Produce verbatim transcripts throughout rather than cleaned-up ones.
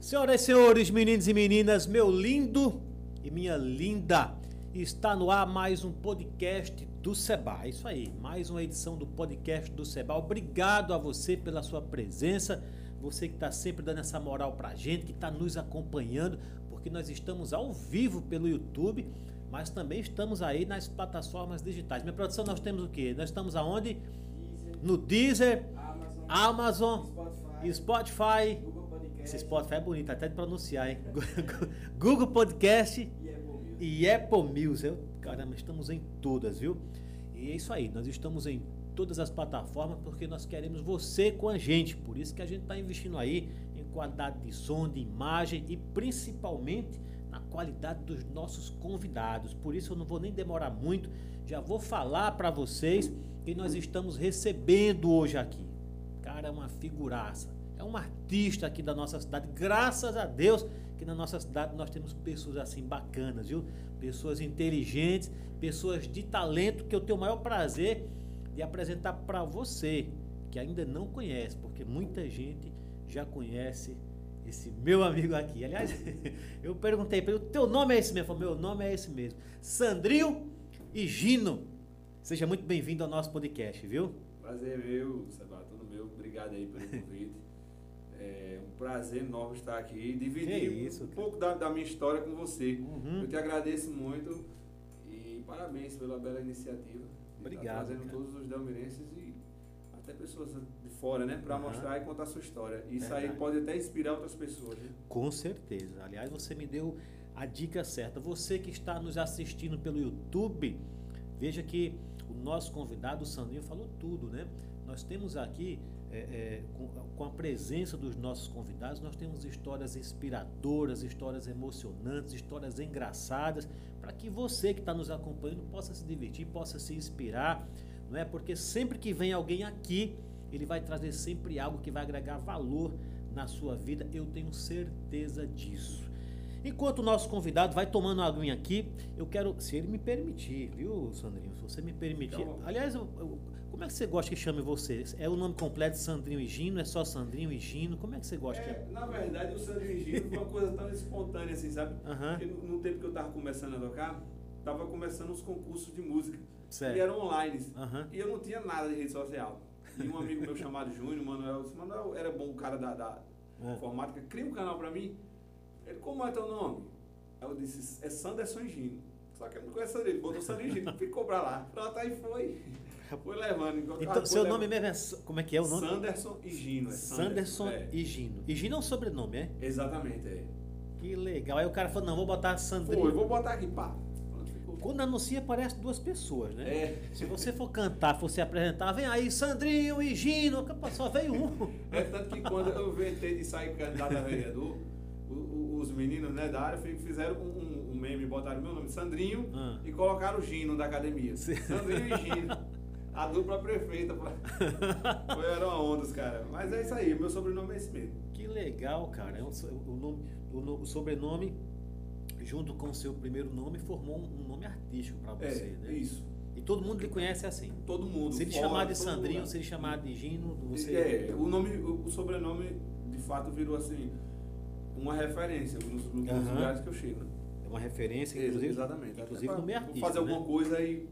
Senhoras e senhores, meninos e meninas, meu lindo e minha linda, está no ar mais um podcast do Seba. Isso aí, mais uma edição do podcast do Seba. Obrigado a você pela sua presença, você que está sempre dando essa moral pra gente, que está nos acompanhando, porque nós estamos ao vivo pelo YouTube, mas também estamos aí nas plataformas digitais. Minha produção, nós temos o quê? Nós estamos aonde? Deezer, No Deezer, Amazon, Amazon, Spotify, Spotify. Google Podcast, Esse Spotify é bonito, até de pronunciar, hein? Google Podcast e Apple Music. e Apple Music. Eu, caramba, estamos em todas, viu? E é isso aí, nós estamos em todas as plataformas porque nós queremos você com a gente. Por isso que a gente está investindo aí em qualidade de som, de imagem e principalmente na qualidade dos nossos convidados. Por isso eu não vou nem demorar muito, já vou falar para vocês que nós estamos recebendo hoje aqui. Cara, é uma figuraça. É um artista aqui da nossa cidade, graças a Deus que na nossa cidade nós temos pessoas assim bacanas, viu? Pessoas inteligentes, pessoas de talento que eu tenho o maior prazer de apresentar para você, que ainda não conhece, porque muita gente já conhece esse meu amigo aqui. Aliás, eu perguntei para ele, o teu nome é esse mesmo? Ele falou, meu nome é esse mesmo, Sandrinho Higino. Seja muito bem-vindo ao nosso podcast, viu? Prazer meu, Seba, tudo meu. Obrigado aí pelo convite. É um prazer enorme estar aqui e dividir isso, um pouco da, da minha história com você. Uhum. Eu te agradeço muito e parabéns pela bela iniciativa. De Obrigado, estar trazendo cara. todos os delmirenses e até pessoas de fora, né? Para Uhum. mostrar e contar a sua história. Isso Verdade. aí pode até inspirar outras pessoas, né? Com certeza. Aliás, você me deu a dica certa. Você que está nos assistindo pelo YouTube, veja que o nosso convidado, o Sandrinho, falou tudo, né? Nós temos aqui, é, é, com, com a presença dos nossos convidados, nós temos histórias inspiradoras, histórias emocionantes, histórias engraçadas, para que você que está nos acompanhando possa se divertir, possa se inspirar, não é? Porque sempre que vem alguém aqui, ele vai trazer sempre algo que vai agregar valor na sua vida, eu tenho certeza disso. Enquanto o nosso convidado vai tomando uma aguinha aqui, eu quero, se ele me permitir, viu, Sandrinho? Se você me permitir. Então, Aliás, eu, eu, como é que você gosta que chame você? É o nome completo Sandrinho Higino? É só Sandrinho Higino? Como é que você gosta? É, na verdade, o Sandrinho Higino foi uma coisa tão espontânea assim, sabe? Aham. Porque no, no tempo que eu tava começando a tocar, tava começando os concursos de música. Certo. E eram online. Aham. E eu não tinha nada de rede social. E um amigo meu chamado Júnior, Manuel, disse, Manuel era bom, o cara da, da É. informática, cria um canal pra mim. Ele, como é teu nome? Aí eu disse, é Sanderson Higino. Só que eu não conheço ele, botou Sandrinho Higino, ficou pra lá. Pronto, aí foi. Foi levando. enquanto- Então, foi seu levando. nome mesmo é. Sa- Como é que é o nome? Sanderson Higino. É Sanderson é. Higino. Higino é um sobrenome, é? Exatamente, é. Que legal. Aí o cara falou, não, vou botar Sandrinho. Foi, vou botar aqui, pá. Pronto, ficou. Quando anuncia, aparece duas pessoas, né? É. Se você for cantar, for se apresentar, vem aí, Sandrinho Higino, só veio um. É tanto que quando eu inventei de sair candidato a vereador, o- o- os meninos, né, da área fi- fizeram um, um- um meme, botaram meu nome, Sandrinho, Ah. e colocaram o Gino da academia. Sim. Sandrinho e Gino. A dupla prefeita. pô. Foi, era uma onda, os caras. Mas é isso aí, meu sobrenome é esse mesmo. Que legal, cara. É um so- o, nome, o, no- o sobrenome, junto com o seu primeiro nome, formou um, um nome artístico pra você, É, né? isso. E todo mundo lhe conhece assim. Todo mundo. Se ele fora, chamar de todo Sandrinho, lugar. se ele chamar de Gino, você. É, o nome, o, o sobrenome, de fato, virou assim, uma referência nos, nos Aham. lugares que eu chego, né? É uma referência, inclusive, Exatamente. inclusive Até no meio pra- artístico. fazer né? alguma coisa aí.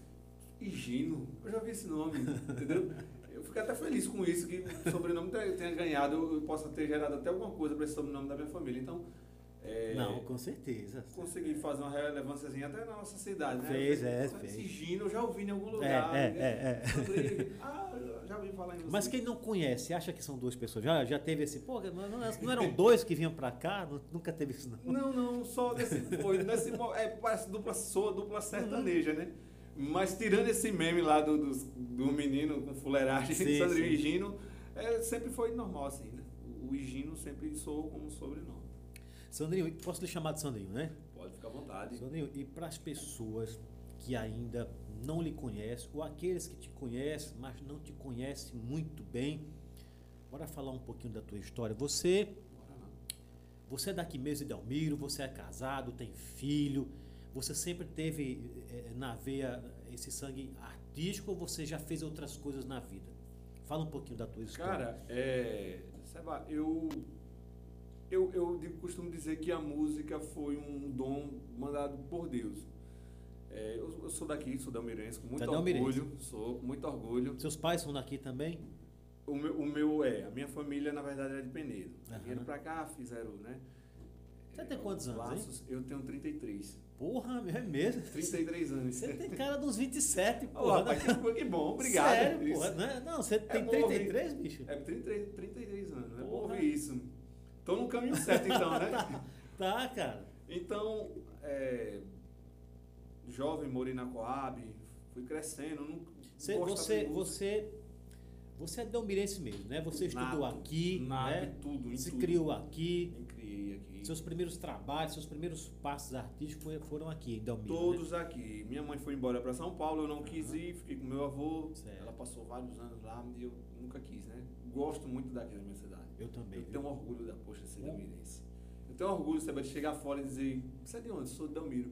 Higino, eu já vi esse nome, entendeu? Eu fico até feliz com isso, que o sobrenome tenha, tenha ganhado, eu possa ter gerado até alguma coisa para esse sobrenome da minha família. Então, é, Não, com certeza. consegui fazer uma relevânciazinha até na nossa cidade, né? Fez, Eu é, falei, fez. Esse Gino eu já ouvi em algum lugar. É, é, né? é, é. Sandrinho, ah, eu já ouvi falar em você. Mas quem não conhece, acha que são duas pessoas? Já, já teve esse, pô, não, não eram dois que vinham pra cá? Não- Nunca teve isso, não. Não, não, só desse. Foi, nesse, mo- é, parece dupla, soa dupla sertaneja, né? Mas tirando esse meme lá do, do, do menino com fuleiragem, Sim, Sandrinho sim. e Higino, é, sempre foi normal assim, né? O Higino sempre soou como sobrenome. Sandrinho, posso lhe chamar de Sandrinho, né? Pode ficar à vontade. Sandrinho, e para as pessoas que ainda não lhe conhecem, ou aqueles que te conhecem, mas não te conhecem muito bem, bora falar um pouquinho da tua história. Você, Bora lá. você é daqui mesmo de Delmiro, você é casado, tem filho, você sempre teve eh, na veia esse sangue artístico ou você já fez outras coisas na vida? Fala um pouquinho da tua história. Cara, é. Seba, eu Eu, eu digo, costumo dizer que a música foi um dom mandado por Deus. É, eu, eu sou daqui, sou delmirense, com muito Tá orgulho. delmirense. Sou com muito orgulho. Seus pais são daqui também? O meu, o meu é, a minha família na verdade é de Penedo. Aham. Vieram pra cá, fizeram, né? Você tem quantos anos, laços, Eu tenho trinta e três. Porra, é mesmo? trinta e três anos. Você tem cara dos vinte e sete, Ô, porra. rapaz, que, que bom, obrigado. Sério, Isso. porra. Né? Não, você tem bom trinta e ouvir. três, bicho? É trinta e três, trinta e três anos, é bom Porra. ouvir isso. Tô no caminho certo então, né? tá, tá, cara. Então, é, jovem, morei na Coab, fui crescendo. Não Você, gostava você, de música. você, você é delmirense mesmo, né? Você estudou Nato, aqui, nato, né? em tudo, em Se tudo. criou aqui. Me criei aqui. Seus primeiros trabalhos, seus primeiros passos artísticos foi- foram aqui em Delmiro, Todos né? aqui. Minha mãe foi embora para São Paulo, eu não quis ir, fiquei com meu avô. Certo. Ela passou vários anos lá e eu nunca quis, né? Gosto muito daqui da minha cidade. Eu também. Eu viu? tenho orgulho da poxa de ser delmirense. Eu tenho orgulho, sabe, de chegar fora e dizer, você é de onde? Sou de Delmiro.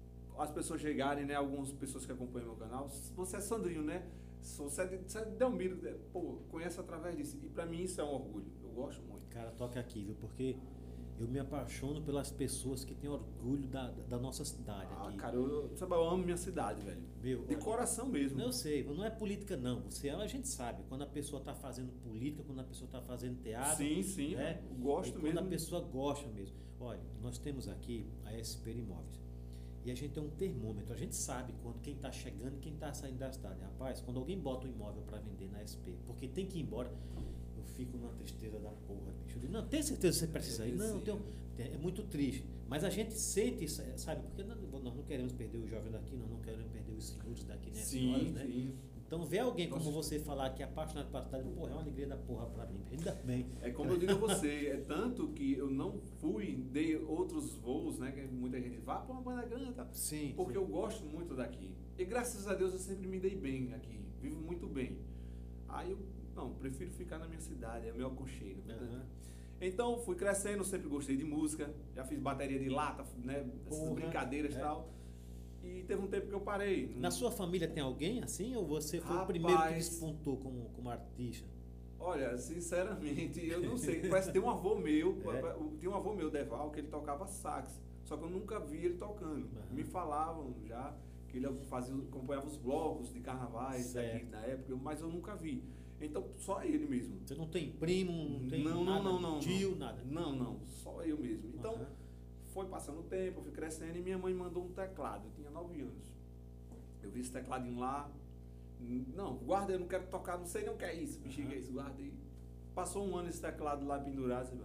As pessoas chegarem, né? Algumas pessoas que acompanham meu canal, você é Sandrinho, né? Sou, você, é de, você é de Delmiro, né? Pô, conhece através disso. E pra mim isso é um orgulho. Eu gosto muito. Cara, toca aqui, viu? Porque eu me apaixono pelas pessoas que têm orgulho da, da nossa cidade Ah, aqui. cara, eu, sabe, eu amo minha cidade, velho. Meu, De olha, coração mesmo. Eu sei, não é política não. Você, a gente sabe, quando a pessoa está fazendo política, quando a pessoa está fazendo teatro. Sim, sim, né? eu gosto E quando mesmo. a pessoa gosta mesmo. Olha, nós temos aqui a S P Imóveis. E a gente tem um termômetro. A gente sabe quando quem está chegando e quem está saindo da cidade. Rapaz, quando alguém bota um imóvel para vender na S P, porque tem que ir embora, eu fico numa tristeza da porra, bicho. Eu digo, não, tem certeza que você precisa ir? Não, tenho, é muito triste. Mas a gente sente isso, sabe? Porque nós não queremos perder o jovem daqui, nós não queremos perder os seguros daqui, né? Sim, senhoras, né? sim. Então, ver alguém como Nossa. você falar que é apaixonado pela cidade, porra, é uma alegria da porra pra mim. Ainda bem. É como eu digo a você, é tanto que eu não fui, dei outros voos, né? Que muita gente vá para uma banda grande, tá? Sim. Porque sim. eu gosto muito daqui. E graças a Deus eu sempre me dei bem aqui, vivo muito bem. Aí eu, não, prefiro ficar na minha cidade, é meu aconchego. né? Aham. Então fui crescendo, sempre gostei de música, já fiz bateria de lata, né? Essas Porra, brincadeiras e é. tal. E teve um tempo que eu parei. Na sua família tem alguém assim? Ou você foi o Rapaz. primeiro que despontou como, como artista? Olha, sinceramente, eu não sei. Parece que tem um avô meu, É. tem um avô meu, Deval, que ele tocava sax. Só que eu nunca vi ele tocando. Aham. Me falavam já que ele fazia, acompanhava os blocos de carnavais daqui Certo. na época, mas eu nunca vi. Então, só ele mesmo. Você não tem primo, não tem não, nada, não, não, não. tio, nada? Não, não, só eu mesmo. Então, Aham. foi passando o tempo, eu fui crescendo e minha mãe mandou um teclado. Eu tinha nove anos. Eu vi esse tecladinho lá. Não, guarda, eu não quero tocar, não sei nem o que é isso. Bexiga Aham. é isso, guardei. Passou um ano esse teclado lá pendurado, sabe?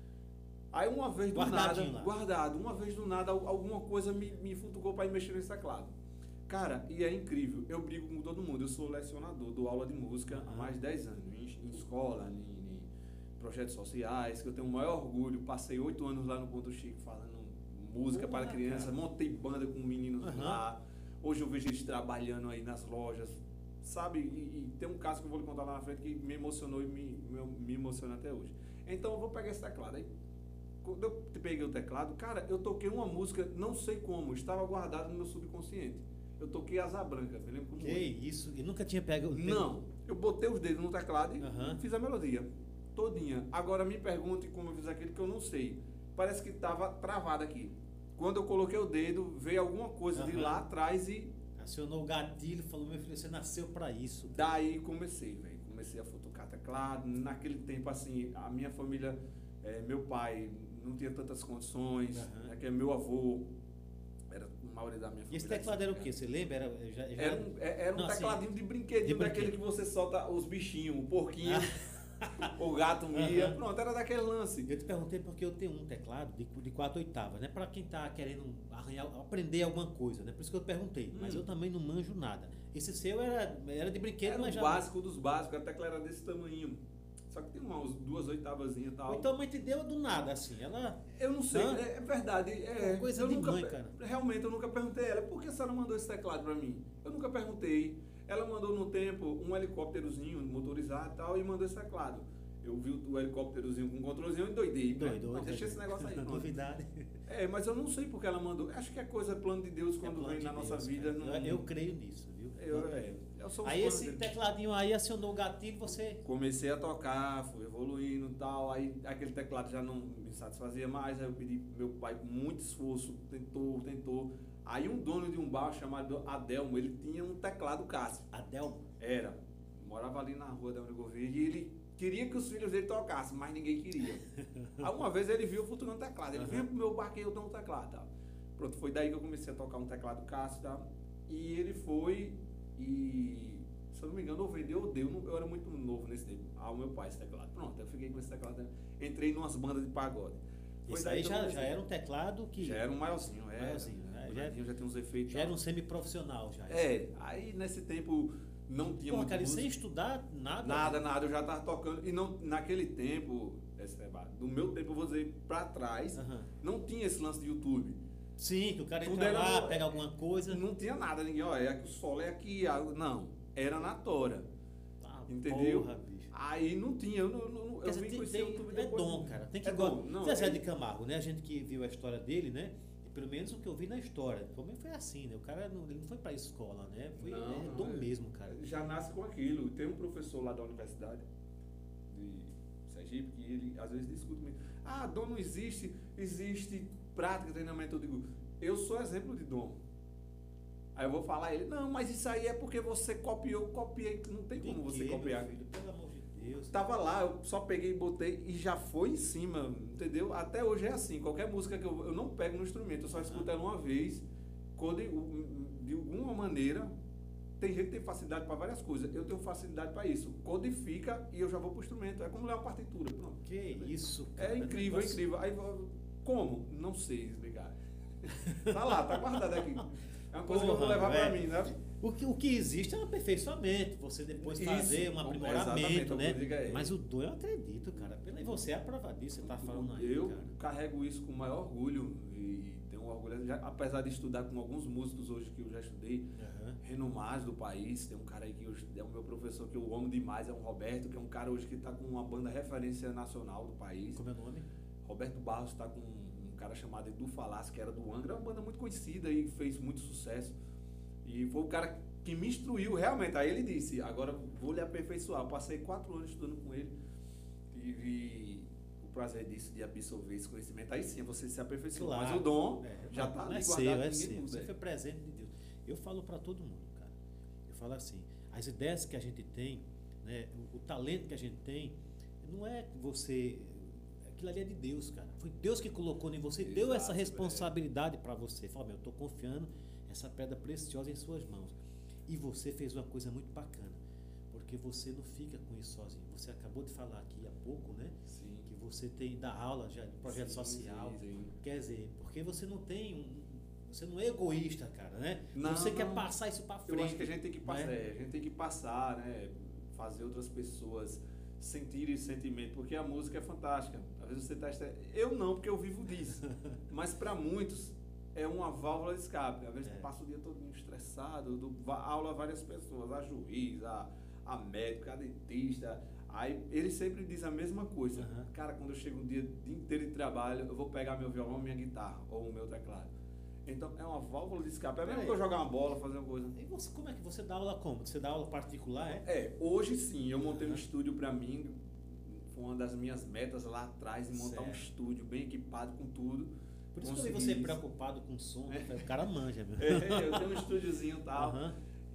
Aí uma vez do Guardadinho nada, lá. guardado, uma vez do nada, al- alguma coisa me, me futucou para ir mexer nesse teclado. Cara, e é incrível, eu brigo com todo mundo, eu sou lecionador, dou aula de música há Aham. mais de dez anos, em, em escola, em, em projetos sociais, que eu tenho o maior orgulho, passei oito anos lá no Ponto Chico falando música Porra, para crianças, cara. montei banda com meninos Aham. lá, hoje eu vejo eles trabalhando aí nas lojas, sabe? E, e tem um caso que eu vou lhe contar lá na frente que me emocionou e me, me, me emociona até hoje. Então eu vou pegar esse teclado aí. Quando eu peguei o teclado, cara, eu toquei uma música, não sei como, estava guardada no meu subconsciente. Eu toquei Asa Branca, me lembro como Que hoje. isso? E nunca tinha pego... Não, eu botei os dedos no teclado e Aham. fiz a melodia, todinha. Agora me pergunte como eu fiz aquilo que eu não sei. Parece que estava travado aqui. Quando eu coloquei o dedo, veio alguma coisa de Aham. lá atrás e Acionou o gatilho, falou, meu filho, você nasceu pra isso. daí comecei, velho. Comecei a futucar teclado. Naquele tempo, assim, a minha família, eh, meu pai não tinha tantas condições, Aham. né, que é meu avô, era a maioria da minha família. E esse teclado era o quê? Você lembra? Era, já, já... Era um, é- era um Não, assim, tecladinho de brinquedinho, de daquele brinquedo. que você solta os bichinhos, o porquinho, o gato mia. Aham. Pronto, era daquele lance. Eu te perguntei porque eu tenho um teclado de, de quatro oitavas, né? Pra quem tá querendo arranhar, aprender alguma coisa, né? Por isso que eu perguntei. Mas Hum. eu também não manjo nada. Esse seu era, era de brinquedo, Era o mas já... básico dos básicos, a tecla era desse tamanho. Só que tem umas duas oitavazinhas e tal. Ou então a mãe te deu do nada, assim. Ela... Eu não sei, Hã? é, é verdade. É, Coisa eu de nunca, mãe, pe- cara. Realmente, eu nunca perguntei a ela, por que a senhora mandou esse teclado pra mim? Eu nunca perguntei. Ela mandou no tempo um helicópterozinho motorizado e tal, e mandou esse teclado. Eu vi o helicópterozinho com o controlezinho e doidei. Doido, Não, deixa esse negócio aí. Novidade. É, mas eu não sei porque ela mandou. Acho que é coisa, plano de Deus quando É vem de na Deus, nossa vida. cara. Não... Eu, eu creio nisso, viu? Eu, é, eu sou Aí fã esse dele. tecladinho aí acionou o gatilho, você... Comecei a tocar, fui evoluindo e tal, aí aquele teclado já não me satisfazia mais, aí eu pedi pro meu pai com muito esforço, tentou, tentou. Aí um dono de um bar chamado Adelmo, ele tinha um teclado Cássio. Adelmo? Era. Morava ali na rua da Amigo Verde e ele queria que os filhos dele tocassem, mas ninguém queria. Aí uma vez ele viu eu futurando teclado, ele uhum. vinha pro meu bar que eu tenho um teclado, tal. Pronto, foi daí que eu comecei a tocar um teclado Cássio, tal. E ele foi e... se eu não me engano, ou vendeu ou deu, eu era muito novo nesse tempo, ao meu pai esse teclado. Pronto, eu fiquei com esse teclado, entrei em umas bandas de pagode. Foi Isso aí já, já era um teclado que... Já era um maiorzinho, era. Maiorzinho, né? Já, já tem uns efeitos. Já era um semi-profissional já. É, aí nesse tempo não tinha Pô, muito cara, música. sem estudar nada? Nada, nada, eu já tava tocando, e não, naquele tempo, esse, do meu tempo, eu vou dizer, pra trás, uhum. não tinha esse lance de YouTube. Sim, que o cara entra lá, no, pega alguma coisa. Não tinha nada, ninguém, ó, é que o solo é aqui, não, era na tora. Ah, entendeu? Porra, bicho. Aí não tinha, eu, não, não, eu vim conhecer o YouTube depois. É dom, cara. Tem que é dom. Não, Zezé é... de Camargo, né? A gente que viu a história dele, né? E pelo menos o que eu vi na história. Também foi assim, né? O cara não, ele não foi pra escola, né? Foi não, é dom é, mesmo, cara. Já nasce com aquilo. Tem um professor lá da universidade de Sergipe que ele às vezes discute comigo. Ah, dom não existe, existe prática, treinamento. Eu digo, eu sou exemplo de dom. Aí eu vou falar a ele, não, mas isso aí é porque você copiou, copiei. Não tem como que, você copiar. Filho, pelo amor de Deus. Tava lá, eu só peguei e botei e já foi em cima, entendeu? Até hoje é assim, qualquer música que eu, eu não pego no instrumento, eu só escuto ela uma vez, quando, de alguma maneira, tem gente que tem facilidade para várias coisas, eu tenho facilidade para isso. Codifica e eu já vou pro instrumento, é como ler uma partitura. Pronto. Que isso, cara. É incrível, é incrível. Aí, como? Não sei explicar. Tá lá, tá guardado aqui. É uma coisa Porra, que eu vou levar para mim, né? O que, o que existe é um aperfeiçoamento, você depois Isso, fazer um aprimoramento, né? É Mas o dom eu acredito, cara. E você é a prova disso, você tá falando aí, Eu cara. carrego isso com o maior orgulho e tenho um orgulho, já, apesar de estudar com alguns músicos hoje que eu já estudei, uhum. renomados do país, tem um cara aí que hoje é o meu professor que eu amo demais, é um Roberto, que é um cara hoje que está com uma banda referência nacional do país. Como é o nome? Roberto Barros está com um cara chamado Edu Falassi, que era do Angra, é uma banda muito conhecida e fez muito sucesso. E foi o cara que me instruiu realmente. Aí ele disse, agora vou lhe aperfeiçoar. Eu passei quatro anos estudando com ele. Tive o prazer disso, de absorver esse conhecimento. Aí sim, você se aperfeiçoou. Claro. Mas o dom é, já está ali é guardado. Seu, é seu. Você foi presente de Deus. Eu falo para todo mundo, cara. Eu falo assim, as ideias que a gente tem, né, o, o talento que a gente tem, não é você... Aquilo ali é de Deus, cara. Foi Deus que colocou em você, Exato, deu essa responsabilidade para você. Fala, meu, eu estou confiando essa pedra preciosa em suas mãos. E você fez uma coisa muito bacana, porque você não fica com isso sozinho. Você acabou de falar aqui há pouco, né? Sim. Que você tem da aula já de projeto sim, social. Sim, sim. Quer dizer, porque você não tem um, você não é egoísta, cara, né? Não, você não. quer passar isso para frente. Eu acho que a gente tem que passar, né? é, a gente tem que passar, né? Fazer outras pessoas sentirem esse sentimento, porque a música é fantástica. Às vezes você está, eu não, porque eu vivo disso. Mas para muitos é uma válvula de escape. Às vezes é. passa o dia todo estressado, do, aula a várias pessoas, a juiz, a, a médica, a dentista. Aí ele sempre diz a mesma coisa. Uhum. Cara, quando eu chego um dia, dia inteiro de trabalho, eu vou pegar meu violão, minha guitarra ou o meu teclado. Então é uma válvula de escape. É mesmo que eu jogar uma bola, fazer uma coisa. E você, como é que você dá aula como? Você dá aula particular, é? É, hoje sim. Eu montei uhum. um estúdio para mim. Foi uma das minhas metas lá atrás, em montar certo. um estúdio bem equipado com tudo. Por isso que eu vi você preocupado com o som, é. o cara manja, meu. É, eu tenho um estúdiozinho e tal, uhum.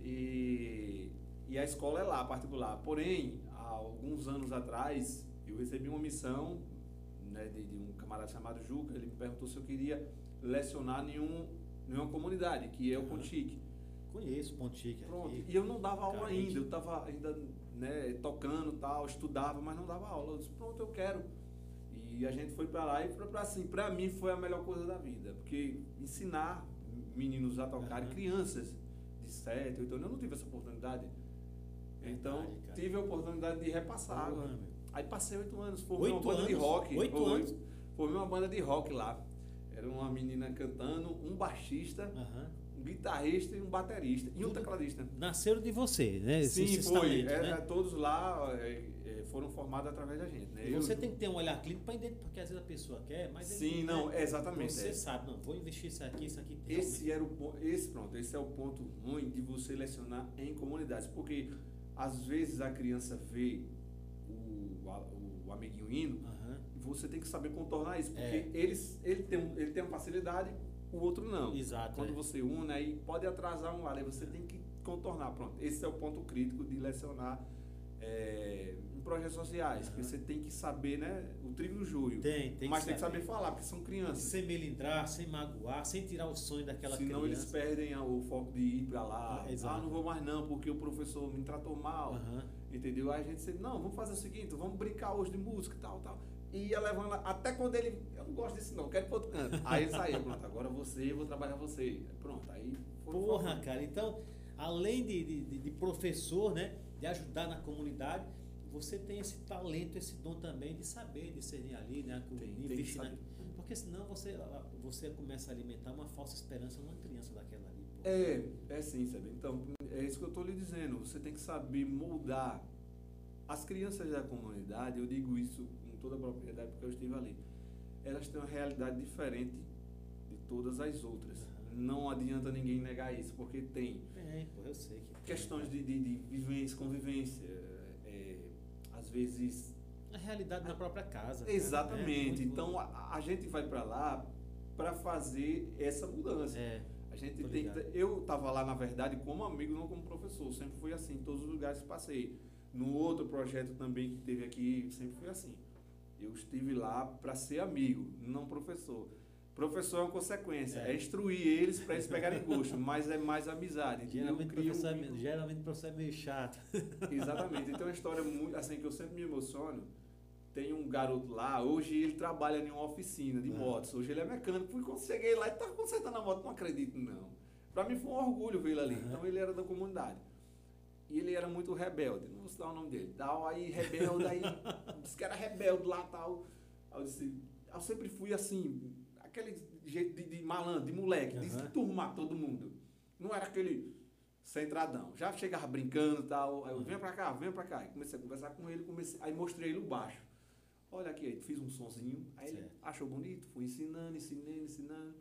e, e a escola é lá, particular. Porém, há alguns anos atrás, eu recebi uma missão, né, de, de um camarada chamado Juca. Ele me perguntou se eu queria lecionar em um, em uma comunidade, que é o Ponte Chique. Conheço o Ponte Chique. Pronto, aqui. E eu não dava aula Carente. ainda, eu estava ainda, né, tocando tal, estudava, mas não dava aula. Eu disse, pronto, eu quero. E a gente foi para lá e foi para assim, para mim foi a melhor coisa da vida, porque ensinar meninos a tocar, uhum. crianças de sete, oito anos, eu não tive essa oportunidade. Então, Verdade, tive a oportunidade de repassar. Uhum. Aí passei oito anos, formei uma banda anos? de rock. Oito anos? Formei uma banda de rock lá. Era uma menina cantando, um baixista, uhum. um guitarrista e um baterista. E um Tudo tecladista. Nasceram de você, né? Sim, Esses foi. talentos, É, né? é, todos lá é, é, foram formados através da gente. Né? E Eu- você tem que ter um olhar clínico para entender, porque às vezes a pessoa quer, mas Sim, ele, não, né? é exatamente. Você é. sabe, não, vou investir isso aqui, isso aqui. Esse era o po- esse pronto, esse é o ponto ruim de você lecionar em comunidades, porque às vezes a criança vê o, a- o amiguinho indo, Aham. e você tem que saber contornar isso, porque É. eles, ele, tem, um- ele tem uma facilidade, o outro não. Exato, Quando é. você une, aí pode atrasar um lado, aí você tem que contornar. Pronto, esse é o ponto crítico de lecionar é, em projetos sociais, Aham. porque você tem que saber, né, o trigo e o joio. Tem, tem Mas que tem que saber. saber falar, porque são crianças. Sem melindrar, sem magoar, sem tirar o sonho daquela Senão criança. eles perdem a- o foco de ir pra lá. Ah, exato. Ah, não vou mais não, porque o professor me tratou mal. Aham. Entendeu? Aí a gente disse, não, vamos fazer o seguinte, vamos brincar hoje de música e tal, tal. E ia levando lá, até quando ele, eu não gosto disso não, quero ir pro outro canto. Aí ele saía, pronto, agora você, eu vou trabalhar você. Pronto, aí foram Porra, formando. cara, então, além de, de, de- de professor, né, de ajudar na comunidade, você tem esse talento, esse dom também de saber discernir ali, né, Tem, de tem que investir na... saber. Porque senão você, você começa a alimentar uma falsa esperança numa criança daquela ali. Pô. É, é sim, sabe? Então, é isso que eu estou lhe dizendo. Você tem que saber moldar as crianças da comunidade. Eu digo isso com toda a propriedade porque eu estive ali. Elas têm uma realidade diferente de todas as outras. Uhum. Não adianta ninguém negar isso, porque tem É, pô, eu sei que tem, questões cara. de, de, de vivência, convivência, é, às vezes. A realidade na própria casa. cara, Exatamente. né? Muito- Então a, a gente vai para lá para fazer essa mudança. É, A gente Tô tem ligado. eu estava lá na verdade como amigo, não como professor. Sempre fui assim, em todos os lugares que passei. No outro projeto também que teve aqui, sempre foi assim. Eu estive lá para ser amigo, não professor. Professor é uma consequência, É. é, instruir eles para eles pegarem gosto, mas é mais amizade. entendeu? geralmente, Eu crio um professor é, vínculo. geralmente o professor é meio chato. Exatamente. Então é uma história muito assim que eu sempre me emociono. Tem um garoto lá, hoje ele trabalha em uma oficina de Ah. motos. Hoje ele é mecânico. Fui quando cheguei lá, ele estava consertando a moto, não acredito não. Para mim foi um orgulho ver ele ali. Aham. Então ele era da comunidade. E ele era muito rebelde, não vou citar o nome dele. Tal, aí rebelde, aí disse que era rebelde lá tal. Aí eu disse, eu sempre fui assim, aquele jeito de, de malandro, de moleque, de Aham. turmar todo mundo. Não era aquele centradão. Já chegava brincando e tal. Aí eu, Uhum. venha pra cá, venha pra cá. Aí comecei a conversar com ele, comecei, aí mostrei ele o baixo. Olha aqui, aí fiz um sonzinho, aí ele Certo. achou bonito, fui ensinando, ensinando, ensinando.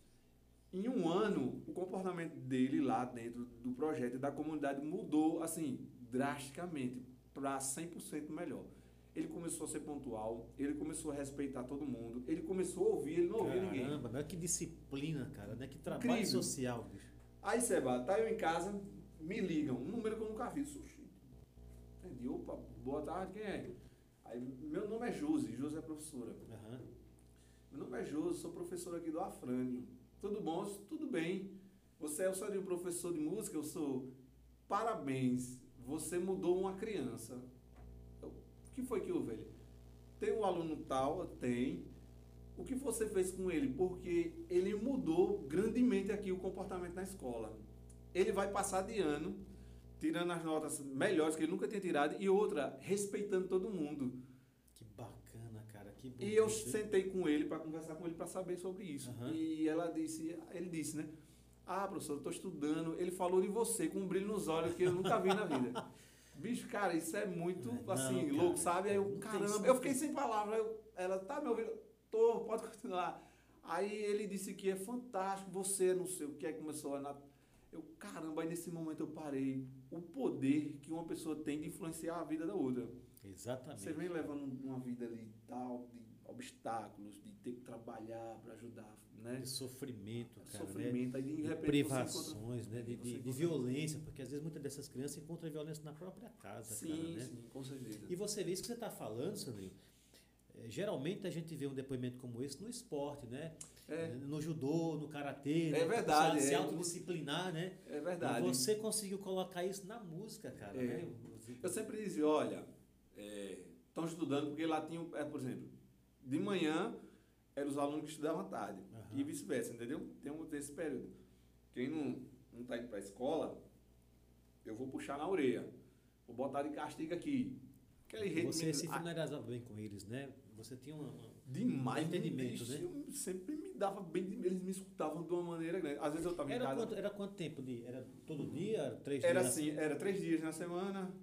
Em um ano, o comportamento dele lá dentro do projeto e da comunidade mudou, assim, drasticamente, para cem por cento melhor. Ele começou a ser pontual, ele começou a respeitar todo mundo, ele começou a ouvir, ele não ouvia ninguém. Caramba, mas que disciplina, cara, né? Que trabalho Incrível. social, bicho. Aí, Seba, tá eu em casa, me ligam, um número que eu nunca vi. Sushi. Entendi. Opa, boa tarde, quem é? Aí, meu nome é Josi, Josi é professora. Aham. Meu nome é Josi, sou professor aqui do Afrânio. Tudo bom? Tudo bem. Você é o senhor de um professor de música? Eu sou. Parabéns, você mudou uma criança. Eu, o que foi que houve? Ele? Tem um aluno tal? Tem. O que você fez com ele? Porque ele mudou grandemente aqui o comportamento na escola. Ele vai passar de ano, tirando as notas melhores que ele nunca tinha tirado, e outra, respeitando todo mundo. Que bacana, cara. Que E eu bonito, hein? sentei com ele para conversar com ele para saber sobre isso. Aham. E ela disse, ele disse, né? Ah, professor, eu estou estudando. Ele falou de você com um brilho nos olhos que eu nunca vi na vida. Bicho, cara, isso é muito, Não, assim, cara, louco, sabe? Aí não eu, tem caramba, isso, eu não fiquei tem. sem palavras. Eu, ela, tá me ouvindo? Tô, pode continuar. Aí ele disse que é fantástico, você não sei o que, aí começou a... na- Eu, caramba, aí nesse momento eu parei. O poder que uma pessoa tem de influenciar a vida da outra. Exatamente. Você vem levando uma vida ali tal, de obstáculos, de ter que trabalhar para ajudar, né? De sofrimento, cara. Né? Sofrimento, aí de De repente você privações, né? De, você de, de encontra- violência, porque às vezes muitas dessas crianças encontram violência na própria casa, Sim, cara, né? sim, com certeza. E você vê isso que você está falando, Sandrinho. é, Geralmente a gente vê um depoimento como esse no esporte, né? É, No judô, no karatê, É né? verdade, Se é. autodisciplinar, né? é verdade. E você conseguiu colocar isso na música, cara, É. né? Eu sempre dizia, olha, estão estudando, porque lá tinha, é, por exemplo, de manhã eram os alunos que estudavam à tarde, Aham. e vice-versa, entendeu? Tem um desse período. Quem não não está indo para a escola, eu vou puxar na orelha, vou botar de castigo aqui. Aquele jeito Você meio- se Ah, familiarizava bem com eles, né? Você tinha uma, uma- Demais. Entendimento, né? Eu sempre me dava bem, eles me escutavam de uma maneira grande. Às vezes eu estava em Era casa... quanto, era quanto tempo? De, era todo dia? Era três Era dias? assim, era três dias na semana,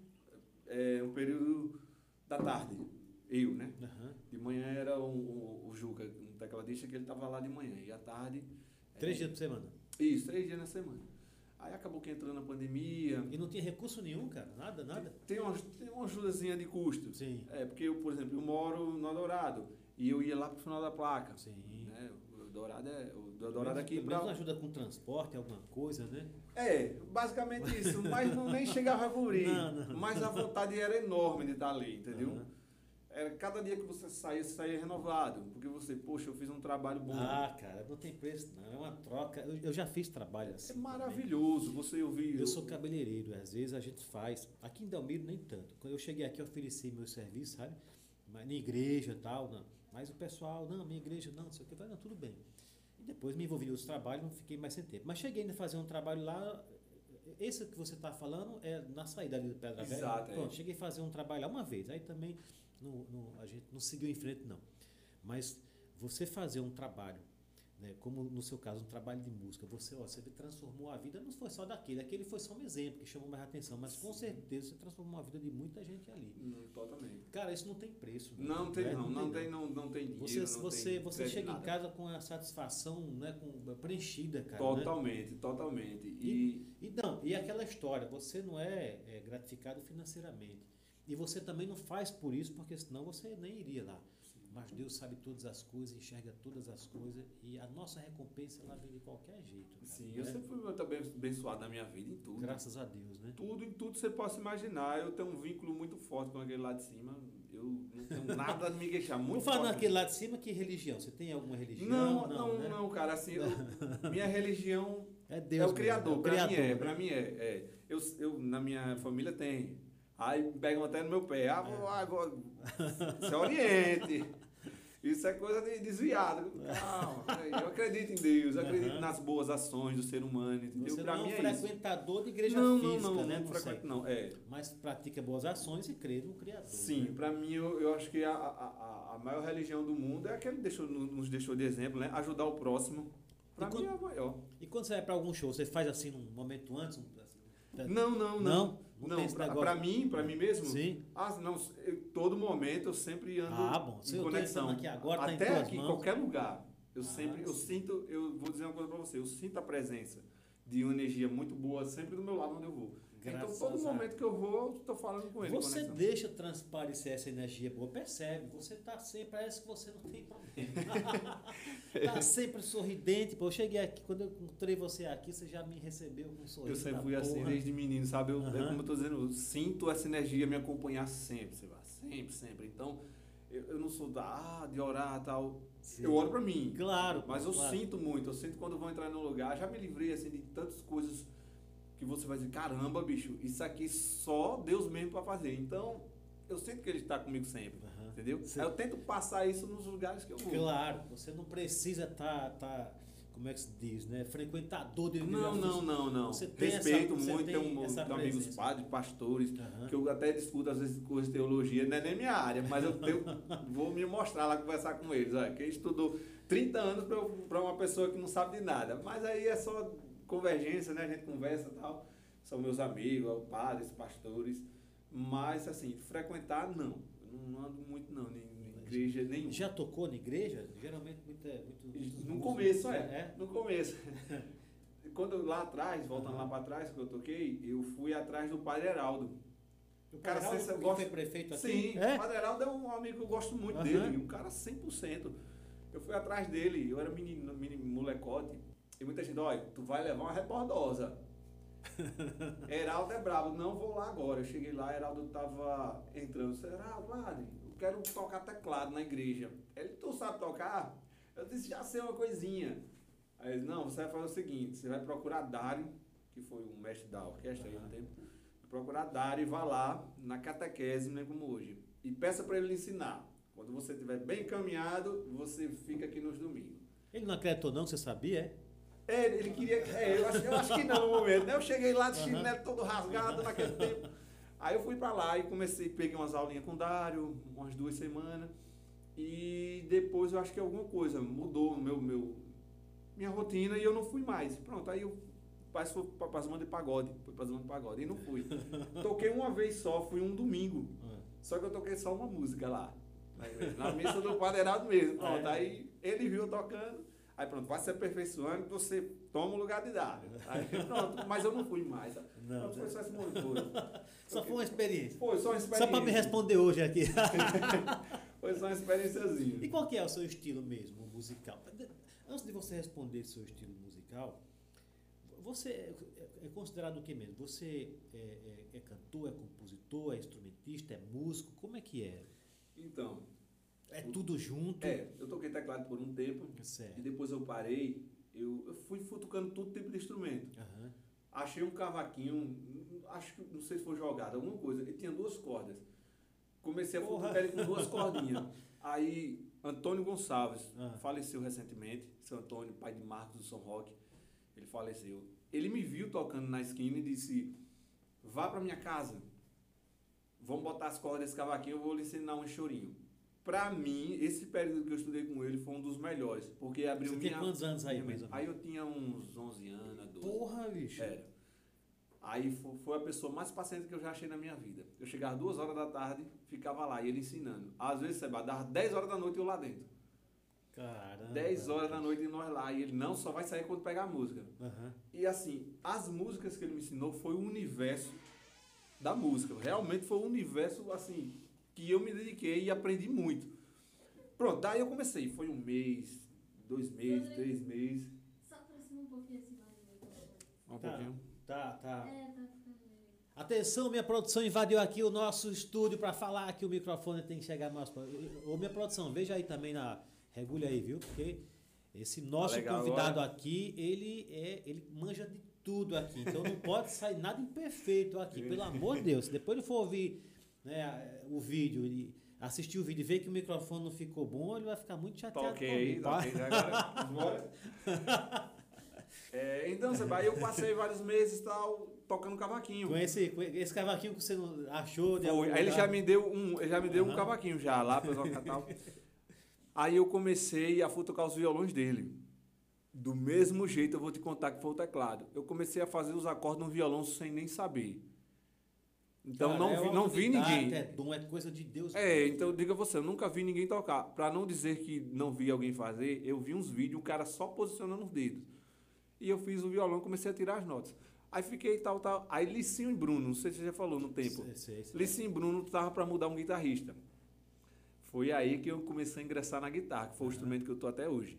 é, um período da tarde, eu, né? Uhum. De manhã era o, o, o Juca, um tecladista, que ele estava lá de manhã, e à tarde... Três é, dias por semana? Isso, três dias na semana. Aí acabou que entrando a pandemia... E não tinha recurso nenhum, cara? Nada, nada? Tem, tem, uma, tem uma ajudazinha de custo. Sim. É, porque eu, por exemplo, eu moro no Dourado, e eu ia lá pro final da placa. Sim. Né? O Dourado é... O Dourado aqui... Pelo pra... menos ajuda com transporte, alguma coisa, né? É, basicamente isso, mas não nem chegava a cobrir. Não, não. Mas a vontade era enorme de estar ali, entendeu? Uhum. Era, cada dia que você saía, você saía renovado. Porque você, poxa, eu fiz um trabalho bom. Ah, cara, não tem preço, não. É uma troca. Eu, eu já fiz trabalho assim. É maravilhoso você ouvir. Eu sou cabeleireiro, às vezes a gente faz. Aqui em Delmiro nem tanto. Quando eu cheguei aqui, eu ofereci meu serviço, sabe? Mas na igreja e tal, não. Mas o pessoal, não, minha igreja, não, não sei o que. Eu falei, não, tudo bem. E depois me envolvi em outros trabalhos, não fiquei mais sem tempo. Mas cheguei ainda a fazer um trabalho lá. Esse que você está falando é na saída ali do Pedra Velha. Exato, Pronto, é. cheguei a fazer um trabalho lá uma vez. Aí também não, não, a gente não seguiu em frente, não. Mas você fazer um trabalho, né, como no seu caso, um trabalho de música, você, ó, você transformou a vida, não foi só daquele, aquele foi só um exemplo que chamou mais atenção, mas com certeza você transformou a vida de muita gente ali. Hum, totalmente. Cara, isso não tem preço. Não tem, né? não, não tem, não, não tem dinheiro. Você, não você, tem você chega nada. em casa com a satisfação, né, com, preenchida, cara. Totalmente, né? totalmente. E, E, e não, e aquela história, você não é, é gratificado financeiramente. E você também não faz por isso, porque senão você nem iria lá. Mas Deus sabe todas as coisas, enxerga todas as coisas, e a nossa recompensa ela vem de qualquer jeito. Cara, sim, né? eu sempre fui também abençoado na minha vida, em tudo. Graças a Deus, né? Tudo, em tudo você possa imaginar. Eu tenho um vínculo muito forte com aquele lá de cima. Eu não tenho nada de me queixar. Muito Vou falar forte. naquele lá de cima, que religião? Você tem alguma religião? Não, não, né? não, cara. Assim, eu- minha religião É Deus é o mesmo, Criador. é o Pra Criador, mim é, né? pra mim é. é. Eu, eu, na minha família tem. Aí pegam até no meu pé. Ah, vou, ah, vou, se oriente. Isso é coisa de desviado. Calma, peraí. Eu acredito em Deus, eu acredito Uhum. nas boas ações do ser humano, entendeu? Você Pra não mim é um é isso. frequentador de igreja Não, física, não, não, né? não, Não frequento, sei. não. É. Mas pratica boas ações e crê no Criador. Sim, né? pra mim eu, eu acho que a, a, a- a maior religião do mundo é aquele que deixou, nos deixou de exemplo, né? Ajudar o próximo. Pra E mim quando- é a maior. E quando você vai para algum show, você faz assim num momento antes? Um, assim, Não, não, não. Não? Não Não, tem esse pra, negócio? pra mim, pra mim mesmo? Sim. Ah, não, eu, todo momento eu sempre ando Ah, bom. Se em eu tô conexão. entrando aqui agora, tá em Até tuas aqui, em mãos. qualquer lugar. Eu Ah, sempre, eu sim. sinto, eu vou dizer uma coisa pra você, eu sinto a presença de uma energia muito boa sempre do meu lado onde eu vou. Graças então, todo a- momento que eu vou, eu tô falando com ele. em Você conexão. deixa transparecer essa energia boa, percebe? Você tá sempre, parece que você não tem problema. Tá sempre sorridente. Pô, eu cheguei aqui, quando eu encontrei você aqui, você já me recebeu com um sorriso. Eu sempre da fui assim porra. desde menino, sabe? Eu, É Aham. como eu tô dizendo, eu sinto essa energia me acompanhar sempre, sei lá, sempre, sempre. Então, eu, eu não sou da, ah, de orar e tal. Sim. Eu oro pra mim. Claro. Mas eu claro. sinto muito, eu sinto quando eu vou entrar num lugar, já me livrei assim de tantas coisas que você vai dizer, caramba, bicho, isso aqui só Deus mesmo pra fazer. Então, eu sinto que Ele está comigo sempre, Aham. entendeu? Sim. Aí eu tento passar isso nos lugares que eu vou. Claro, você não precisa estar, tá, como é que se diz, né? Frequentador de Não, não, não, não. Você tem Respeito essa- você muito, tem tenho, essa tenho amigos presença. padres, pastores, Aham. que eu até discuto às vezes coisas de teologia, não é nem minha área, mas eu tenho, vou me mostrar lá, conversar com eles. Olha, quem estudou trinta anos para uma pessoa que não sabe de nada. Mas aí é só convergência, né? A gente conversa e tal. São meus amigos, padres, pastores. Mas, assim, frequentar, não. Eu não ando muito, não, em em igreja nenhuma. Já tocou na igreja? Geralmente muito, muito, muitos No músicos- começo, é. é. No começo. Quando eu, lá atrás, voltando lá para trás, que eu toquei, eu fui atrás do Padre Heraldo. O Cara, cara você que gosta- foi prefeito aqui? Sim, É? o Padre Heraldo é um amigo que eu gosto muito Aham. dele, um cara cem por cento. Eu fui atrás dele, eu era menino, menino molecote, e muita gente, olha, tu vai levar uma rebordosa. Heraldo é brabo, não vou lá agora. Eu cheguei lá, Heraldo tava entrando. Eu disse, Heraldo, padre, eu quero tocar teclado na igreja. Ele, tu sabe tocar? Eu disse, já sei uma coisinha. Aí ele, não, você vai fazer o seguinte, você vai procurar Dário, que foi um mestre da orquestra aí no tempo, vai procurar Dário e vá lá na catequese, não é como hoje, e peça para ele lhe ensinar. Quando você estiver bem encaminhado, você fica aqui nos domingos. Ele não acreditou não, você sabia, é? É, ele queria. É, eu, acho, eu acho que não no momento, né? Eu cheguei lá de chinelo todo rasgado naquele tempo. Aí eu fui pra lá e comecei, peguei umas aulinhas com o Dário, umas duas semanas. E depois eu acho que alguma coisa mudou meu, meu, minha rotina e eu não fui mais. Pronto, aí eu parece que foi para as bandas de pagode, fui para as bandas de pagode e não fui. Toquei uma vez só, fui um domingo. Só que eu toquei só uma música lá. Na missa do quadrado mesmo. Pronto, aí ele viu eu tocando. Aí pronto, vai se aperfeiçoando que você toma o lugar de dar. Aí pronto, mas eu não fui mais. Não, pronto, foi só esse momento. Só foi uma experiência. Foi só uma experiência. Só para me responder hoje aqui. Foi só uma experiênciazinha. E qual que é o seu estilo mesmo, musical? Antes de você responder seu estilo musical, você é, é considerado o que mesmo? Você é, é, é cantor, é compositor, é instrumentista, é músico? Como é que é? Então... É tudo junto? É, eu toquei teclado por um tempo, certo. E depois eu parei, eu, eu fui futucando todo tipo de instrumento. Uhum. Achei um cavaquinho, acho que, não sei se foi jogado, alguma coisa, ele tinha duas cordas. Comecei a futucar ele com duas cordinhas. Aí, Antônio Gonçalves, uhum. faleceu recentemente, seu Antônio, pai de Marcos do São Roque, ele faleceu. Ele me viu tocando na esquina e disse, vá pra minha casa, vamos botar as cordas desse cavaquinho, eu vou lhe ensinar um chorinho. Pra mim, esse período que eu estudei com ele foi um dos melhores, porque abriu minha... Você tem quantos anos aí, mesmo? Aí eu tinha uns onze anos, doze. Porra, bicho! Era. Aí foi a pessoa mais paciente que eu já achei na minha vida. Eu chegava duas horas da tarde, ficava lá, e ele ensinando. Às vezes, você dava dez horas da noite e eu lá dentro. Caramba! dez horas da noite e nós lá, e ele não só vai sair quando pegar a música. Uhum. E assim, as músicas que ele me ensinou foi o universo da música. Realmente foi um universo, assim... que eu me dediquei e aprendi muito. Pronto, daí eu comecei. Foi um mês, dois meses, três meses. Só aproxima um pouquinho assim mais do microfone. Um tá, pouquinho? Tá, tá. É, tá ficando meio... Atenção, minha produção invadiu aqui o nosso estúdio para falar que o microfone tem que chegar mais para... Ô, minha produção, veja aí também na... Regule aí, viu? Porque esse nosso tá convidado agora. Aqui, ele, é, ele manja de tudo aqui. Então não pode sair nada imperfeito aqui, pelo amor de Deus. Se depois ele for ouvir... Né, o vídeo, ele assistir o vídeo e ver que o microfone não ficou bom, ele vai ficar muito chateado. Ok, ok, agora bora. É, então, Seba, eu passei vários meses tal, tocando cavaquinho. Com esse, com esse cavaquinho que você não achou de Foi. Aí ele já me deu um, ele já me deu uhum. um cavaquinho já lá para tocar tal. Aí eu comecei a futucar os violões dele. Do mesmo jeito, eu vou te contar que foi o teclado. Eu comecei a fazer os acordes no violão sem nem saber. Então, cara, não, é vi, não vi ninguém. É dom, é coisa de Deus. É, então diga você, eu nunca vi ninguém tocar. Para não dizer que não vi alguém fazer, eu vi uns vídeos, o cara só posicionando os dedos. E eu fiz o violão, comecei a tirar as notas. Aí fiquei tal, tal. Aí Licinho e Bruno, não sei se você já falou no tempo. Sei, sei, sei. Licinho e Bruno tava para mudar um guitarrista. Foi aí que eu comecei a ingressar na guitarra, que foi o instrumento que eu tô até hoje.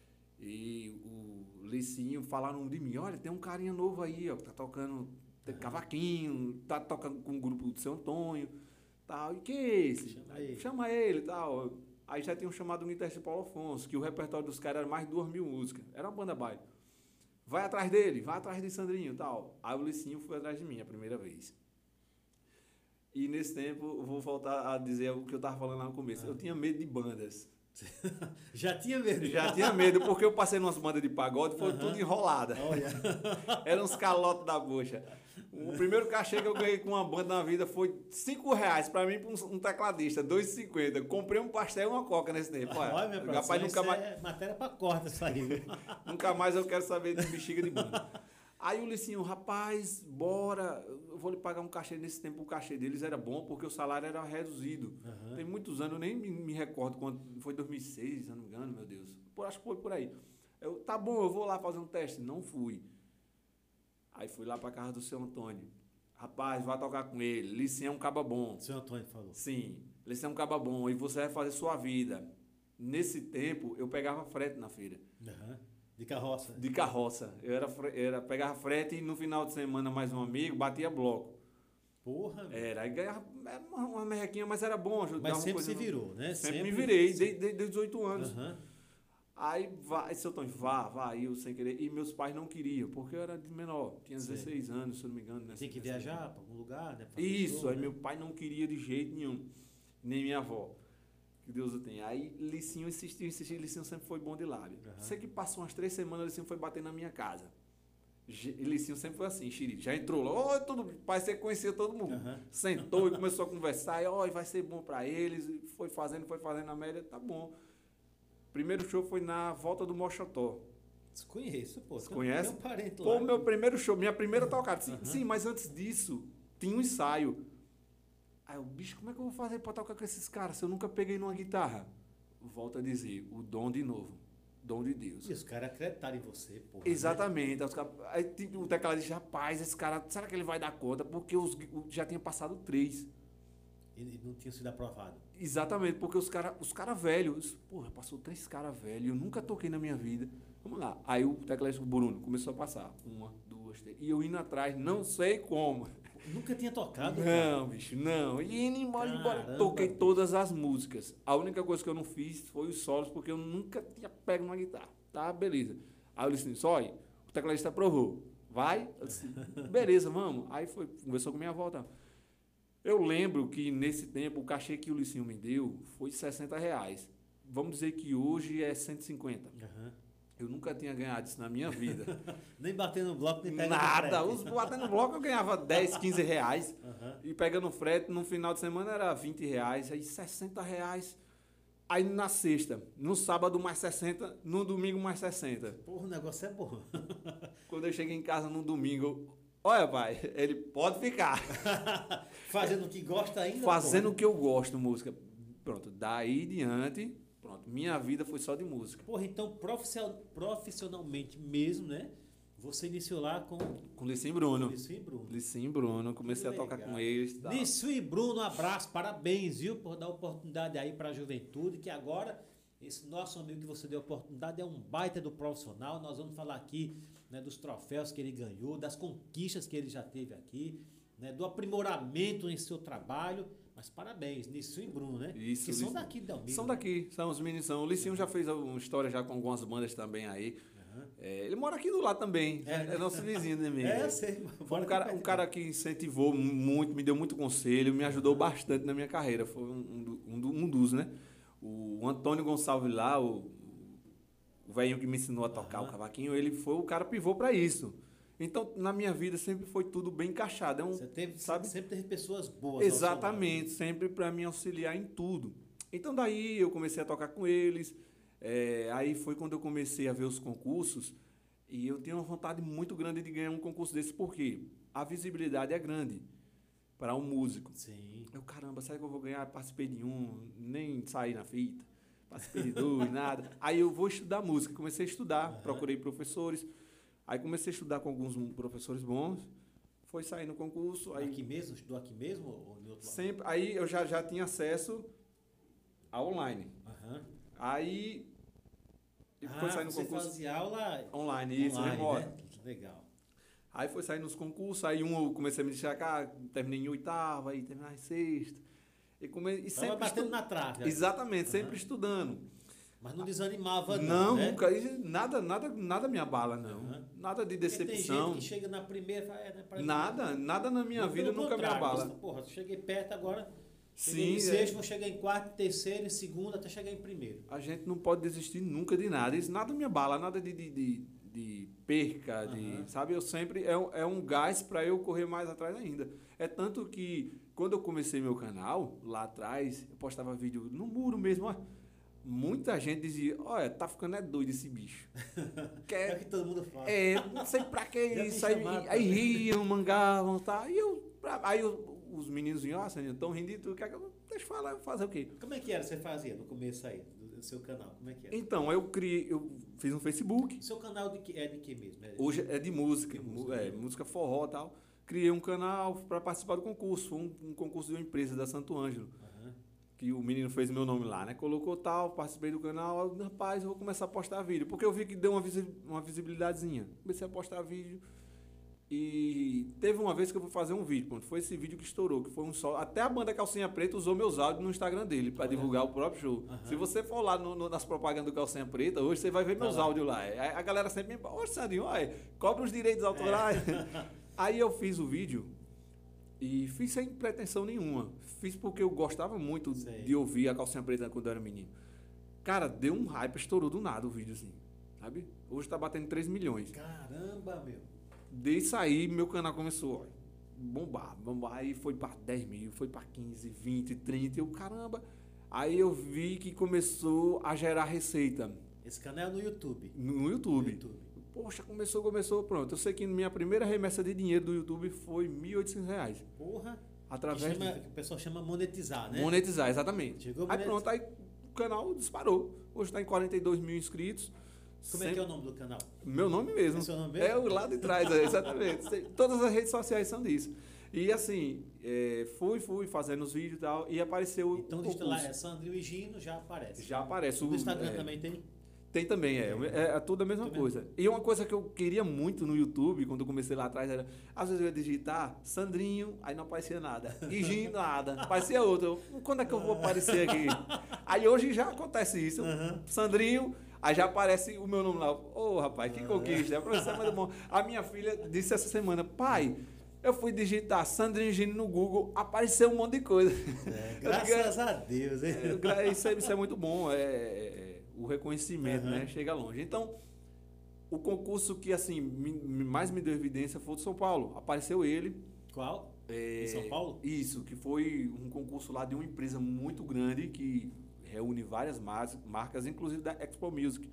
E o Licinho falaram de mim, olha, tem um carinha novo aí, ó, que tá tocando... Tem cavaquinho, tá tocando com um grupo do seu Antônio, tal. E que é esse? Chama ele. Chama ele, tal. Aí já tinham chamado um guitarrista Paulo Afonso, que o repertório dos caras era mais de duas mil músicas. Era uma banda baile. Vai atrás dele, vai atrás de Sandrinho, tal. Aí o Licinho foi atrás de mim a primeira vez. E nesse tempo, eu vou voltar a dizer o que eu tava falando lá no começo. Ah. Eu tinha medo de bandas. Já tinha medo? Já tinha medo, porque eu passei numas bandas de pagode, foi uh-huh. tudo enrolada. Olha. Eram uns calotes da bucha. O primeiro cachê que eu ganhei com uma banda na vida foi cinco reais pra mim, pra um, um tecladista, dois e cinquenta. Comprei um pastel e uma coca nesse tempo. Olha, Olha meu rapaz, nunca mais... é matéria pra corta isso aí. Nunca mais eu quero saber de bexiga de banda. Aí o Licinho, rapaz, bora, eu vou lhe pagar um cachê. Nesse tempo o cachê deles era bom, porque o salário era reduzido. Uhum. Tem muitos anos, eu nem me, me recordo quando foi dois mil e seis, se não me engano, meu Deus. Por, acho que foi por aí. Eu, tá bom, eu vou lá fazer um teste. Não fui. Aí fui lá pra casa do seu Antônio. Rapaz, vai tocar com ele. Licinho é um caba bom. Seu Antônio falou. Sim, Licinho é um caba bom e você vai fazer sua vida. Nesse tempo, eu pegava frete na feira. Uhum. De carroça? De carroça. Eu era, era, pegava frete e no final de semana mais um amigo, batia bloco. Porra! Era, aí ganhava era uma, uma merrequinha, mas era bom. Mas sempre se virou, né? Sempre, sempre me virei, desde, desde dezoito anos. Uhum. Aí, vai, seu Tony, vá, vá, eu sem querer. E meus pais não queriam, porque eu era de menor, tinha dezesseis Sim. anos, se eu não me engano. Nessa, Tem que viajar para algum lugar, né? Isso, pessoa, aí né? meu pai não queria de jeito nenhum, nem minha avó. Que Deus o tenha. Aí Licinho insistiu, insistiu, Licinho sempre foi bom de lábio. Uhum. Sei que passou umas três semanas, Licinho foi bater na minha casa. Ge- Licinho sempre foi assim, xerife. Já entrou lá, oi, tudo, parece que conhecia todo mundo. Aham. Sentou e começou a conversar, e ó, vai ser bom pra eles. E foi fazendo, foi fazendo a média, tá bom. Primeiro show foi na volta do Mochotó. Desconheço, pô. Você Tem um- conhece? tem um parente Foi lá. o meu primeiro show, minha primeira tocada. Sim, Aham. sim, mas antes disso, tinha um ensaio. Aí o bicho, como é que eu vou fazer pra tocar com esses caras se eu nunca peguei numa guitarra? Volto a dizer, o dom de novo. Dom de Deus. E os caras acreditaram em você, pô. Exatamente. Aí os caras- Aí tipo, o tecladista, rapaz, esse cara, será que ele vai dar conta? Porque os, o- já tinha passado três. E não tinha sido aprovado. Exatamente, porque os caras os cara velhos, porra, passou três caras velhos, eu nunca toquei na minha vida. Vamos lá. Aí o tecladista Bruno começou a passar. Uma, duas, três. E eu indo atrás, não sei como. Nunca tinha tocado, cara. Não, bicho, não. E indo embora, embora. Caramba, Toquei bicho. todas as músicas. A única coisa que eu não fiz foi os solos, porque eu nunca tinha pego uma guitarra. Tá, beleza. Aí eu disse assim, só aí, o tecladista aprovou. Vai? Eu disse, beleza, vamos. Aí foi, conversou com minha avó. Tá. Eu lembro que nesse tempo o cachê que o Licinho me deu foi sessenta reais. Vamos dizer que hoje é cento e cinquenta. Aham. Eu nunca tinha ganhado isso na minha vida. Nem bater no bloco, nem pegando Nada. frete. Os batendo bloco eu ganhava dez, quinze reais. Aham. E pegando frete, no final de semana era vinte reais, aí sessenta reais. Aí na sexta, no sábado mais sessenta, no domingo mais sessenta. Porra, o negócio é bom. Quando eu cheguei em casa no domingo, olha pai, ele pode ficar. Fazendo o que gosta ainda. Fazendo o pô. que eu gosto, música. Pronto, daí diante, pronto, minha vida foi só de música. Porra, então profissional- profissionalmente mesmo, né? Você iniciou lá com Com Licinho e Bruno. Licinho e Bruno. Licinho e Bruno, comecei Que a tocar legal. com eles. Tal. Licinho e Bruno, um abraço, parabéns, viu? Por dar oportunidade aí para a juventude, que agora esse nosso amigo que você deu oportunidade é um baita do profissional. Nós vamos falar aqui, né, dos troféus que ele ganhou, das conquistas que ele já teve aqui, né, do aprimoramento em seu trabalho. Mas parabéns, Licinho e Bruno, né? Isso, que são Licinho. daqui de Delmiro. São daqui, são os meninos. São. O Licinho já fez uma história já com algumas bandas também aí. Aham. É, ele mora aqui do lado também. É, É, nosso vizinho de mim. É, eu sei. Foi Bora um cara, aqui um perto. cara que incentivou muito, me deu muito conselho, me ajudou bastante na minha carreira. Foi um, um, do- um, do- um dos, né? O Antônio Gonçalves lá, o, o velhinho que me ensinou a tocar Aham. o cavaquinho, ele foi o cara pivô para isso. Então, na minha vida sempre foi tudo bem encaixado. É um, Você teve, sabe? sempre teve pessoas boas. ao seu Exatamente, sempre para me auxiliar em tudo. Então daí eu comecei a tocar com eles, é, aí foi quando eu comecei a ver os concursos e eu tenho uma vontade muito grande de ganhar um concurso desse, porque a visibilidade é grande para um músico. lado. Sim. Eu, caramba, sabe que eu vou ganhar? Participei de um, nem saí na fita, participei de dois, nada. Aí eu vou estudar música, comecei a estudar, Aham. procurei professores, aí comecei a estudar com alguns professores bons, foi sair no concurso, aí Aqui mesmo? Estudou aqui mesmo ou em outro lado? sempre, aí eu já, já tinha acesso a online. Aham. Aí foi Ah, sair no você concurso fazia aula online, isso, online, remoto. né? Legal. Aí foi sair nos concursos, aí um eu comecei a me destacar, terminei em oitava, aí terminei em sexta. E, come... e Tava sempre batendo estu- na trave. Exatamente, Aham. sempre estudando. Mas não desanimava não, Não, né? nunca, isso- nada, nada, nada me abala, não. Aham. Nada de Porque tem decepção. gente que chega na primeira e fala, é, né, parece- Nada, nada na minha Muito vida pelo nunca me contrário, abala. você, porra, eu cheguei perto agora, cheguei Sim, em é. sexto, vou chegar em quarto, terceiro, em segundo, até chegar em primeiro. A gente não pode desistir nunca de nada. Isso nada me abala, nada de, de, de, de perca, de, Aham. sabe? Eu sempre é, um- é um gás para eu correr mais atrás ainda. É tanto que quando eu comecei meu canal, lá atrás, eu postava vídeo no muro mesmo, ó. Muita gente dizia, olha, tá ficando é doido esse bicho. É o Quer, que todo mundo fala. é, não sei pra que Já me isso. Aí, chamaram aí também. riam, mangavam, tá? E eu, pra- aí eu- os meninos vinham, ó, Saninho, estão rindo de tudo. Quer que eu- Deixa eu falar, fazer o quê? Como é que era você fazia no começo aí, do, do seu canal? Como é que era? Então, eu criei, eu fiz um Facebook. O seu canal de que, é de que mesmo? É- Hoje é de música, De mu- música, é, né? música forró e tal. Criei um canal para participar do concurso, foi um, um concurso de uma empresa da Santo Ângelo, Aham. que o menino fez meu nome lá, né? Colocou tal, participei do canal, eu, rapaz, eu vou começar a postar vídeo, porque eu vi que deu uma, visi uma visibilidadezinha. Comecei a postar vídeo e teve uma vez que eu fui fazer um vídeo, pronto, foi esse vídeo que estourou, que foi um solo. Até a banda Calcinha Preta usou meus áudios no Instagram dele para Olha. divulgar o próprio show. Aham. Se você for lá no- no- nas propagandas do Calcinha Preta, hoje você vai ver Tá meus lá. áudios lá. A, a galera sempre me fala, ô Sandinho, olha, cobra os direitos autorais. Aí eu fiz o vídeo e fiz sem pretensão nenhuma. Fiz porque eu gostava muito Sei. de ouvir a Calcinha Preta quando eu era menino. Cara, deu um hype, estourou do nada o vídeo assim, sabe? Hoje tá batendo três milhões. Caramba, meu. Disso aí, meu canal começou a bombar, bombar. Aí foi para dez mil, foi para quinze, vinte, trinta. Eu, caramba. Aí eu vi que começou a gerar receita. Esse canal é no YouTube. No YouTube. No YouTube. Poxa, começou, começou, pronto. Eu sei que minha primeira remessa de dinheiro do YouTube foi mil e oitocentos reais. Porra. Através que, chama, de... que o pessoal chama monetizar, né? Monetizar, exatamente. Chegou a Aí monetizar. pronto, aí o canal disparou. Hoje está em quarenta e dois mil inscritos. Como é que é o nome do canal? Meu nome mesmo. É seu nome mesmo? É o lá de trás, é, exatamente. Todas as redes sociais são disso. E assim, é, fui, fui fazendo os vídeos e tal, e apareceu Então, o digita lá, concurso. é Sandrinho e Gino, já aparece. Já aparece. No Instagram é, também tem? Tem também, é. É, é tudo a mesma Tudo coisa. E uma coisa que eu queria muito no YouTube, quando eu comecei lá atrás, era... Às vezes eu ia digitar Sandrinho, aí não aparecia nada. E Gino, nada. Aparecia outro. Eu, quando é que eu vou aparecer aqui? Aí hoje já acontece isso. Uhum. Sandrinho, aí já aparece o meu nome lá. Ô, oh, rapaz, que conquista. Isso é muito bom. A minha filha disse essa semana, pai... Eu fui digitar Sandrinho Gino no Google, apareceu um monte de coisa. É, graças a Deus, hein? É, isso, é, isso é muito bom, é, é o reconhecimento, uhum. né? Chega longe. Então, o concurso que assim me, mais me deu evidência foi o de São Paulo. Apareceu ele. Qual? É, em São Paulo? Isso, que foi um concurso lá de uma empresa muito grande que reúne várias marcas, marcas inclusive da Expo Music.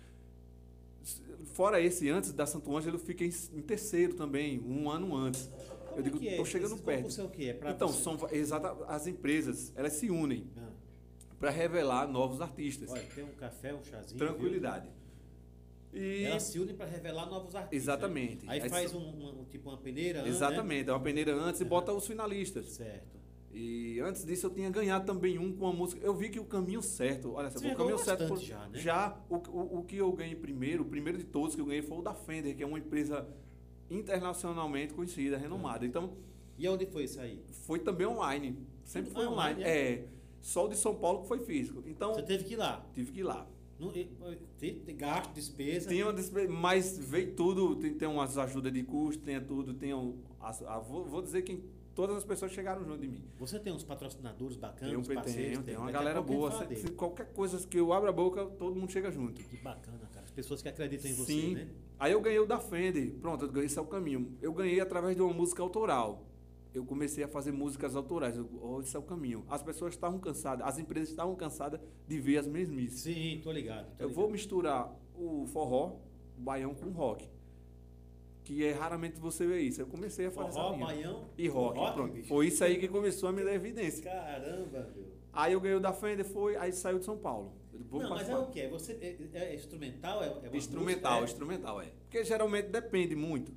Fora esse, antes da Santo Ângelo, eu fiquei em terceiro também, um ano antes. Como eu digo, é tô chegando Esse perto. concurso é o quê? É pra então, você? são exata, as empresas, elas se unem Ah. para revelar novos artistas. Olha, tem um café, um chazinho. Tranquilidade. Viu? E... Elas se unem para revelar novos artistas. Exatamente. Né? Aí, Aí faz são- um, uma- um- tipo uma peneira. Exatamente, Né? é uma peneira antes e Uhum. bota os finalistas. Certo. E antes disso eu tinha ganhado também um com a música. Eu vi que o caminho certo, olha só, Você o jogou caminho certo. bastante já, né? Já, o, o, o que eu ganhei primeiro, o primeiro de todos que eu ganhei foi o da Fender, que é uma empresa internacionalmente conhecida, renomada. Então, E onde foi isso aí? foi também online. Sempre Tudo foi online. online, É. Só o de São Paulo que foi físico. Então, Você teve que ir lá. tive que ir lá. Não, e- tem, tem gasto, despesa. Tinha uma despe- mas veio tudo, tem, tem umas ajudas de custo, tem tudo, tem um, as- a- vou, vou dizer que todas as pessoas chegaram junto de mim. Você tem uns patrocinadores bacanas, Tem, um, uns parceiros? tem, tem uma Daqui a galera pouco a gente boa. fala Se- dele. se qualquer coisa que eu abro a boca, todo mundo chega junto. Que bacana, cara. As pessoas que acreditam em você, Sim. né? Aí eu ganhei o da Fender. Pronto, eu ganhei, esse é o caminho. Eu ganhei através de uma música autoral. Eu comecei a fazer músicas autorais. Eu, oh, esse é o caminho. As pessoas estavam cansadas, as empresas estavam cansadas de ver as mesmices. Sim, tô ligado. tô Eu ligado. vou misturar o forró, o baião com o rock. Que é raramente você vê isso. Eu comecei a fazer Forró, essa linha. baião E rock, rock, pronto. bicho. Foi isso aí que começou a me dar evidência. Caramba, meu. Aí eu ganhei o da Fender, foi, aí saiu de São Paulo. Eu vou Não, mas é participar. o quê? Você, é, é instrumental? É, é uma Instrumental, música, instrumental, é. Porque geralmente depende muito.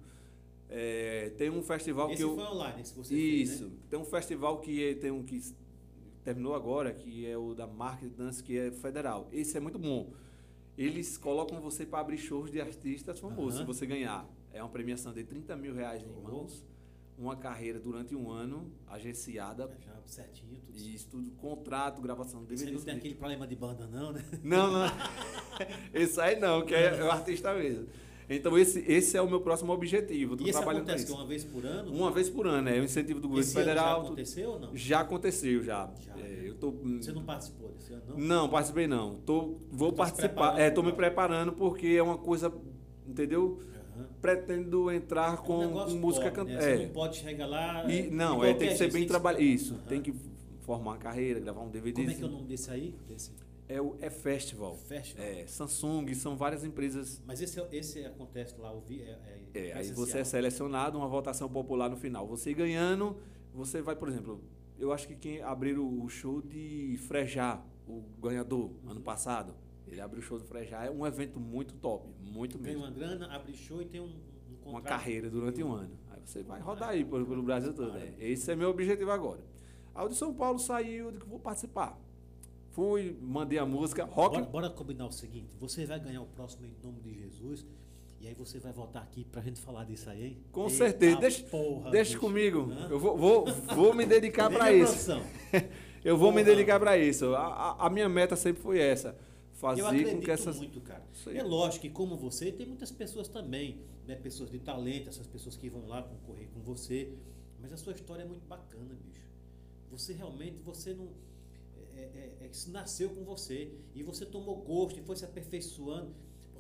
É, tem um festival é? que Esse eu... foi online, esse que você Isso. fez, né? Tem um festival que é- tem um que s- terminou agora, que é o da Market Dance, que é federal. Esse é muito bom. Eles colocam você para abrir shows de artistas famosos, Aham. se você ganhar. É uma premiação de trinta mil reais em Oh. mãos, uma carreira durante um ano, agenciada, Já certinho, tudo. e isso tudo, contrato, gravação de Você D V D. não tem aquele problema de banda, não, né? Não, não. Esse aí não, que é, é o artista mesmo. Então esse, esse é o meu próximo objetivo. Eu tô E esse trabalhando pra acontece que isso. uma vez por ano? Uma vez por ano, é o incentivo do governo Esse ano já federal. aconteceu ou não? Já aconteceu, já. Já, É, né? eu tô, Você não participou desse ano, não? não, participei não. Tô, vou Tá se participar. preparando É, tô me pra- preparando porque é uma coisa, entendeu? Aham. Pretendo entrar É um com, negócio com música top, cantada. né? Você É. não pode chegar lá. E, não, igual é, tem a que ser gente, bem tem trabalhado. se- Isso, Aham. tem que formar uma carreira, gravar um D V D. Como é que é o nome desse aí? Desse É o é Festival. festival? É, Samsung, são várias empresas. Mas esse, esse acontece lá, ouvi, é, é, É, aí presencial. você é selecionado, uma votação popular no final. Você ganhando, você vai, por exemplo, eu acho que quem abriu o show de Frejá, o ganhador, ano passado, ele abriu o show do Frejá, é um evento muito top, muito Ganha mesmo. uma grana, abre show e tem um, um contrato. Uma carreira durante um ano. Aí você vai rodar aí pelo, pelo Brasil todo. É. Esse é meu objetivo agora. Aí o de São Paulo saiu, eu digo, vou participar. Fui, mandei a música, rock. Bora, bora combinar o seguinte: você vai ganhar o próximo em nome de Jesus. E aí você vai voltar aqui pra gente falar disso aí, hein? Com Eita certeza. Deixa, porra, deixa bicho. comigo. Hã? Eu vou, vou, vou me dedicar Liga para a isso. produção. Eu vou me Porra. dedicar para isso. A, a- a minha meta sempre foi essa. Fazer Eu com acredito que essas. muito, cara. Isso aí. É lógico que como você, tem muitas pessoas também, né? Pessoas de talento, essas pessoas que vão lá concorrer com você. Mas a sua história é muito bacana, bicho. Você realmente, você não... É, é, é, isso nasceu com você. E você tomou gosto e foi se aperfeiçoando. Porque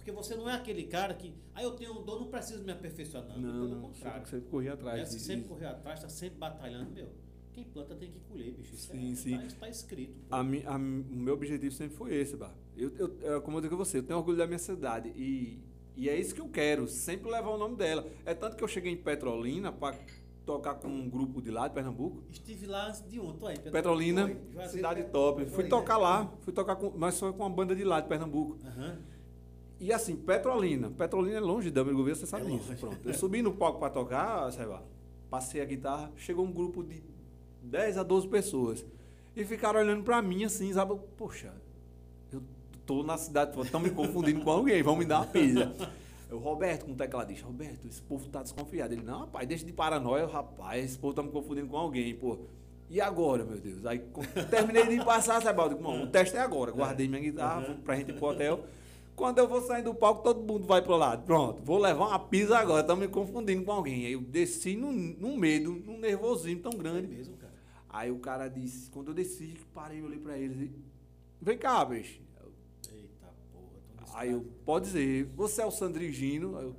Porque você não é aquele cara que, ah, eu tenho um dom, não preciso me aperfeiçoar. Não, Não, pelo não, contrário. sempre, sempre corri atrás. É, você de- sempre disso. correu atrás, está sempre batalhando, meu. Quem planta tem que colher, bicho. Isso Sim, é, sim. Tá, isso tá escrito. pô. A mi, a, o meu objetivo sempre foi esse, Bar. Eu, eu, é como eu digo a você, eu tenho orgulho da minha cidade e, e é isso que eu quero, sempre levar o nome dela. É tanto que eu cheguei em Petrolina para tocar com um grupo de lá de Pernambuco. Estive lá antes de ontem, aí, Petrolina, Foi, Juazeiro, cidade Pet- top. foi, Fui né? tocar lá, fui tocar com, mas só com uma banda de lá de Pernambuco. Aham. E assim, Petrolina. Petrolina é longe de Dama Gouveia, você sabe É disso. longe. Pronto. Eu subi no palco para tocar, sei lá, passei a guitarra, chegou um grupo de dez a doze pessoas. E ficaram olhando para mim assim, sabe? Poxa, eu tô na cidade, estão me confundindo com alguém, vão me dar uma pizza. Eu, Roberto, com o tecladista, Roberto, esse povo tá desconfiado. Ele, não, rapaz, deixa de paranoia, rapaz, esse povo tá me confundindo com alguém, pô. E agora, meu Deus? Aí com- terminei de passar, sabe? Eu digo, "Bom, o teste é agora. Guardei minha guitarra, fui pra gente ir pro hotel. Quando eu vou sair do palco, todo mundo vai pro lado. Pronto, vou levar uma pizza agora, estão me confundindo com alguém. Aí eu desci num, num medo, num nervosismo tão É grande. mesmo, cara. Aí o cara disse, quando eu desci, parei, olhei pra eles e. Vem cá, bicho. Eu- Eita porra. tô nesse Aí eu, cara. pode dizer, você é o Sandrinho Gino? Aí eu.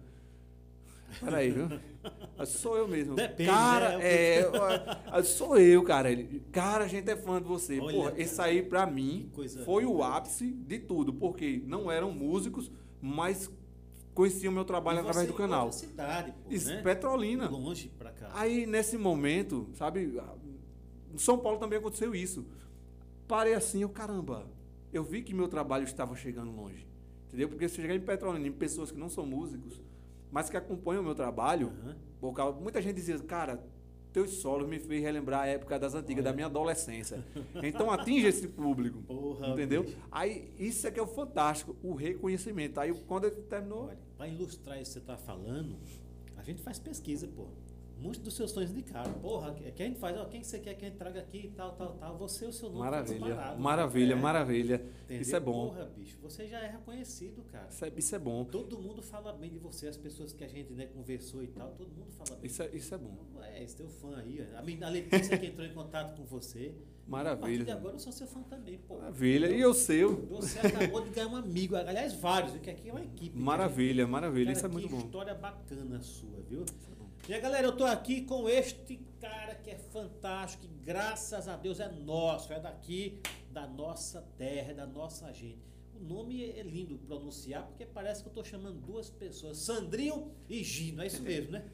Peraí, viu? Aí, sou eu mesmo. Depende, Cara, né? é. eu- aí, sou eu, cara. Ele, cara, a gente é fã de você. Olha, Porra, cara, esse aí, pra mim, que coisa foi o linda. ápice de tudo, porque não eram músicos, mas conheciam meu trabalho E através você do em canal. outra cidade, pô, Isso, né? Petrolina. Longe pra cá. Aí, nesse momento, sabe, em São Paulo também aconteceu isso. Parei assim, eu, caramba, eu vi que meu trabalho estava chegando longe. Entendeu? Porque se chegar em Petrolina, em pessoas que não são músicos, mas que acompanham o meu trabalho, Aham. por causa- muita gente dizia, cara, teus solos me fez relembrar a época das antigas, Olha. da minha adolescência. Então atinge esse público. Porra, entendeu? bicho. Aí isso é que é o fantástico, o reconhecimento. Aí quando ele terminou, Olha, para ilustrar isso que você tá falando, a gente faz pesquisa, pô. Muitos dos seus sonhos indicaram. Porra, que que a gente faz, ó, quem você quer que a gente traga aqui e tal, tal, tal. Você, o seu nome tá maravilha, disparado. maravilha, É, maravilha. entendeu? Isso é bom. Porra, bicho, você já é reconhecido, cara. Isso é, isso é bom. Todo mundo fala bem de você, as pessoas que a gente, né, conversou e tal, todo mundo fala bem. Isso é, isso é bom. Então, é, esse teu fã aí, ó. a menina- a Letícia que entrou em contato com você. A partir Maravilha. de agora eu sou seu fã também, pô. Maravilha. E o seu? Você acabou de ganhar um amigo, aliás, vários, que aqui é uma equipe. né, Maravilha, gente? maravilha. Cara, Isso é que muito bom. história bacana sua, viu? E aí, galera, eu tô aqui com este cara que é fantástico, que graças a Deus é nosso, é daqui, da nossa terra, é da nossa gente. O nome é lindo pronunciar, porque parece que eu tô chamando duas pessoas, Sandrinho e Gino, é isso mesmo, né?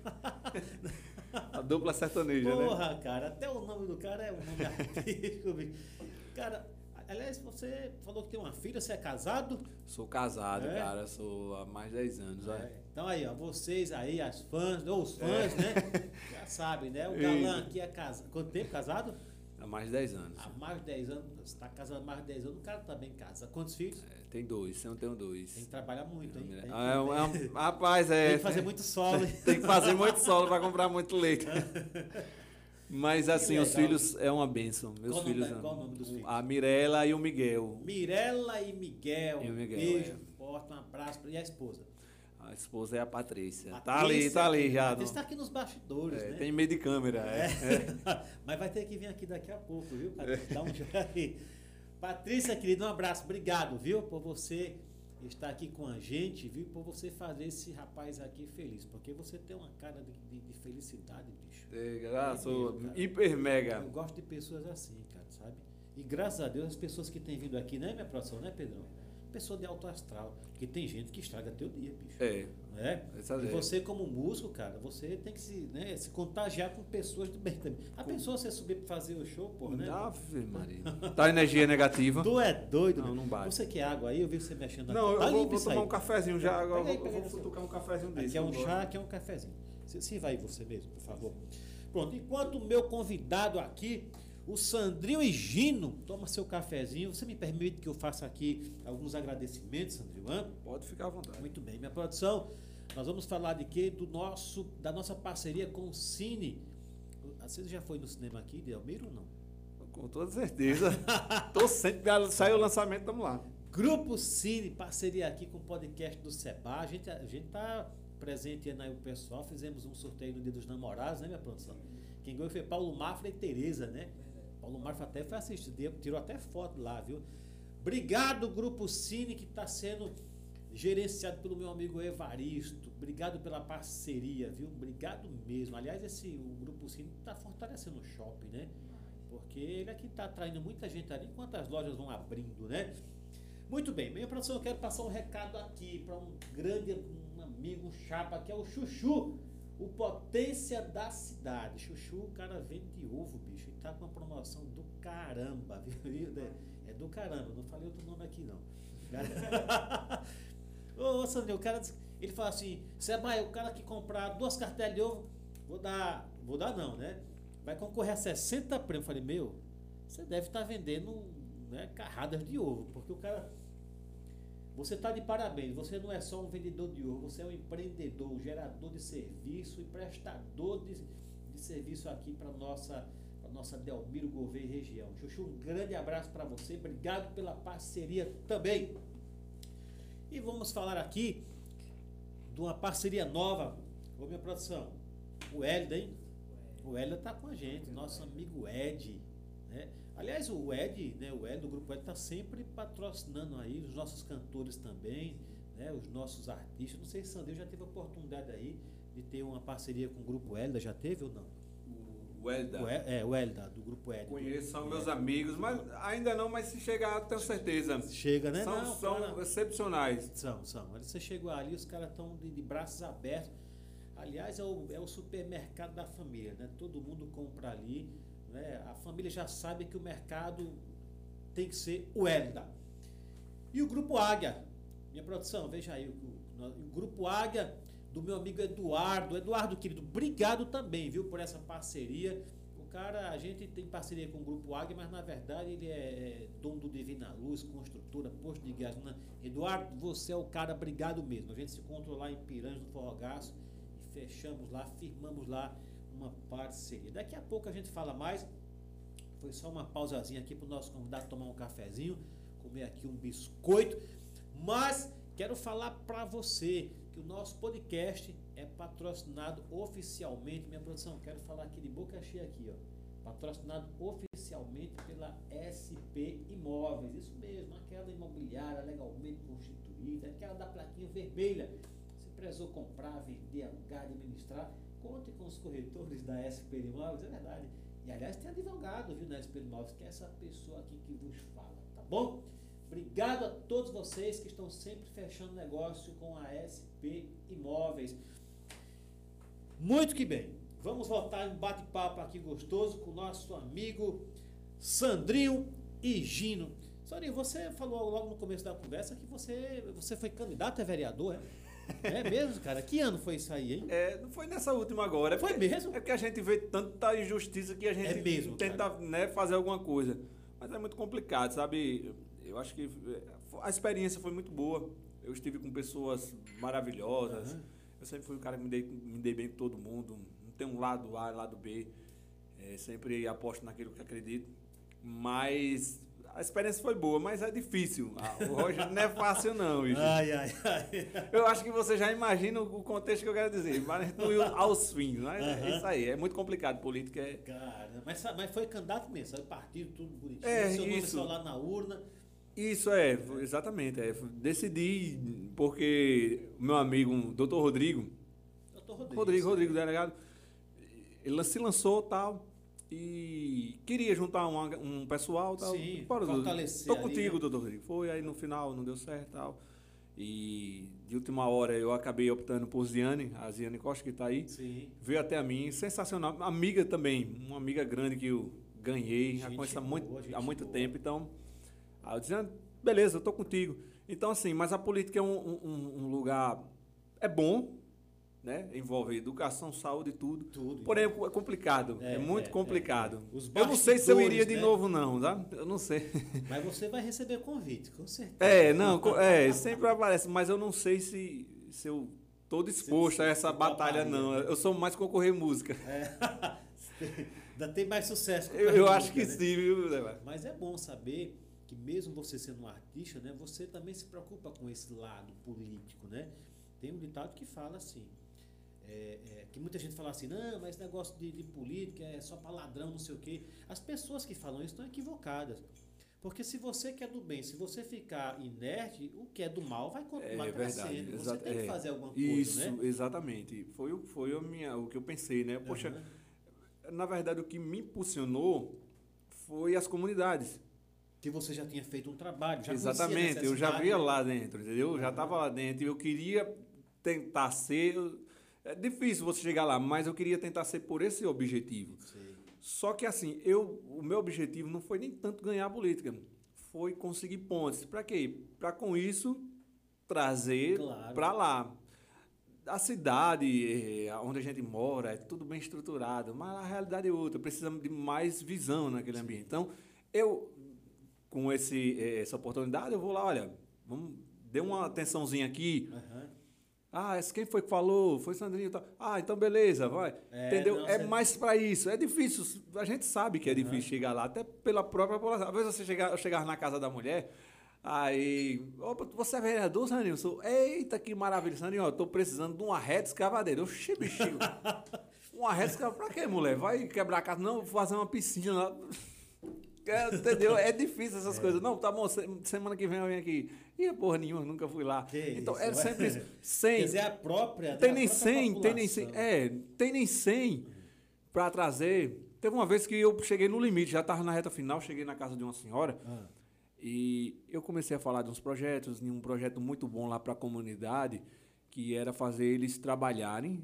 A dupla sertaneja, né? Porra, cara, até o nome do cara é um nome artístico, bicho. Cara, aliás, você falou que tem uma filha, você é casado? Sou casado, É? cara. Sou há mais de dez anos. É, É. então aí, ó, vocês aí, as fãs, ou os fãs, né? Já sabem, né? O Isso. galã aqui é casado. Quanto tempo casado? Há mais de dez anos. Há mais de dez anos. Você tá casado há mais de dez anos, o cara também casa. Quantos filhos? É, tem dois, eu tenho dois. Tem que trabalhar muito, hein? Tem que, Ah, é um- é um- rapaz, é. tem que fazer muito solo. hein? Tem que fazer muito solo para comprar muito leite. Mas assim, os legal. filhos é uma bênção. Meus Qual o nome filhos. da- qual o nome dos filhos? A Mirella e o Miguel. Mirella e Miguel. E o Miguel, Beijo é. forte, um abraço. pra- E a esposa? A esposa é a Patrícia. tá Patrícia, ali, tá ali já. Patrícia no- tá aqui nos bastidores, é, né? tem meio de câmera. É. Mas vai ter que vir aqui daqui a pouco, viu, Patrícia? Dá um jogo aí. Patrícia, querida, um abraço. Obrigado, viu, por você estar aqui com a gente, viu, por você fazer esse rapaz aqui feliz. Porque você tem uma cara de, de- de felicidade, bicho. É, ah, sou mesmo, cara. hiper mega. Eu gosto de pessoas assim, cara, sabe? E graças a Deus, as pessoas que têm vindo aqui, né, minha produção, né, Pedrão? Pessoa de alto astral. Porque tem gente que estraga teu dia, bicho. É. Né? Essa E é. você, como músico, cara, você tem que se, né, se contagiar com pessoas do bem também. A pessoa você subir pra fazer o show, pô, né? Ave Maria. Tá energia negativa. Tu é doido, Não, meu. não bate. Você quer água aí? Eu vi você mexendo Não, eu Tá vou, limpo vou isso tomar aí. um cafezinho já. Agora Pega aí, eu pega vou, aí, vou você. tocar um cafezinho desse. Aqui é um eu gosto. chá, aqui é um cafezinho. Se, se vai você mesmo, por favor. Pronto, enquanto o meu convidado aqui, o Sandrinho e Gino, toma seu cafezinho. Você me permite que eu faça aqui alguns agradecimentos, Sandrinho? Hã? Pode ficar à vontade. Muito bem, minha produção. Nós vamos falar de quê? Do nosso, da nossa parceria com o Cine. Você já foi no cinema aqui de Almeida ou não? Com toda certeza. Tô sempre. Saiu o lançamento, vamos lá. Grupo Cine, parceria aqui com o podcast do Seba. A gente, a gente tá presente aí o pessoal. Fizemos um sorteio no Dia dos Namorados, né, minha produção? Quem ganhou foi Paulo Mafra e Tereza, né? Paulo Mafra até foi assistir, tirou até foto lá, viu? Obrigado, Grupo Cine, que está sendo gerenciado pelo meu amigo Evaristo. Obrigado pela parceria, viu? Obrigado mesmo. Aliás, esse, o Grupo Cine está fortalecendo o shopping, né? Porque ele aqui está atraindo muita gente ali, enquanto as lojas vão abrindo, né? Muito bem, minha produção, eu quero passar um recado aqui para um grande um amigo, um chapa, que é o Chuchu, o potência da cidade. Chuchu, o cara vende ovo, bicho, e tá com uma promoção do caramba, viu? É do caramba, não falei outro nome aqui não. Ô, ô Sandrinho, o cara, ele fala assim, Sebaia, o cara que comprar duas cartelas de ovo, vou dar, vou dar não, né? Vai concorrer a sessenta prêmios. Eu falei, meu, você deve estar vendendo, né, carradas de ovo, porque o cara, você está de parabéns, você não é só um vendedor de ovo, você é um empreendedor, um gerador de serviço e prestador de, de serviço aqui para nossa para nossa Delmiro Gouveia região. Chuchu, um grande abraço para você, obrigado pela parceria também. E vamos falar aqui de uma parceria nova. Ô, minha produção, o Hélida, hein? O Hélida tá com a gente, nosso amigo Ed, né? Aliás, o Ed, né, o Ed do Grupo Ed está sempre patrocinando aí os nossos cantores também, né, os nossos artistas. Não sei se Sandro já teve a oportunidade aí de ter uma parceria com o Grupo Hélida, já teve ou não? O Hélida. O é, o Hélida, do Grupo Ed. Conheço, são meus amigos, mas ainda não, mas se chegar, tenho certeza. Chega, né? São, não, são cara, excepcionais. São, são. Você chegou ali, os caras estão de, de braços abertos. Aliás, é o, é o supermercado da família, né? Todo mundo compra ali, né? A família já sabe que o mercado tem que ser o Hélida. E o Grupo Águia, minha produção, veja aí, o, o, o Grupo Águia do meu amigo Eduardo. Eduardo, querido, obrigado também, viu, por essa parceria. O cara, a gente tem parceria com o Grupo Águia, mas na verdade ele é dono do Divina Luz, construtora, posto de gasolina. Eduardo, você é o cara, obrigado mesmo. A gente se encontrou lá em Piranhas, no Forrogaço, e fechamos lá, firmamos lá uma parceria. Daqui a pouco a gente fala mais. Foi só uma pausazinha aqui para o nosso convidado tomar um cafezinho, comer aqui um biscoito. Mas quero falar para você que o nosso podcast é patrocinado oficialmente, minha produção, quero falar aqui de boca cheia aqui, ó, patrocinado oficialmente pela S P Imóveis, isso mesmo, aquela imobiliária legalmente constituída, aquela da plaquinha vermelha. Se precisou comprar, vender, alugar, administrar, conte com os corretores da S P Imóveis, é verdade. E aliás tem advogado, viu, na S P Imóveis, que é essa pessoa aqui que vos fala, tá bom? Obrigado a todos vocês que estão sempre fechando negócio com a S P Imóveis. Muito que bem. Vamos voltar em um bate-papo aqui gostoso com o nosso amigo Sandrinho e Gino. Sandrinho, você falou logo no começo da conversa que você, você foi candidato a vereador, é? É mesmo, cara? Que ano foi isso aí, hein? É, não foi nessa última agora. É foi porque, mesmo? É que a gente vê tanta injustiça que a gente é mesmo, tenta, né, fazer alguma coisa. Mas é muito complicado, sabe? Eu acho que a experiência foi muito boa. Eu estive com pessoas maravilhosas. Uhum. Eu sempre fui um cara que me dei, me dei bem com todo mundo. Não tem um lado A, lado B. É, sempre aposto naquilo que acredito. Mas a experiência foi boa, mas é difícil. O Roger não é fácil não, bicho. Ai, ai, ai. Eu acho que você já imagina o contexto que eu quero dizer. Mas aos fins, mas uhum. É isso aí. É muito complicado. Política é... Cara, mas, mas foi candidato mesmo, sabe? Partido, tudo bonitinho. É, seu nome isso. só lá na urna. Isso é, exatamente. É. Decidi, porque o meu amigo, o doutor Rodrigo, doutor Rodrigo, Rodrigo, Rodrigo, delegado, ele se lançou tal, e queria juntar uma, um pessoal tal. Sim, fortalecer. Estou contigo, né? Doutor Rodrigo. Foi, aí no final não deu certo tal. E de última hora eu acabei optando por Ziane, a Ziane Costa, que está aí. Sim. Veio até a mim, sensacional. Amiga também, uma amiga grande que eu ganhei, já conheço há muito, há muito tempo, então... Aí eu dizia, beleza, eu tô contigo. Então, assim, mas a política é um, um, um lugar... É bom, né? Envolve educação, saúde e tudo. tudo. Porém, é complicado. É, é muito é, complicado. É, é. Eu não sei se eu iria de né? novo, não, tá? Eu não sei. Mas você vai receber convite, com certeza. É, não, é, sempre aparece. Mas eu não sei se, se eu tô disposto se, a essa batalha, não. Né? Eu sou mais concorrer música. É. Ainda tem mais sucesso. Eu, eu música, acho que né? sim, viu? Mas é bom saber... que mesmo você sendo um artista, né, você também se preocupa com esse lado político, né? Tem um ditado que fala assim, é, é, que muita gente fala assim, não, mas esse negócio de, de política é só para ladrão, não sei o quê. As pessoas que falam isso estão equivocadas. Porque se você quer do bem, se você ficar inerte, o que é do mal vai continuar É crescendo. verdade. Você Exato, tem que é. fazer alguma coisa, Isso, né? exatamente. Foi, o- foi a minha, o que eu pensei, né? Poxa, Aham. na verdade, o que me impulsionou foi as comunidades. Que você já tinha feito um trabalho, já Exatamente, conhecia a eu já necessidade, via né? lá dentro, entendeu? Eu já Aham. estava lá dentro e eu queria tentar ser. É difícil você chegar lá, mas eu queria tentar ser por esse objetivo. Sei. Só que assim, eu, o meu objetivo não foi nem tanto ganhar a política, foi conseguir pontes. Para quê? Para com isso trazer Claro. para lá. A cidade eh, onde a gente mora é tudo bem estruturado, mas a realidade é outra. Precisamos de mais visão naquele ambiente. Então, eu, com esse, eh, essa oportunidade, eu vou lá, olha, vamos, dê uma atençãozinha aqui. Aham. Ah, esse quem foi que falou? Foi Sandrinho. Tá. Ah, então beleza, vai. É, Entendeu? não, é você- mais para isso. É difícil. A gente sabe que é Aham. difícil chegar lá, até pela própria população. Às vezes você chegar, eu chegava na casa da mulher, aí. Opa, você é vereador, Sandrinho? Eu sou. Eita, que maravilha, Sandrinho. Eu tô precisando de uma reta escavadeira. Oxi, bichinho. Uma reta escavadeira. Pra quê, mulher? Vai quebrar a casa? Não, vou fazer uma piscina lá. É, entendeu? É difícil essas coisas. Não, tá bom, se- semana que vem eu venho aqui. Ih, porra nenhuma, nunca fui lá. Que então, isso, era vai. sempre isso. cem. Quer dizer, a própria. né, Tem a nem própria cem, tem nem cem. população. É, tem nem cem para trazer. Teve uma vez que eu cheguei no limite, já estava na reta final, cheguei na casa de uma senhora Ah, e eu comecei a falar de uns projetos, de um projeto muito bom lá para a comunidade, que era fazer eles trabalharem,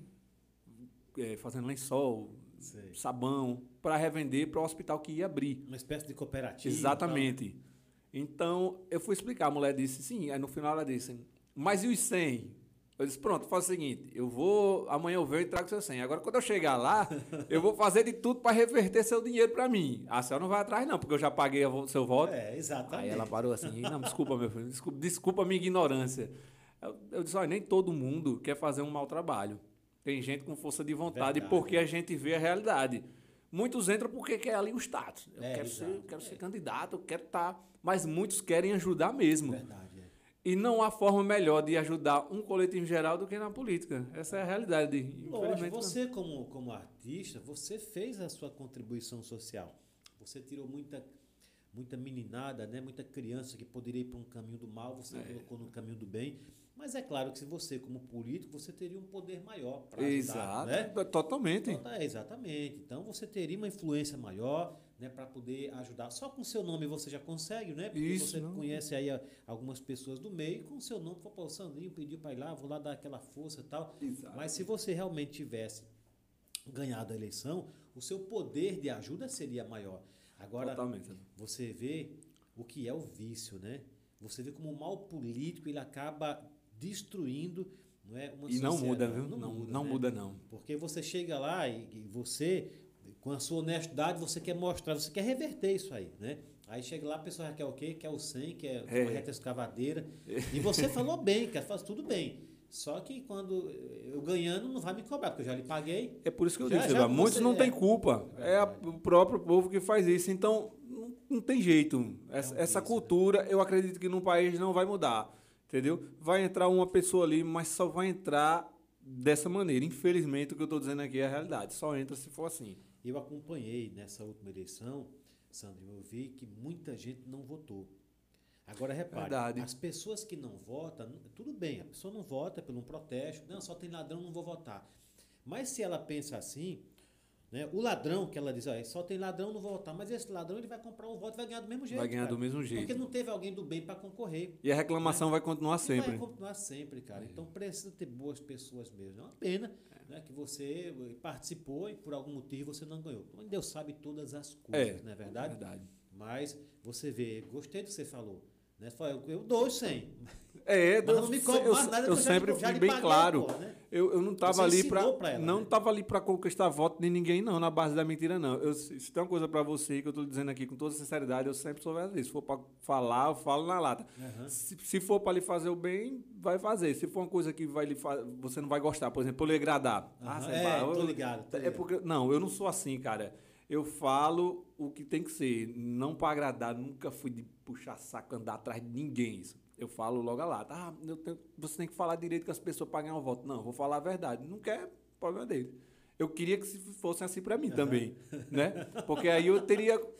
é, fazendo lençol, sei. sabão, para revender para o hospital que ia abrir. Uma espécie de cooperativa. Exatamente. Então, eu fui explicar, a mulher disse sim, aí no final ela disse, mas e os cem? Eu disse, pronto, faz o seguinte, eu vou, amanhã eu venho e trago seu cem. Agora, quando eu chegar lá, eu vou fazer de tudo para reverter seu dinheiro para mim. A senhora não vai atrás não, porque eu já paguei o seu voto. É, exatamente. Aí ela parou assim, não, desculpa, meu filho, desculpa, desculpa a minha ignorância. Eu, eu disse, olha, nem todo mundo quer fazer um mau trabalho. Tem gente com força de vontade, Verdade. porque a gente vê a realidade. Muitos entram porque quer ali o status. Eu É, quero, exato. ser, eu quero ser candidato, eu quero estar. Mas muitos querem ajudar mesmo. Verdade, é. E não há forma melhor de ajudar um coletivo em geral do que na política. Essa é a realidade. Lógico, Infelizmente, você como, como artista, você fez a sua contribuição social. Você tirou muita, muita meninada, né? Muita criança que poderia ir para um caminho do mal, você É. colocou no caminho do bem. Mas é claro que se você, como político, você teria um poder maior para ajudar, Exato, né? totalmente. Então, é, exatamente. Então você teria uma influência maior, né, para poder ajudar. Só com seu nome você já consegue, né? Porque Isso, você não. conhece aí a- algumas pessoas do meio e com seu nome, pô, o Sandrinho pediu para ir lá, vou lá dar aquela força e tal. Exato. Mas se você realmente tivesse ganhado a eleição, o seu poder de ajuda seria maior. Agora, Totalmente. você vê o que é o vício, né? Você vê como o mal político ele acaba destruindo, não é, uma E não sociedade. muda, viu? Não, não né? muda, não. Porque você chega lá e, e você, com a sua honestidade, você quer mostrar, você quer reverter isso aí, né? Aí chega lá, a pessoa já quer o quê? Quer o cem, quer É. uma reta escavadeira. E você falou bem, quer faz tudo bem. Só que quando eu ganhando, não vai me cobrar, porque eu já lhe paguei. É por isso que eu Já- disse, já Silva, muitos você- não é. têm culpa. É a- o próprio povo que faz isso. Então, não, não tem jeito. Essa, um essa vício, cultura, eu acredito que no país não vai mudar. Entendeu? Vai entrar uma pessoa ali, mas só vai entrar dessa maneira. Infelizmente, o que eu estou dizendo aqui é a realidade. Só entra se for assim. Eu acompanhei nessa última eleição, Sandro, eu vi que muita gente não votou. Agora, repare, Verdade. as pessoas que não votam, tudo bem, a pessoa não vota por um protesto, não, só tem ladrão, não vou votar. Mas se ela pensa assim, né, o ladrão que ela diz, ó, só tem ladrão, não vou votar, mas esse ladrão ele vai comprar um voto e vai ganhar do mesmo jeito. Vai ganhar cara. do mesmo jeito. Porque não teve alguém do bem para concorrer. E a reclamação vai continuar E sempre. vai continuar sempre, cara. Então precisa ter boas pessoas mesmo. É uma pena né, que você participou e por algum motivo você não ganhou. Mas Deus sabe todas as coisas, É, não é verdade? verdade. Mas você vê, gostei do que você falou. Né? Você falou, eu dou os cem. É, Mas eu, não me cobra eu, mais nada, eu que eu já- sempre já fui lhe bem paguei, claro. pô, né? Eu, eu não estava Você ali ensinou para pra ela, não né? estava ali para conquistar voto de ninguém não, na base da mentira não. Eu, se tem uma coisa para você que eu estou dizendo aqui com toda sinceridade, eu sempre sou verdadeiro. Se for para falar, eu falo na lata. Aham. Se, se for para lhe fazer o bem, vai fazer. Se for uma coisa que vai lhe fa- você não vai gostar, por exemplo, eu lhe agradar. Aham, você é, fala, tô eu- ligado, tô É ligado. porque não, eu não sou assim, cara. Eu falo o que tem que ser, não para agradar. Nunca fui de puxar saco, andar atrás de ninguém. Isso. Eu falo logo a lata. Ah, eu tenho- você tem que falar direito com as pessoas para ganhar o voto. Não, eu vou falar a verdade. Não quer, problema dele. Eu queria que se fosse assim para mim também, né? Porque aí eu teria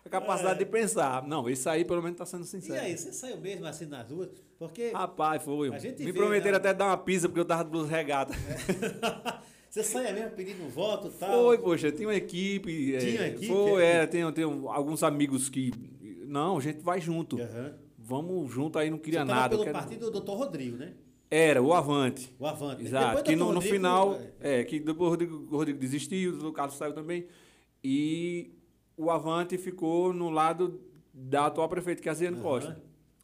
a capacidade é. de pensar. Não, esse aí pelo menos tá sendo sincero. E aí, você saiu mesmo assim nas ruas? Porque... Rapaz, foi. A gente Me vê, prometeram né? até dar uma pizza porque eu tava de blusa regata. É. Você saia mesmo pedindo voto e tal? Foi, poxa, tinha uma equipe. Tinha é, equipe? Foi, é. era, tem, tem alguns amigos que... Não, a gente vai junto. Uhum. Vamos junto aí, não queria Você tava nada. pelo quero... partido do doutor Rodrigo, né? Era, o Avante. O Avante. Exato. Depois Que do no, no Rodrigo, final, é, que depois o Rodrigo, o Rodrigo desistiu, o Carlos saiu também. E o Avante ficou no lado da atual prefeita, que é a Ziane Uhum. Costa.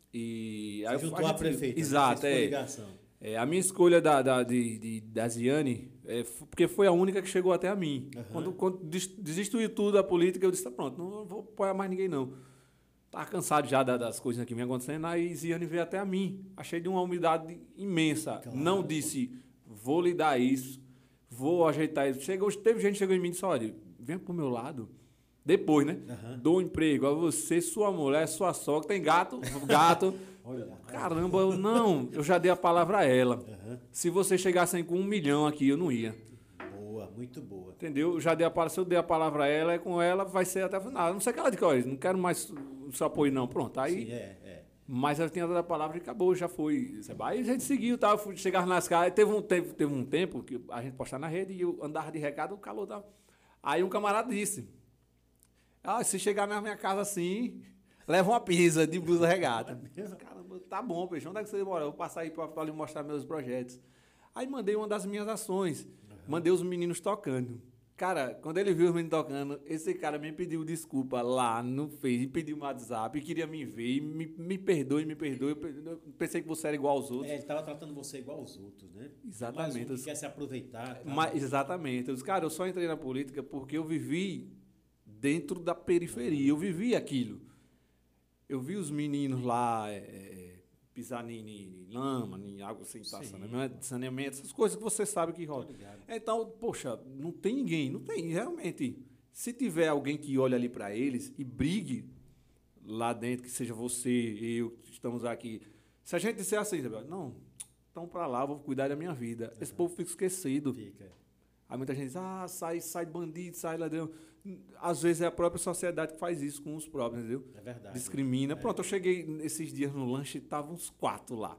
E aí Você eu- juntou a prefeita. Exato, né? Fez é. coligação. É, a minha escolha da, da, de, de, da Ziane, é, f- porque foi a única que chegou até a mim. Uhum. Quando, quando des- destituiu tudo da política, eu disse, tá pronto, não vou apoiar mais ninguém, não. Tava cansado já da- das coisas que vinham acontecendo, aí Ziane veio até a mim. Achei de uma humildade imensa. Claro, não pô. disse, vou lhe dar isso, vou ajeitar isso. Chegou, teve gente que chegou em mim e disse, olha, vem pro meu lado. Depois, né? Uhum. Dou um emprego a você, sua mulher, sua sogra, tem gato, gato. Olha lá. Caramba, eu não, eu já dei a palavra a ela. Uhum. Se vocês chegassem com um milhão aqui, eu não ia. Boa, muito boa. Entendeu? Eu já dei a palavra, se eu dei a palavra a ela, é com ela, vai ser até o final. A não sei que ela diga, olha, não quero mais o seu apoio, não. Pronto, aí. Sim, é, é. Mas ela tinha dado a palavra e acabou, já foi. Aí a gente seguiu, tá? Fui chegar nas casas. Teve um, teve, teve um tempo que a gente postava na rede e eu andava de recado, o calor tava. Aí um camarada disse: ah, se chegar na minha casa assim, leva uma pizza de blusa regata. Caramba, tá bom, peixe, onde é que você mora? Eu vou passar aí para lhe mostrar meus projetos. Aí mandei uma das minhas ações, uhum. Mandei os meninos tocando. Cara, quando ele viu os meninos tocando, esse cara me pediu desculpa lá no Face, me pediu um WhatsApp, queria me ver, me, me perdoe, me perdoe. Eu pensei que você era igual aos outros. É, ele estava tratando você igual aos outros, né? Exatamente. Mais um que quer se aproveitar. Tá? Mas, exatamente. Eu disse, cara, eu só entrei na política porque eu vivi dentro da periferia, eu vivi aquilo. Eu vi os meninos lá é, pisar em lama, em água sem saneamento, saneamento, essas coisas que você sabe que rola. Então, poxa, não tem ninguém, não tem, realmente. Se tiver alguém que olhe ali para eles e brigue lá dentro, que seja você, eu, que estamos aqui. Se a gente disser assim, Isabel, não, então para lá, vou cuidar da minha vida. Uhum. Esse povo fica esquecido. Fica. Aí muita gente diz, ah, sai, sai bandido, sai ladrão. Às vezes é a própria sociedade que faz isso com os próprios, entendeu? É verdade. Discrimina. É. Pronto, eu cheguei esses dias no lanche e estavam uns quatro lá.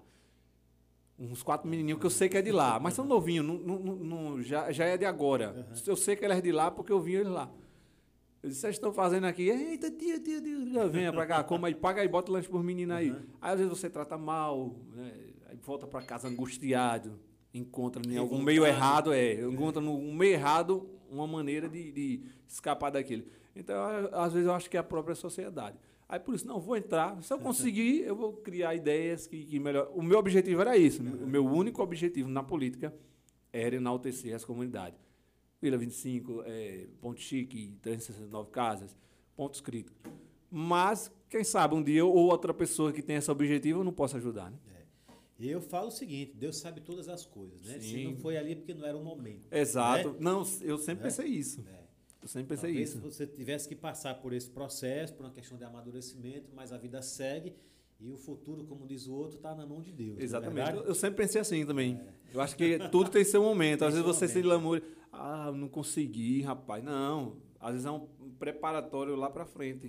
Uns quatro menininhos que eu sei que é de lá. Mas são novinhos, não, não, não, já, já é de agora. Uhum. Eu sei que eles é de lá porque eu vi eles lá. Eu disse, vocês estão fazendo aqui? Eita, tio, tio, tio. Venha pra cá, coma aí, paga aí, bota o lanche pros meninos aí. Uhum. Aí às vezes você trata mal, né? Aí volta pra casa angustiado. Encontra em algum meio errado, é, encontra no meio errado uma maneira de, de escapar daquilo. Então, às vezes, eu acho que é a própria sociedade. Aí, por isso, não, vou entrar. Se eu conseguir, eu vou criar ideias que, que melhor. O meu objetivo era isso. Uhum. O meu único objetivo na política era enaltecer as comunidades. Vila vinte e cinco, é, Ponte Chique, trezentas e sessenta e nove casas, pontos críticos. Mas, quem sabe, um dia, ou outra pessoa que tem esse objetivo, eu não posso ajudar, né? Eu falo o seguinte, Deus sabe todas as coisas, né? Sim. Se não foi ali porque não era o momento. Exato. Né? Não, eu sempre né? pensei isso. É. Eu sempre pensei Talvez isso. Se você tivesse que passar por esse processo, por uma questão de amadurecimento, mas a vida segue e o futuro, como diz o outro, está na mão de Deus. Exatamente. É eu, eu sempre pensei assim também. É. Eu acho que tudo tem seu momento. Às vezes você momento. se lamúria. Ah, não consegui, rapaz. Não. Às vezes é um preparatório lá para frente.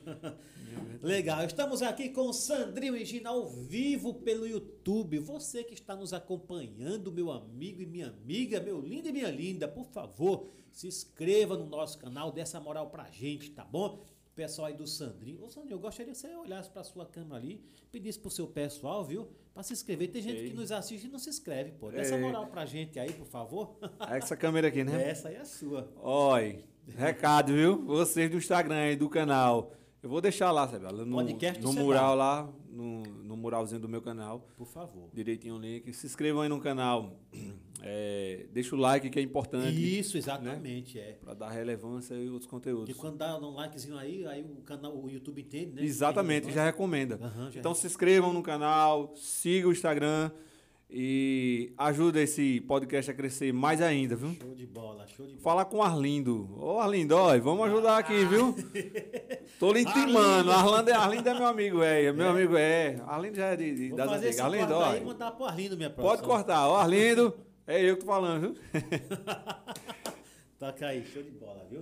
Legal, estamos aqui com o Sandrinho e Gina ao vivo pelo YouTube. Você que está nos acompanhando, meu amigo e minha amiga, meu lindo e minha linda, por favor, se inscreva no nosso canal, dê essa moral pra gente, tá bom? Pessoal aí do Sandrinho. Ô Sandrinho, eu gostaria que você olhasse pra sua câmera ali, pedisse pro seu pessoal, viu? Pra se inscrever. Tem gente Ei. que nos assiste e não se inscreve, pô. Dê Ei. essa moral pra gente aí, por favor. Essa câmera aqui, né? Essa aí é a sua. Oi, recado, viu? Vocês do Instagram aí, do canal. Eu vou deixar lá, sabe? No, Podcast no mural lá, no, no muralzinho do meu canal. Por favor. Direitinho o link. Se inscrevam aí no canal. É, deixa o like, que é importante. Isso, exatamente, né? É. Para dar relevância e outros conteúdos. E quando dá um likezinho aí, aí o canal, o YouTube entende, né? Exatamente, já recomenda. Uhum, já então é. se inscrevam no canal, siga o Instagram e ajuda esse podcast a crescer mais ainda, viu? Show de bola, show de bola. Fala com o Arlindo. Ô Arlindo, ó, vamos ajudar aqui, viu? Tô lhe intimando. Arlindo, Arlindo é meu amigo, é. é. Meu amigo é. Arlindo já é de, de, Vou das fazer antigas. Arlindo, ó. Aí e mandar pro Arlindo, minha produção. Pode cortar. Ó, Arlindo, é eu que tô falando, viu? Toca aí, show de bola, viu?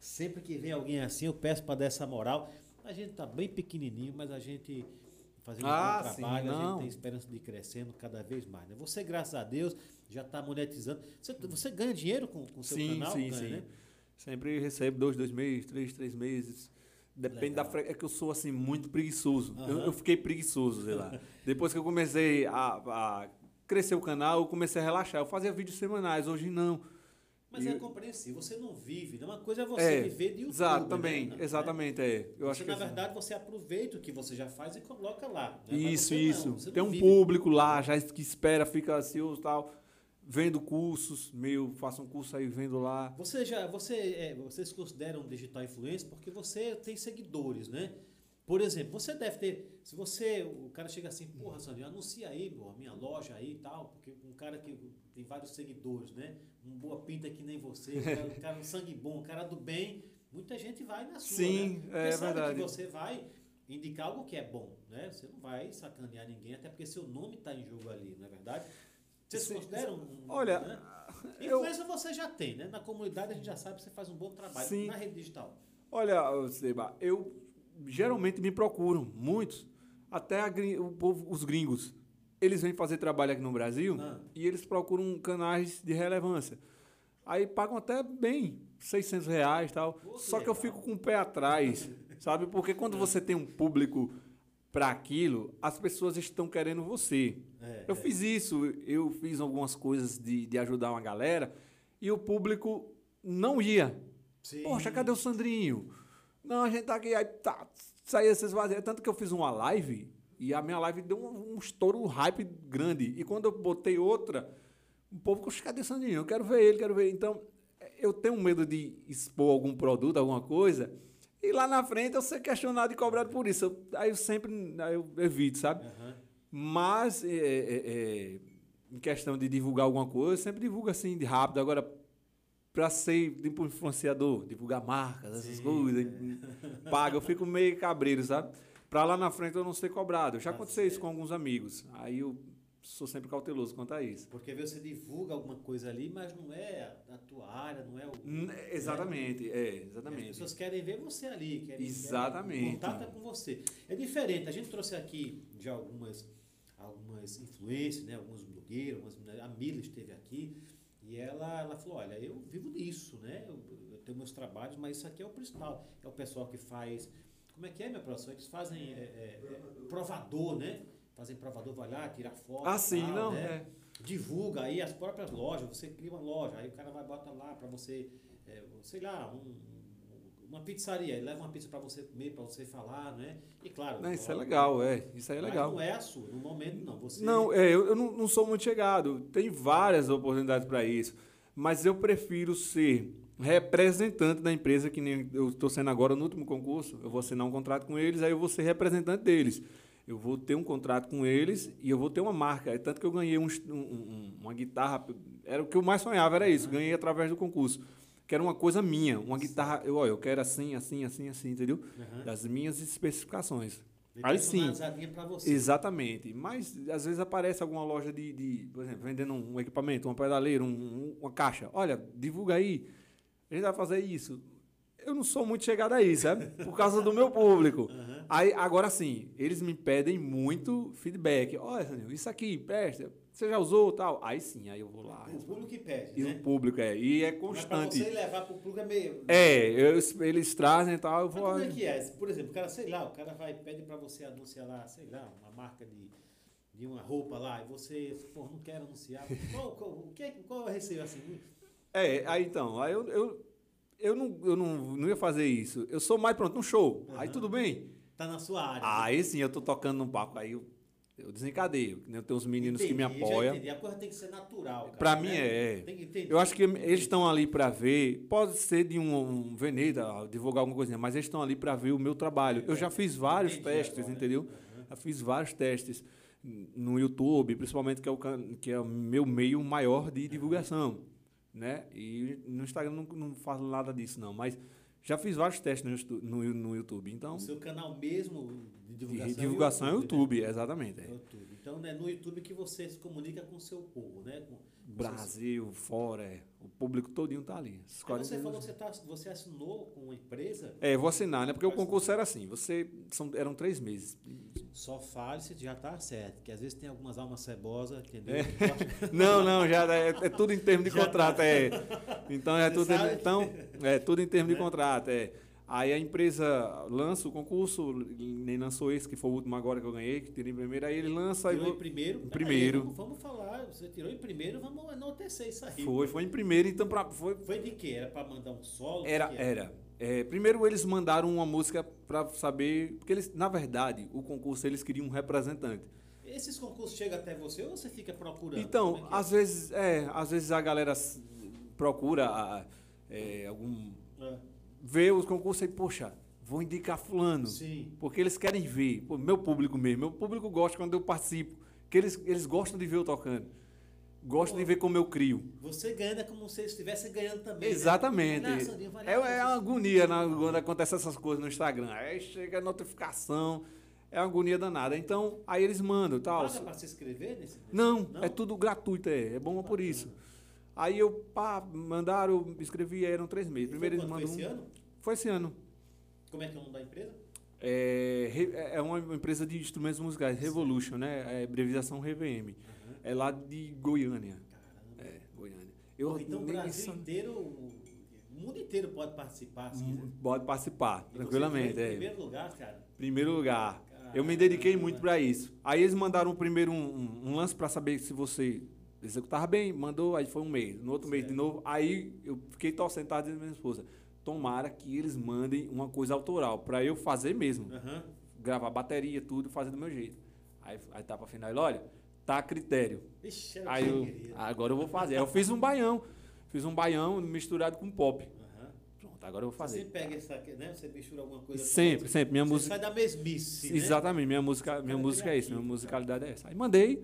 Sempre que vem alguém assim, eu peço para dar essa moral. A gente tá bem pequenininho, mas a gente fazendo Ah, um bom trabalho, sim, a gente não. tem esperança de ir crescendo cada vez mais, né? Você, graças a Deus, já está monetizando. Você, você ganha dinheiro com o seu Sim, canal? sim, Ganha, sim. né? Sempre recebo dois, dois meses, três, três meses. Depende Legal. da frequência. É que eu sou assim, muito preguiçoso. Eu, Aham. eu fiquei preguiçoso, sei lá. Depois que eu comecei a, a crescer o canal, eu comecei a relaxar. Eu fazia vídeos semanais, hoje não. Mas E é eu- compreensível, você não vive, né? Uma coisa é você É, viver de YouTube. exato, também. né? Exatamente, é. Eu Você, acho que na assim, verdade, você aproveita o que você já faz e coloca lá. Né? Mas Isso, você não, isso. você não Tem um vive. público lá, já que espera, fica ansioso e tal. Vendo cursos, meio, faço um curso aí, vendo lá. Você já, você, é, você se considera um digital influencer porque você tem seguidores, né? Por exemplo, você deve ter, se você, o cara chega assim, porra, Sandrinho, anuncia aí, pô, a minha loja aí e tal, porque um cara que tem vários seguidores, né? Um boa pinta que nem você, um cara, um cara um sangue bom, um cara do bem, muita gente vai na sua, Sim, né? Porque é sabe verdade. que você vai indicar algo que é bom, né? Você não vai sacanear ninguém, até porque seu nome está em jogo ali, não é verdade? Você se Sim, considera um... Olha, né? eu, Influência você já tem, né? Na comunidade a gente já sabe que você faz um bom trabalho. Sim. Na rede digital. olha, Seba, eu geralmente me procuram, muitos, até a grin- o povo, os gringos. Eles vêm fazer trabalho aqui no Brasil Ah. e eles procuram canais de relevância. Aí pagam até bem, seiscentos reais e tal. Pô, que Só que eu legal. fico com o pé atrás, sabe? Porque quando você tem um público para aquilo, as pessoas estão querendo você. É, Eu é. fiz isso, eu fiz algumas coisas de, de ajudar uma galera e o público não ia. Sim. Poxa, cadê o Sandrinho? Não, a gente tá aqui, aí tá, saía esses vazios. Tanto que eu fiz uma live e a minha live deu um, um estouro, um hype grande. E quando eu botei outra, o povo, poxa, cadê o Sandrinho? Eu quero ver ele, quero ver. Então, eu tenho medo de expor algum produto, alguma coisa, e lá na frente eu ser questionado e cobrado por isso. Eu- aí eu sempre aí eu evito, sabe? Aham. Mas, é, é, é, em questão de divulgar alguma coisa, eu sempre divulgo assim, de rápido. Agora, para ser tipo influenciador, divulgar marcas, essas Sim, coisas, é. paga, eu fico meio cabreiro, sabe? Para lá na frente eu não ser cobrado. Já Tá aconteceu isso certo. com alguns amigos. Aí eu sou sempre cauteloso quanto a isso. Porque você divulga alguma coisa ali, mas não é a tua área, não é o. Hum, né? Exatamente, é, As exatamente. pessoas querem ver você ali, querem, Exatamente. querem contato com você. É diferente. A gente trouxe aqui já algumas, algumas influências, né? Alguns blogueiros, algumas, né? A Mila esteve aqui e ela, ela falou, olha, eu vivo disso, né? Eu, eu tenho meus trabalhos, mas isso aqui é o principal. É o pessoal que faz. Como é que é, meu professor? Eles fazem é, é, é, provador, né? Fazem provador, vai lá, tirar foto. Ah, sim, tal, não, né? é. Divulga aí as próprias lojas, você cria uma loja, aí o cara vai botar lá para você, é, sei lá, um- uma pizzaria, ele leva uma pizza para você comer, para você falar, né? E claro, Não, isso é ó, legal, é. Isso aí é mas legal. não é a sua, no momento não. Você Não, é, eu, eu não, não sou muito chegado. Tem várias oportunidades para isso. Mas eu prefiro ser representante da empresa, que nem eu estou sendo agora no último concurso. Eu vou assinar um contrato com eles, aí eu vou ser representante deles. Eu vou ter um contrato com eles e eu vou ter uma marca. É tanto que eu ganhei um, um- um- uma guitarra. Era o que eu mais sonhava, era isso. Ganhei através do concurso. Que era uma coisa minha. Uma guitarra. Eu, ó, eu quero assim, assim, assim, assim, entendeu? Aham. Das minhas especificações. Bem Aí sim. personalizadinha pra você. Exatamente. Mas às vezes aparece alguma loja de, de por exemplo, vendendo um equipamento, uma pedaleira, um- um- uma caixa. Olha, divulga aí. A gente vai fazer isso. Eu não sou muito chegado aí, sabe? Por causa do meu público. Aham. Aí, agora sim, eles me pedem muito feedback. Olha, Sanil, isso aqui, presta. Você já usou tal? Aí sim, aí eu vou lá. O público que pede, E né? o público, é. E é Mas pra constante. você levar pro público é meio... É, eu- eles trazem e tal, eu Mas vou. como é que é? Por exemplo, o cara, sei lá, o cara vai pede pra você anunciar lá, sei lá, uma marca de, de uma roupa lá, e você, pô, não quero anunciar. Qual, qual, o que, é- qual é o receio assim? É, aí então, aí eu, eu, eu, não, eu não, não ia fazer isso. Eu sou mais pronto, um show. Aí Aham. tudo bem. Tá na sua área. né? Aí sim, eu tô tocando num palco, aí eu, eu desencadeio. Eu tenho uns meninos que me Entendi, já apoiam. entendi. A coisa tem que ser natural. Cara, Pra né? mim é. Tem que entender. Eu acho que eles estão ali para ver, pode ser de um, um Veneta, divulgar alguma coisinha, mas eles estão ali para ver o meu trabalho. Eu já fiz vários Entendi testes, agora. entendeu? Aham. Já fiz vários testes no YouTube, principalmente que é o, can- que é o meu meio maior de divulgação, né? E no Instagram não, não faço nada disso não, mas já fiz vários testes no, Yostu- no, no YouTube, então O seu canal mesmo de de divulgação, divulgação é né? YouTube, exatamente. É É. YouTube. Então, é no YouTube que você se comunica com o seu povo, né? Com, com seus- Brasil, fora, é. o público todinho tá ali. Esses Aí quarenta você falou mil. que você, tá, você assinou com uma empresa. É, vou assinar, né? Porque o Quais- concurso era assim, você, são, eram três meses. Só fale se já tá certo, que às vezes tem algumas almas cebosas, entendeu? É. Não, não, já é, é tudo em termos de Já contrato, tá. é. Então é Você tudo, sabe? então é tudo em termos de Né? contrato, é. Aí a empresa lança o concurso, nem lançou esse, que foi o último agora que eu ganhei, que tirei em primeiro, aí ele lança. Aí Tirou em vou- primeiro? em Peraí, primeiro. vamos, vamos falar, você tirou em primeiro, vamos enaltecer isso aí. Foi, foi em primeiro, então pra, foi, Foi de quê? Era pra mandar um solo? era, O que que era. É, primeiro eles mandaram uma música para saber, porque eles, na verdade, o concurso eles queriam um representante. Esses concursos chegam até você ou você fica procurando? Então, Como é que é? às vezes, é, às vezes a galera s- procura a- é, algum Ah, vê os concursos e, poxa, vou indicar fulano. sim. Porque eles querem ver. Pô, meu público mesmo. Meu público gosta quando eu participo. Que eles, eles gostam de ver eu tocando. Gostam Pô. de ver como eu crio. Você ganha como se estivesse ganhando também. Exatamente. Né? Nossa, Sandrinho, É, várias é uma coisas. agonia na, quando acontece essas coisas no Instagram. Aí chega a notificação. É uma agonia danada. Então, aí eles mandam tal. Paga pra se inscrever nesse? Não, é tudo gratuito, é. É bom por isso. Aí eu, pá, mandaram, eu me inscrevi, aí eram três meses. Primeiro eles Foi mandam esse um. ano? Foi esse ano. Como é que é o nome da empresa? É, Re- é uma empresa de instrumentos musicais, Revolution, né? É abreviação R V M. Aham. É lá de Goiânia. Caramba. É, Goiânia. Pô, então o nem Brasil só- inteiro, o o mundo inteiro pode participar, se quiser. Pode participar, E você tranquilamente. foi em É. primeiro lugar, cara. Primeiro lugar. Caramba. Eu me dediquei muito para isso. Aí eles mandaram primeiro um, um- um lance para saber se você executava bem, mandou, aí foi um mês. No outro mês de Certo. novo, aí eu fiquei torcendo, tava dizendo à minha esposa, tomara que eles mandem uma coisa autoral, para eu fazer mesmo. Aham. Gravar bateria, tudo, fazer do meu jeito. Aí, aí tá pra final, ele, olha, tá a critério. Ixi, era o Aí que eu, queria. agora eu vou fazer. Aí eu fiz um baião, fiz um baião misturado com pop. Aham. Pronto, agora eu vou Você fazer. pega essa, né? Você mistura alguma coisa com Sempre, outra. sempre. Minha Você música. sai da mesmice, né? Exatamente, minha música, minha Cara música é isso, minha criativo, musicalidade é essa. Aí mandei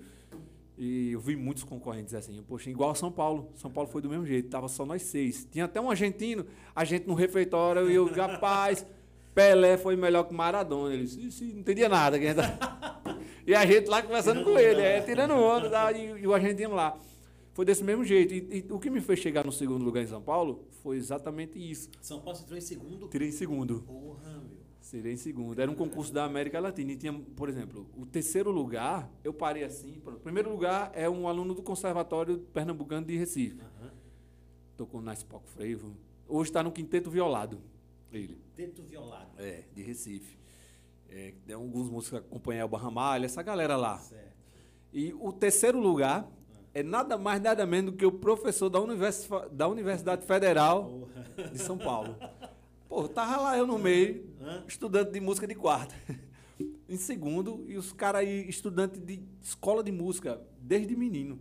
e eu vi muitos concorrentes assim, poxa, igual São Paulo. São Paulo foi do mesmo jeito, tava só nós seis. Tinha até um argentino, a gente no refeitório e eu, rapaz, Pelé foi melhor que Maradona. Ele disse, "Ixi, não entendia nada. que a gente tá-" E a gente lá conversando Tirando com ele, onda, é, né? tirando onda, tá? e, e o argentino lá. Foi desse mesmo jeito. E, e o que me fez chegar no segundo lugar em São Paulo foi exatamente isso. São Paulo você entrou em segundo. Tirei em segundo. Porra, meu. Tirei em segundo. Era um concurso da América Latina. E tinha, por exemplo, o terceiro lugar, eu parei assim. Pronto. O primeiro lugar é um aluno do Conservatório Pernambucano de Recife. Aham. Tocou na Spock Frevo. Hoje está no Quinteto Violado. Ele. Teto violado. É, de Recife. É, tem alguns músicos que acompanham Elba Ramalho, essa galera lá. Certo. E o terceiro lugar é nada mais, nada menos do que o professor da, Univers, da Universidade Federal Porra. de São Paulo. Pô, tava lá eu no meio, Hã? estudante de música de quarta. Em segundo, e os caras aí, estudante de escola de música, desde menino.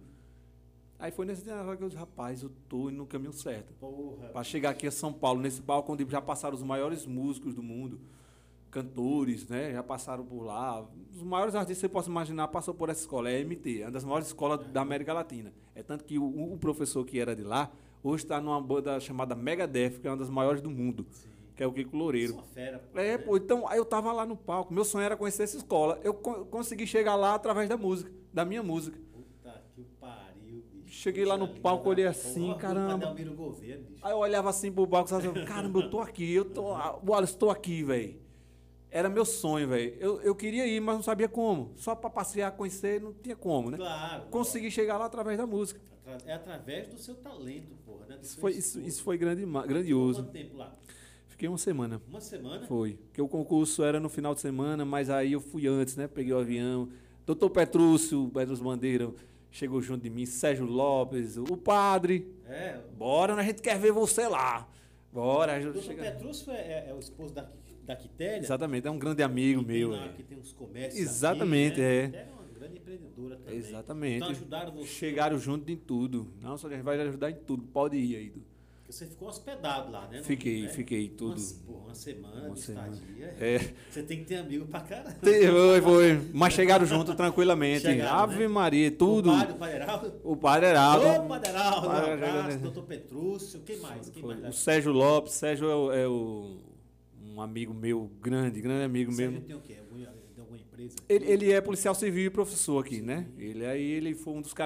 Aí foi nesse dia que eu disse, rapaz, eu tô indo no caminho certo. Porra. Para chegar aqui a São Paulo, nesse palco onde já passaram os maiores músicos do mundo, cantores, né? Já passaram por lá. Os maiores artistas que você possa imaginar passou por essa escola. É a M T, é uma das maiores escolas da América Latina. É tanto que o, o professor que era de lá, hoje está numa banda chamada Megadeth, que é uma das maiores do mundo, Sim. que é o Kiko Loureiro. Sua fera, pô, É, né? pô, então, aí eu tava lá no palco. Meu sonho era conhecer essa escola. Eu co- consegui chegar lá através da música, da minha música. Puta que o pariu, bicho. Cheguei lá no Puxa palco, vida, olhei porra, assim, orgulho caramba. pra Delmiro Gouveia, bicho. Aí eu olhava assim pro palco e falava, caramba, eu tô aqui, eu tô. Wallace, tô aqui, velho. Era meu sonho, velho. Eu, eu queria ir, mas não sabia como. Só pra passear, conhecer, não tinha como, né? Claro. Consegui chegar lá através da música. Atra- É através do seu talento, porra, né? Do Isso seu foi, isso, esforço. isso foi grande, Ficou grandioso. Quanto tempo lá? Fiquei uma semana. Uma semana? Foi. Porque o concurso era no final de semana, mas aí eu fui antes, né? Peguei o avião. Doutor Petrúcio, Petrúcio Bandeira, chegou junto de mim. Sérgio Lopes, o padre. É. Bora, a gente quer ver você lá. Bora. O doutor chega- Petrúcio é, é- é o esposo da, da Quitélia? Exatamente, é um grande amigo que tem meu. lá, é. que tem uns comércios Exatamente, aqui, né? é. Quitélia é uma grande empreendedora também. Exatamente. Então ajudaram você. Chegaram junto em tudo. Não, só a gente vai ajudar em tudo. Pode ir aí. Du. Porque você ficou hospedado lá, né? Não- Fiquei, né? fiquei tudo. Uma, porra, uma semana Uma de semana. estadia. É. Você tem que ter amigo pra caramba. Te- Foi, foi. Mas chegaram junto tranquilamente. Chegaram, Ave né? Maria, tudo. O padre, o padre Heraldo. O padre Heraldo. Ô, padre Heraldo, um Padre abraço. Heraldo. Doutor Petrúcio. Quem mais? Quem Foi. mais? O Sérgio Lopes. Sérgio é, o- é o- um amigo meu, grande, grande amigo Sérgio meu. tem o quê? Algum- De alguma empresa? Ele, ele é policial civil e professor aqui, né? Ele aí ele foi um dos caras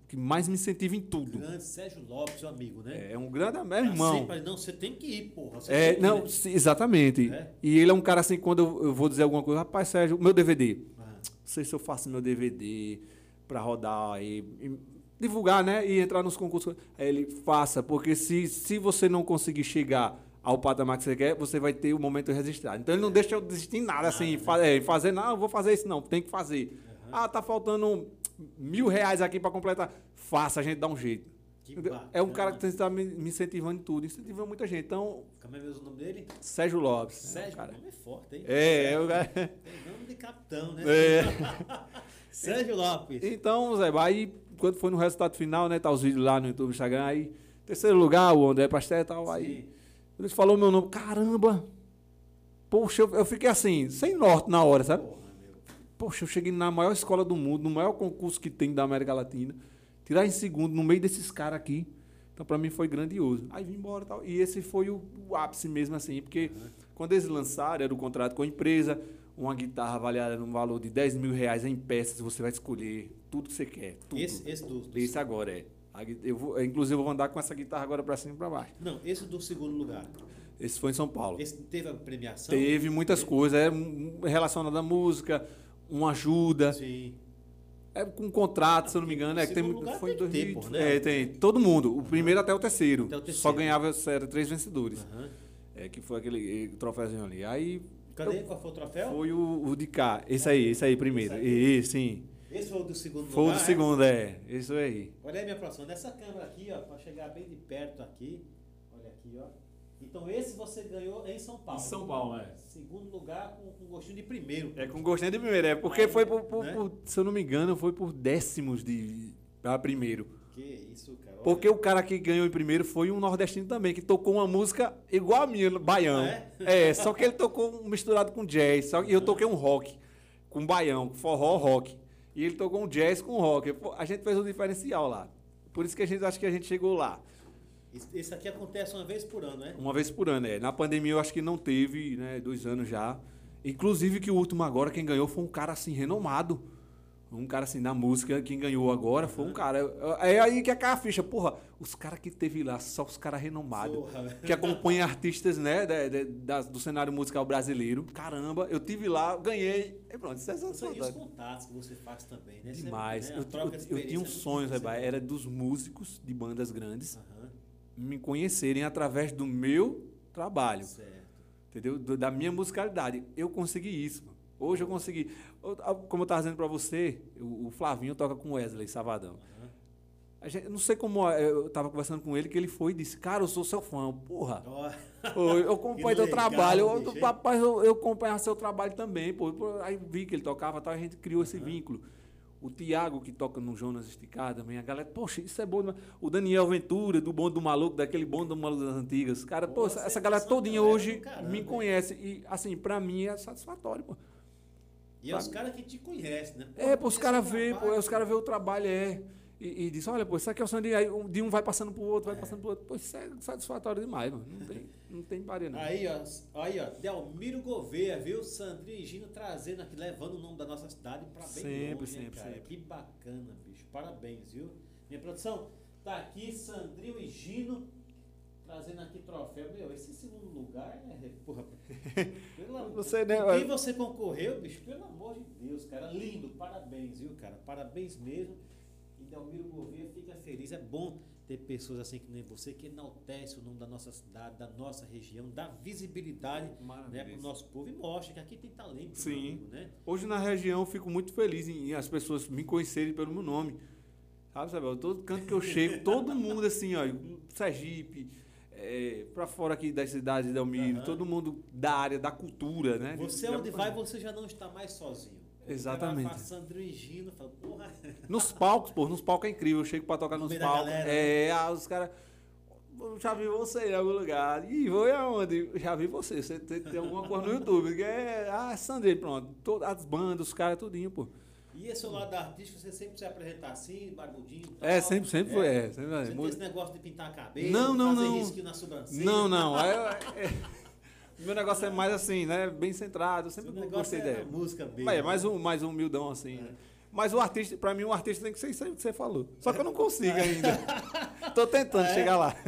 que mais me incentiva em tudo. Grande Sérgio Lopes, seu amigo, né? É um grande é meu Tá irmão. sempre, não, você tem que ir, porra. Você É, tem que não, ir, né? sim, exatamente. É. E ele é um cara assim, quando eu, eu vou dizer alguma coisa, rapaz, Sérgio, meu D V D. Ah, Não sei se eu faço meu D V D pra rodar aí, e divulgar, né? E entrar nos concursos. Aí ele, faça, porque se, se você não conseguir chegar ao patamar que você quer, você vai ter o momento registrado. Então ele não deixa eu desistir em nada, assim, Nada, fa- é, fazer, não, eu vou fazer isso, não, tem que fazer. Ah, tá faltando mil reais aqui pra completar. Faça, a gente dá um jeito. que É um bacana. cara que está me, me incentivando em tudo, incentivando muita gente. Então, Como é mesmo o nome dele? Sérgio Lopes. Sérgio, cara. o nome é forte, hein? É, é o cara. Tem nome de capitão, né? É. Sérgio Lopes. Então, Zé, aí quando foi no resultado final, né, tá os vídeos lá no YouTube, no Instagram, aí, terceiro lugar, o André Pastel e tal, aí, Sim. ele falou meu nome, caramba, poxa, eu, eu fiquei assim, sem norte na hora, sabe? Porra, meu. Poxa, eu cheguei na maior escola do mundo, no maior concurso que tem da América Latina, tirar em segundo, no meio desses caras aqui, então pra mim foi grandioso. Aí vim embora e tal, e esse foi o, o ápice mesmo, assim, porque Uhum. quando eles lançaram, era o contrato com a empresa, uma guitarra avaliada no valor de dez mil reais em peças, você vai escolher tudo que você quer, tudo. Esse, esse do, do- Esse agora é. A gui- Eu vou, inclusive, eu vou andar com essa guitarra agora pra cima e pra baixo. Não, esse do segundo lugar. Esse foi em São Paulo. Esse teve a premiação? Teve muitas coisas, é um- relacionado à música, uma ajuda, Sim. é com um contrato, se eu não me engano, é que tem, Segundo lugar foi em tem que ter, dois mil e pô, né? É, tem todo mundo, o primeiro até o terceiro. Até o terceiro. Só ganhava era, três vencedores. Aham. É que foi aquele eh, troféuzinho ali. Aí Cadê? Qual foi o troféu? foi o, o de cá, esse aí, esse aí primeiro. Esse aí? E, sim. Esse foi o do segundo Foi o lugar. do é? segundo, é. Isso aí. Olha aí, minha produção. Nessa câmera aqui, ó, pra chegar bem de perto aqui. Olha aqui, ó. Então esse você ganhou em São Paulo. Em São Paulo, é. Segundo lugar com, com gostinho de primeiro. É com gostinho de primeiro, é porque Aí, foi por, por- né? por- se eu não me engano, foi por décimos de para primeiro. Que isso, cara. Olha. Porque o cara que ganhou em primeiro foi um nordestino também, que tocou uma música igual a minha, no baião. Ah, é? só que ele tocou um misturado com jazz, só que eu toquei um rock, com baião, com forró rock. E ele tocou um jazz com rock. Pô, a gente fez um diferencial lá. Por isso que a gente acha que a gente chegou lá. Isso, isso aqui acontece uma vez por ano, né? Uma vez por ano, é. Na pandemia eu acho que não teve, né? Dois anos já. Inclusive que o último agora, quem ganhou foi um cara assim, renomado. Um cara assim, na música, quem ganhou agora foi um cara. É aí que é a ficha. Porra, os caras que teve lá, só os caras renomados. Porra, velho. Que acompanham artistas, né? da- da- da- do cenário musical brasileiro. Caramba, eu tive lá, ganhei. E pronto, isso é Isso aí, os saudade. contatos que você faz também, né? Demais. Você, né? Eu, A troca de eu- eu tinha experiência um é muito sonho, interessante. Zé, era dos músicos de bandas grandes Aham, me conhecerem através do meu trabalho. certo. Entendeu? Do- Da minha musicalidade. Eu consegui isso, mano. Hoje eu consegui. Eu- a- como eu estava dizendo para você, o, o Flavinho toca com o Wesley Savadão. Aham. A gente, eu não sei como, eu estava conversando com ele, que ele foi e disse, cara, eu sou seu fã. Porra, Ó, pô, eu acompanho teu legal, trabalho. Eu, bicho, hein? rapaz, eu, eu acompanhava seu trabalho também. Pô. Pô, aí vi que ele tocava e tal, a gente criou esse vínculo. O Tiago, que toca no Jonas Esticado também, a galera, poxa, isso é bom demais. O Daniel Ventura, do Bonde do Maluco, daquele Bonde do Maluco das Antigas. Cara, Pô, pô, essa, você essa galera é uma todinha galera hoje do caramba, me hein? conhece. E, assim, pra mim é satisfatório, pô. e é os caras que te conhecem, né? É, pô, os conhece caras o vê, pô, trabalho. os caras vê o trabalho, é. E, e diz, olha, pô, isso aqui é o Sandrinho. Aí um- de um vai passando pro outro, vai passando pro outro. Pô, isso é satisfatório demais, mano. Não tem, não tem barreira, não. Aí, ó, aí, ó, Delmiro Gouveia, viu? Sandrinho e Gino trazendo aqui, levando o nome da nossa cidade pra bem Sempre, longe, né, sempre, cara? sempre. Que bacana, bicho. Parabéns, viu? Minha produção, tá aqui Sandrinho e Gino trazendo aqui troféu. Meu, esse segundo lugar é, porra, pelo amor, Você, né, com quem você concorreu, bicho? Pelo amor de Deus, cara. Lindo, parabéns, viu, cara? Parabéns mesmo. E Delmiro Gouveia fica feliz. É bom ter pessoas assim que nem você que enaltece o nome da nossa cidade, da nossa região, dá visibilidade, né, Maravilha. para o nosso povo e mostra que aqui tem talento, Sim. meu amigo, né? Hoje na região eu fico muito feliz em, em as pessoas me conhecerem pelo meu nome. Sabe, Isabel? Todo canto que eu chego, todo mundo assim, ó, Sergipe, é, pra fora aqui das cidades de Delmiro, Aham. todo mundo da área da cultura, né? Você Já- onde vai, você já não está mais sozinho. Exatamente. O cara faz Sandro e Gino, fala, porra, Nos palcos, pô, nos palcos é incrível. Eu chego pra tocar No nos meio da palcos. galera, É, ah, os caras. "Eu Já vi você em algum lugar. Ih, vou aonde? Já vi você. Você tem, tem alguma coisa no YouTube. Que é, ah, Sandrei, pronto. Todas as bandas, os caras, tudinho, pô. e esse seu lado da artística, você sempre se apresentar assim, barbudinho e tal? É, sempre, sempre foi. É, sempre, Você é. tem esse negócio de pintar a cabeça, Não, não, fazer não. risquinho na sobrancelha? Não, não. Aí eu- é- o meu negócio é mais assim, né? Bem centrado. Eu Seu sempre negócio gostei é dela. a música mesmo. Mas é mais, um, mais humildão, assim. É. Né? Mas o artista, pra mim, o artista tem que ser isso aí que você falou. Só que eu não consigo ainda. Tô tentando Ah, é? chegar lá.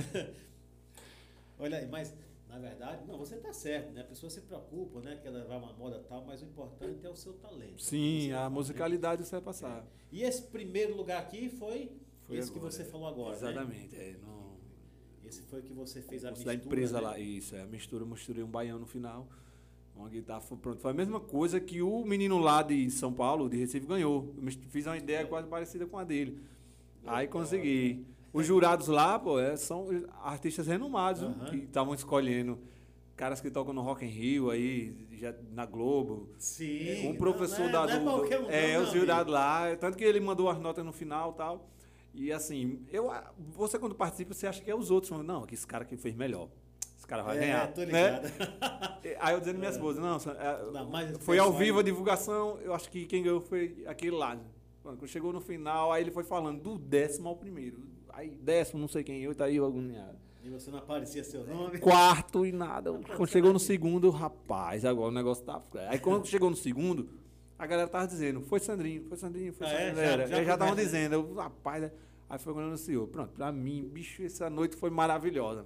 Olha aí, mas na verdade, não, você tá certo, né? A pessoa se preocupa, né? Quer levar uma moda e tal, mas o importante é o seu talento. Sim, Você a fala, musicalidade você vai passar. né? E esse primeiro lugar aqui foi, Foi esse agora, que você é. falou agora, né? Exatamente. É, não, Esse foi o que você fez a curso mistura, da empresa né? lá. Isso, é a mistura, eu misturei um baião no final. Uma guitarra, foi, pronto. Foi a mesma coisa que o menino lá de São Paulo, de Recife, ganhou. Eu mis- fiz uma ideia quase parecida com a dele. Aí consegui. Os jurados lá, pô, é, são artistas renomados, viu, Aham. que estavam escolhendo caras que tocam no Rock in Rio aí, já na Globo. Sim. Um professor não, não da é, do, não é qualquer um, é, não, os meu jurados lá, tanto que ele mandou as notas no final e tal. E assim, eu, você quando participa, você acha que é os outros, mas não, que esse cara que fez melhor. Esse cara vai É, ganhar. tô né? ligado. Aí eu dizendo à minha esposa, não, é, Não, mas foi ao pessoal- vivo a divulgação, eu acho que quem ganhou foi aquele lá. Quando chegou no final, aí ele foi falando do décimo ao primeiro. Aí décimo, não sei quem, eu tá aí eu agoniado. E você não aparecia seu nome? Quarto e nada. Não, pronto, Quando chegou no aqui. segundo, rapaz, agora o negócio tá. Aí quando chegou no segundo, a galera tava dizendo, foi Sandrinho, foi Sandrinho, foi Ah, é? Sandrinho. Já- Era. já Eles já estavam começa. dizendo, eu, rapaz, né? Aí foi quando anunciou. Pronto, pra mim, bicho, essa noite foi maravilhosa.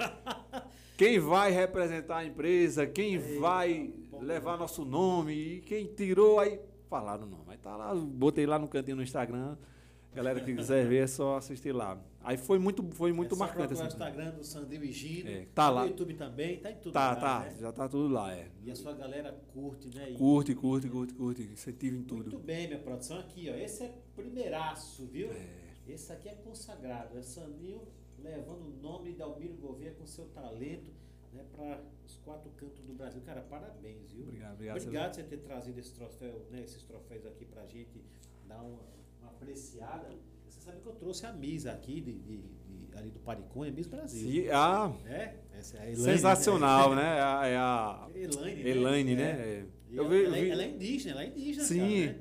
Quem vai representar a empresa, quem Eita, vai bom. levar nosso nome, e quem tirou, aí falaram o nome. Aí tá lá, botei lá no cantinho no Instagram. Galera que quiser ver é só assistir lá. Aí foi muito, foi muito É só marcante. procurar o assim. Instagram do Sandrinho e Gino. É, tá lá. No YouTube também, tá em tudo. Tá, lá, tá, né? já tá tudo lá, é. E a sua galera curte, né? E- Curte, curte, curte, curte. Incentiva em Muito tudo. bem, minha produção. Aqui, ó. Esse é primeiraço, viu? É. Esse aqui é consagrado. É Sandrinho levando o nome de Almiro Gouveia com seu talento, né, para os quatro cantos do Brasil. Cara, parabéns, viu? Obrigado, obrigado. Obrigado por você ter trazido esse troféu, né, esses troféus aqui pra gente dar uma, uma apreciada. Você sabe que eu trouxe a Miss aqui, de, de- de- ali do Pariconha, Miss Brasil. Sim, ah, É? Essa é a Elaine, sensacional, né? É a, é a né? Elaine, Elaine, né? né? É. É. E Eu ela, vi, ela é- vi- ela é indígena, ela é indígena, Sim. cara, né?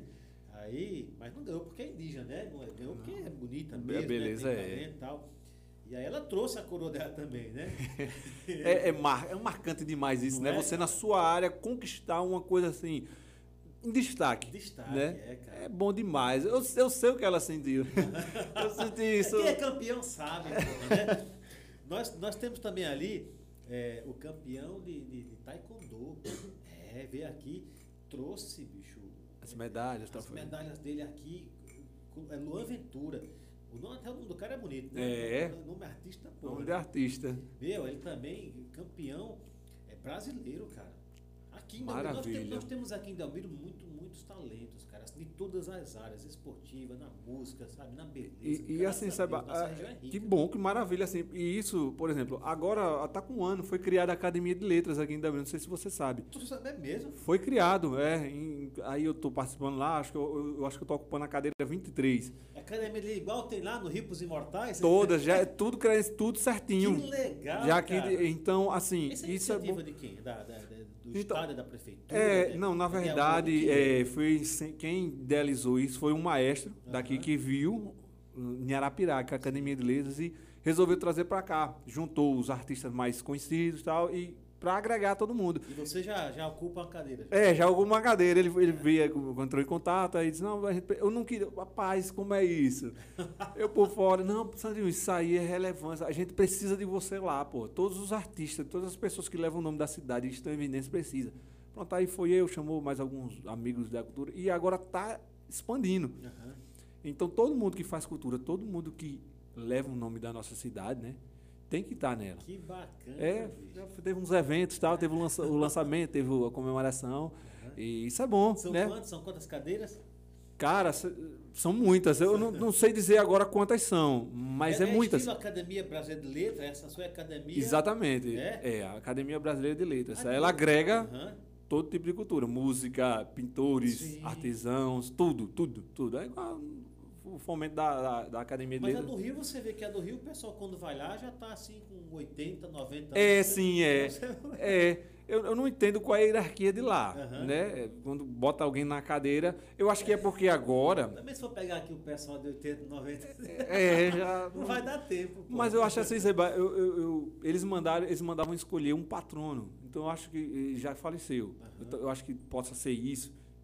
Aí, mas não ganhou porque é indígena, né? Não é- ganhou porque é bonita É, mesmo, beleza, né? Tem é. talento e tal. E aí ela trouxe a coroa dela também, né? É, é, mar, é marcante demais isso, Não né? é? Você na sua área conquistar uma coisa assim, em destaque. Destaque, né? é, cara. É bom demais. Eu, eu sei o que ela sentiu. Eu senti isso. Quem é campeão sabe, pô, né? nós, nós temos também ali é, o campeão de, de, de taekwondo. É, veio aqui, trouxe, bicho, As medalhas, as troféus. medalhas dele aqui. É Luan Ventura. O nome, até o nome do cara é bonito, né? É. O nome é artista, pô. Nome de artista. Meu, ele também, campeão é brasileiro, cara. Aqui em Delmiro, nós, Maravilha. temos, nós temos aqui em Delmiro muito, muitos talentos, cara, de todas as áreas, esportiva, na música, sabe, na beleza. E, e Graças assim, a sabe, Deus, nossa ah, região é rica. que bom, que maravilha, assim. E isso, por exemplo, agora está com um ano, foi criada a Academia de Letras aqui em Delmiro, não sei se você sabe. Tu sabe, é mesmo? Foi criado, é. em- aí eu estou participando lá, acho que eu, eu- eu acho que eu estou ocupando a cadeira vinte e três. A academia dele igual tem lá no Rio pros Imortais? Todas, já é tudo, cre- tudo Que certinho. legal, Já aqui, cara. então, assim, Essa isso é iniciativa bom. de quem? Da, da- da- do Então, Estado, da Prefeitura? É, né? não, na É algum verdade, que- é, foi sem- quem idealizou isso foi um maestro daqui Aham. que viu em Arapiraca, a Academia de Letras, e resolveu trazer para cá. Juntou os artistas mais conhecidos e tal, e para agregar todo mundo. E você já, já ocupa uma cadeira? É, já alguma cadeira, ele, ele veio, entrou em contato, aí disse, não, a gente- eu não queria, rapaz, como é isso? Eu por fora, não, Sandrinho, isso aí é relevância, a gente precisa de você lá, pô, todos os artistas, todas as pessoas que levam o nome da cidade e estão em evidência precisam. Pronto, aí foi eu, chamou mais alguns amigos da cultura, e agora está expandindo. Aham. Então, todo mundo que faz cultura, todo mundo que leva o nome da nossa cidade, né, tem que estar nela. Que bacana, É, bicho. já teve uns eventos, tal, teve o, lança- o lançamento, teve a comemoração, e isso é bom, São né? quantas? São quantas cadeiras? Cara, s- são muitas. Eu não, não sei dizer agora quantas são, mas é, muitas. estilo Academia Brasileira de Letras, essa sua academia. Exatamente. É? É? a Academia Brasileira de Letras. Ah, Ela que- agrega Aham. todo tipo de cultura, música, pintores, Sim. artesãos, tudo, tudo, tudo. É igual o fomento da, da, da Academia de Mas a Letras. do Rio, você vê que a do Rio, o pessoal quando vai lá já tá assim com oitenta, noventa anos. É, sim, é. Você- É, eu, eu não entendo qual é a hierarquia de lá, Aham. né? Quando bota alguém na cadeira, eu acho que é porque agora, Também se for pegar aqui o pessoal de oitenta, noventa, é, já não vai dar tempo. pô. Mas eu acho assim, Seba, eu, eu- eu- eles mandaram, eles mandavam escolher um patrono. Então eu acho que eh, já faleceu. Aham. Então, eu acho que possa ser isso.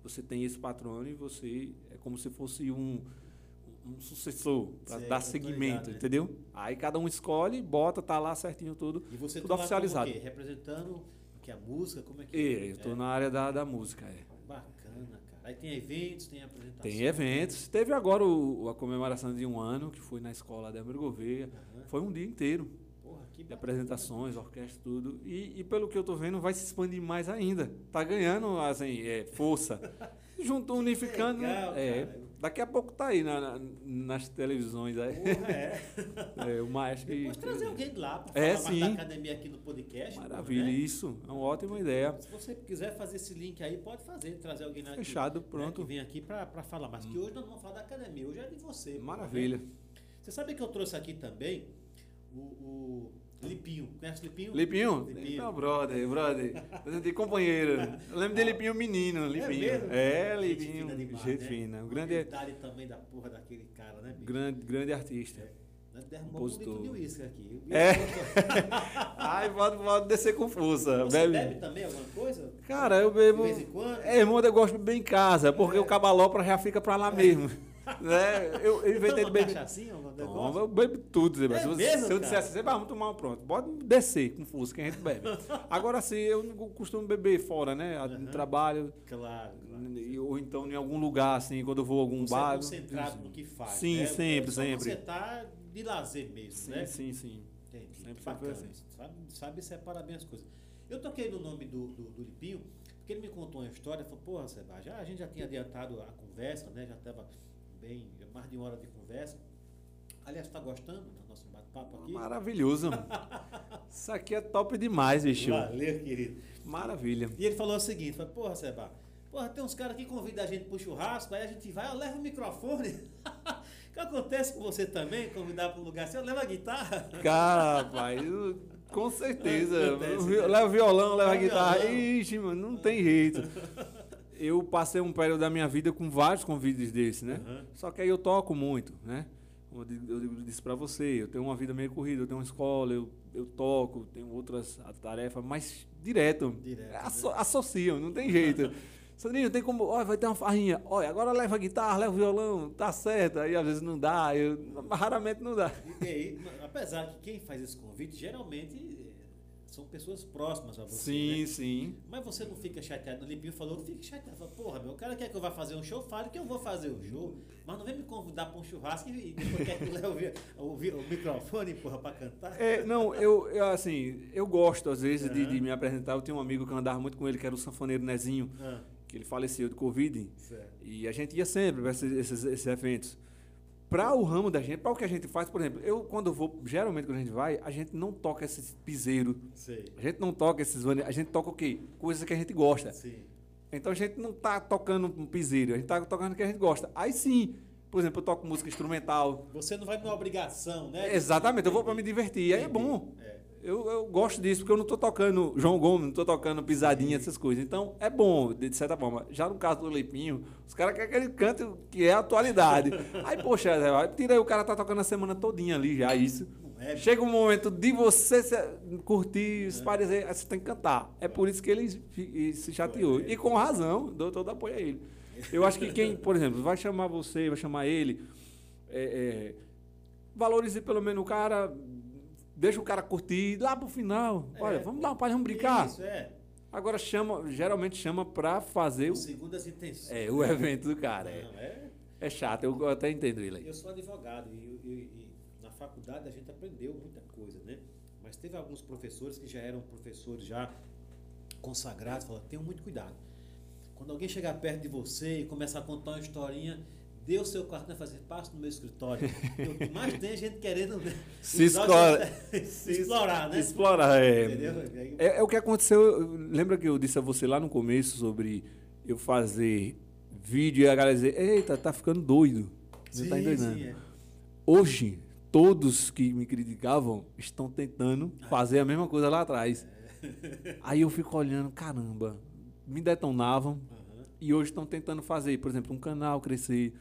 você tem esse patrono e você é como se fosse um, um sucessor para Sei, dar eu tô seguimento, ligado, né? entendeu? Aí cada um escolhe, bota, tá lá certinho tudo, E você tudo tá lá oficializado. como o quê? Representando o que? A música? Como é que É, eu tô é? na área da, da música, é. Bacana, cara. Aí tem eventos, tem apresentações. Tem eventos. Teve agora o- a comemoração de um ano, que foi na escola da Amir Gouveia. Aham. Foi um dia inteiro Porra, que de bacana. apresentações, orquestra, tudo. E, e pelo que eu tô vendo, vai se expandir mais ainda. Tá ganhando, assim, é, força. Junto, unificando. né? legal, É, cara. daqui a pouco tá aí na- na- nas televisões. Aí. Porra, é. É, o maestro que- Depois trazer alguém de lá para É, falar mais sim. da academia aqui no podcast. Maravilha, né? isso. É uma ótima ideia. Se você quiser fazer esse link aí, pode fazer, trazer alguém aqui, Fechado, né, pronto. que vem aqui para falar. Mas que hoje nós não vamos falar da academia, hoje é de você. pô, Maravilha. né? Você sabe que eu trouxe aqui também o, o Lipinho. Conhece o Lipinho? Lipinho? Lipinho. Não, brother, brother. Eu de companheiro. Eu lembro de Lipinho menino, Lipinho. mesmo? É, Gente Lipinho. fina demais, Gente né? fina. Um Uma grande, humildade também da porra daquele cara, né, bicho? grande, grande artista. Nós derrubamos um compositor. litro de uísque aqui. É. Ai, pode, pode descer com força. Você Bebe. bebe também alguma coisa? Cara, eu bebo. De vez em quando? É, irmão, eu gosto de beber em casa, porque É. o cabalopra já fica pra lá mesmo. né? Eu, eu inventei de Toma beber. cachaçinha, algum Toma, negócio? eu bebo tudo, Zé. É se, você- mesmo, se eu cara? dissesse assim, vamos tomar um pronto, pode descer com força que a gente bebe. Agora sim, eu não costumo beber fora, né? No Aham. trabalho, Claro, claro. e- ou então em algum lugar, assim, quando eu vou a algum Você é bar. concentrado no que faz. Sim, né? sempre, Só sempre. Você tá de lazer mesmo, Sim, né? sim, sim. Entendi. Sempre, Que sempre foi bacana. assim. Sabe, sabe separar bem as coisas. Eu toquei no nome do, do, do Lipinho, porque ele me contou uma história, falou, porra, Seba, já, a gente já tinha adiantado a conversa, né? Já estava bem, mais de uma hora de conversa. Aliás, tá gostando do nosso bate-papo aqui? Maravilhoso. mano. Isso aqui é top demais, bicho. Valeu, querido. Maravilha. E ele falou o seguinte, falou, porra, Seba, porra, tem uns caras que convidam a gente pro churrasco, aí a gente vai, eu levo o microfone. O que acontece com você também, convidar para um lugar assim, eu levo a guitarra. Cara, rapaz, eu- com certeza. Acontece, Eu vi- né? Leva o violão, leva a Leva guitarra. violão. Ixi, mano, não tem jeito. Eu passei um período da minha vida com vários convites desses, né? Uhum. Só que aí eu toco muito, né? Como eu digo- eu digo- disse pra você, eu tenho uma vida meio corrida, eu tenho uma escola, eu, eu toco, tenho outras tarefas, mas direto. Direto, asso- né? Associam, não tem jeito. Sandrinho, tem como. Olha, vai ter uma farrinha. Olha, agora leva a guitarra, leva o violão, tá certo. Aí às vezes não dá, eu, raramente não dá. E aí, apesar que quem faz esse convite, geralmente eh, são pessoas próximas a você, Sim, né? sim. Mas você não fica chateado. O Lipinho falou, não fique chateado. Fala, porra, meu, o cara quer que eu vá fazer um show, fale que eu vou fazer o show. Mas não vem me convidar para um churrasco e depois quer que eu leve o, vi- o, vi- o microfone, porra, para cantar. É, não, eu, eu, assim, eu gosto às vezes de, Aham. de me apresentar. Eu tenho um amigo que eu andava muito com ele, que era o sanfoneiro Nezinho, Ah, que ele faleceu de Covid. certo. E a gente ia sempre para esses, esses, esses eventos. Para o ramo da gente, para o que a gente faz, por exemplo, eu quando eu vou, geralmente quando a gente vai, a gente não toca esses piseiro, Sei. a gente não toca esses, vane- a gente toca o quê? Coisas que a gente gosta. Sim. Então a gente não tá tocando um piseiro, a gente tá tocando o que a gente gosta. Aí sim, por exemplo, eu toco música instrumental. Você não vai numa obrigação, né? Exatamente, eu vou para me divertir. Aí é Entendi. bom. É. Eu, eu gosto disso, porque eu não estou tocando João Gomes, não estou tocando pisadinha, essas coisas. Então, é bom, de certa forma. Já no caso do Lipinho, os caras querem que ele cante o que é a atualidade. Aí, poxa, Zé, aí tira aí, o cara tá tocando a semana todinha ali já, isso. Não é? Chega um momento de você se- curtir, se parecer, aí você tem que cantar. É por isso que ele fi- se chateou. E com razão, dou todo apoio a ele. Eu acho que quem, por exemplo, vai chamar você, vai chamar ele, é, é, valorize pelo menos o cara, deixa o cara curtir, lá pro final, É. olha, vamos dar uma palha, vamos brincar. Isso, é. Agora chama, geralmente chama pra fazer o, Segundo as intenções. é, o evento do cara. É, Não, é. é chato, eu até entendo ele aí. Eu sou advogado e, e- e na faculdade a gente aprendeu muita coisa, né? Mas teve alguns professores que já eram professores já consagrados, falaram, tenham muito cuidado. Quando alguém chegar perto de você e começar a contar uma historinha, dê o seu cartão e fazer, passa no meu escritório. E o que mais tem é gente querendo, né, Se usar o explora- seu- se explorar, né? Explorar, é. Entendeu? É, é o que aconteceu. eu- Lembra que eu disse a você lá no começo sobre eu fazer vídeo e a galera dizer, eita, tá ficando doido. Você tá endoidando. sim, é. Hoje, todos que me criticavam estão tentando fazer a mesma coisa lá atrás. Aí eu fico olhando, caramba, me detonavam Aham. e hoje estão tentando fazer, por exemplo, um canal crescer,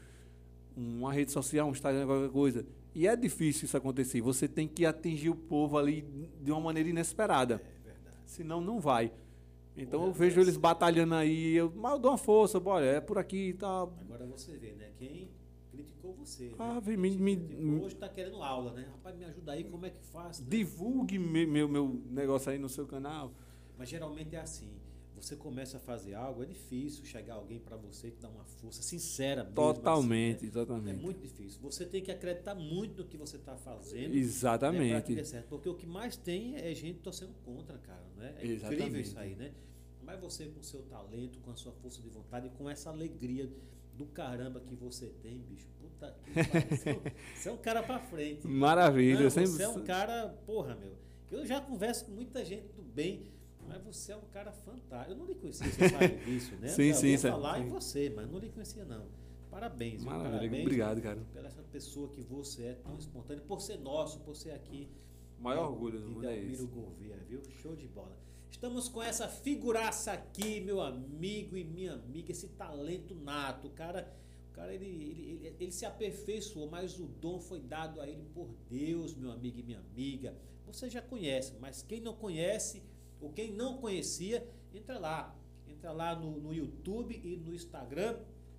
uma rede social, um Instagram, qualquer coisa. E é difícil isso acontecer. Você tem que atingir o povo ali de uma maneira inesperada. É verdade. Senão não vai. Então Porra, eu vejo mas- eles batalhando aí, eu, mas eu dou uma força, olha, é por aqui e tal. Agora você vê, né? Quem criticou você. Né? Ah, Quem me- te me- criticou hoje tá querendo aula, né? Rapaz, me ajuda aí, como é que faz? Né? Divulgue meu, meu, meu negócio aí no seu canal. Mas geralmente é assim. Você começa a fazer algo, é difícil chegar alguém para você que dá uma força sincera mesmo. Totalmente, assim, né? É totalmente. muito difícil. Você tem que acreditar muito no que você está fazendo. Né, pra Exatamente. que dê certo. Porque o que mais tem é gente torcendo contra, cara. Né? É incrível Exatamente. isso aí, né? Mas você com o seu talento, com a sua força de vontade e com essa alegria do caramba que você tem, bicho. Puta que pariu. Você é um- Você é um cara pra frente. Maravilha. Não, eu sempre... Você é um cara, porra, meu. Eu já converso com muita gente do bem, mas você é um cara fantástico. Eu não lhe conhecia, você sabe disso, né? Sim, eu sim, vou sim. falar Sim. em você, mas não lhe conhecia, não. Parabéns, viu? Maravilha. Parabéns Obrigado, cara. pela essa pessoa que você é, tão espontâneo, por ser nosso, por ser aqui. O maior orgulho do de mundo é Delmiro esse. Gouveia, viu? Show de bola. Estamos com essa figuraça aqui, meu amigo e minha amiga, esse talento nato. O cara, o cara ele, ele, ele, ele se aperfeiçoou, mas o dom foi dado a ele por Deus, meu amigo e minha amiga. Você já conhece, mas quem não conhece, ou quem não conhecia, entra lá. Entra lá no, no YouTube e no Instagram.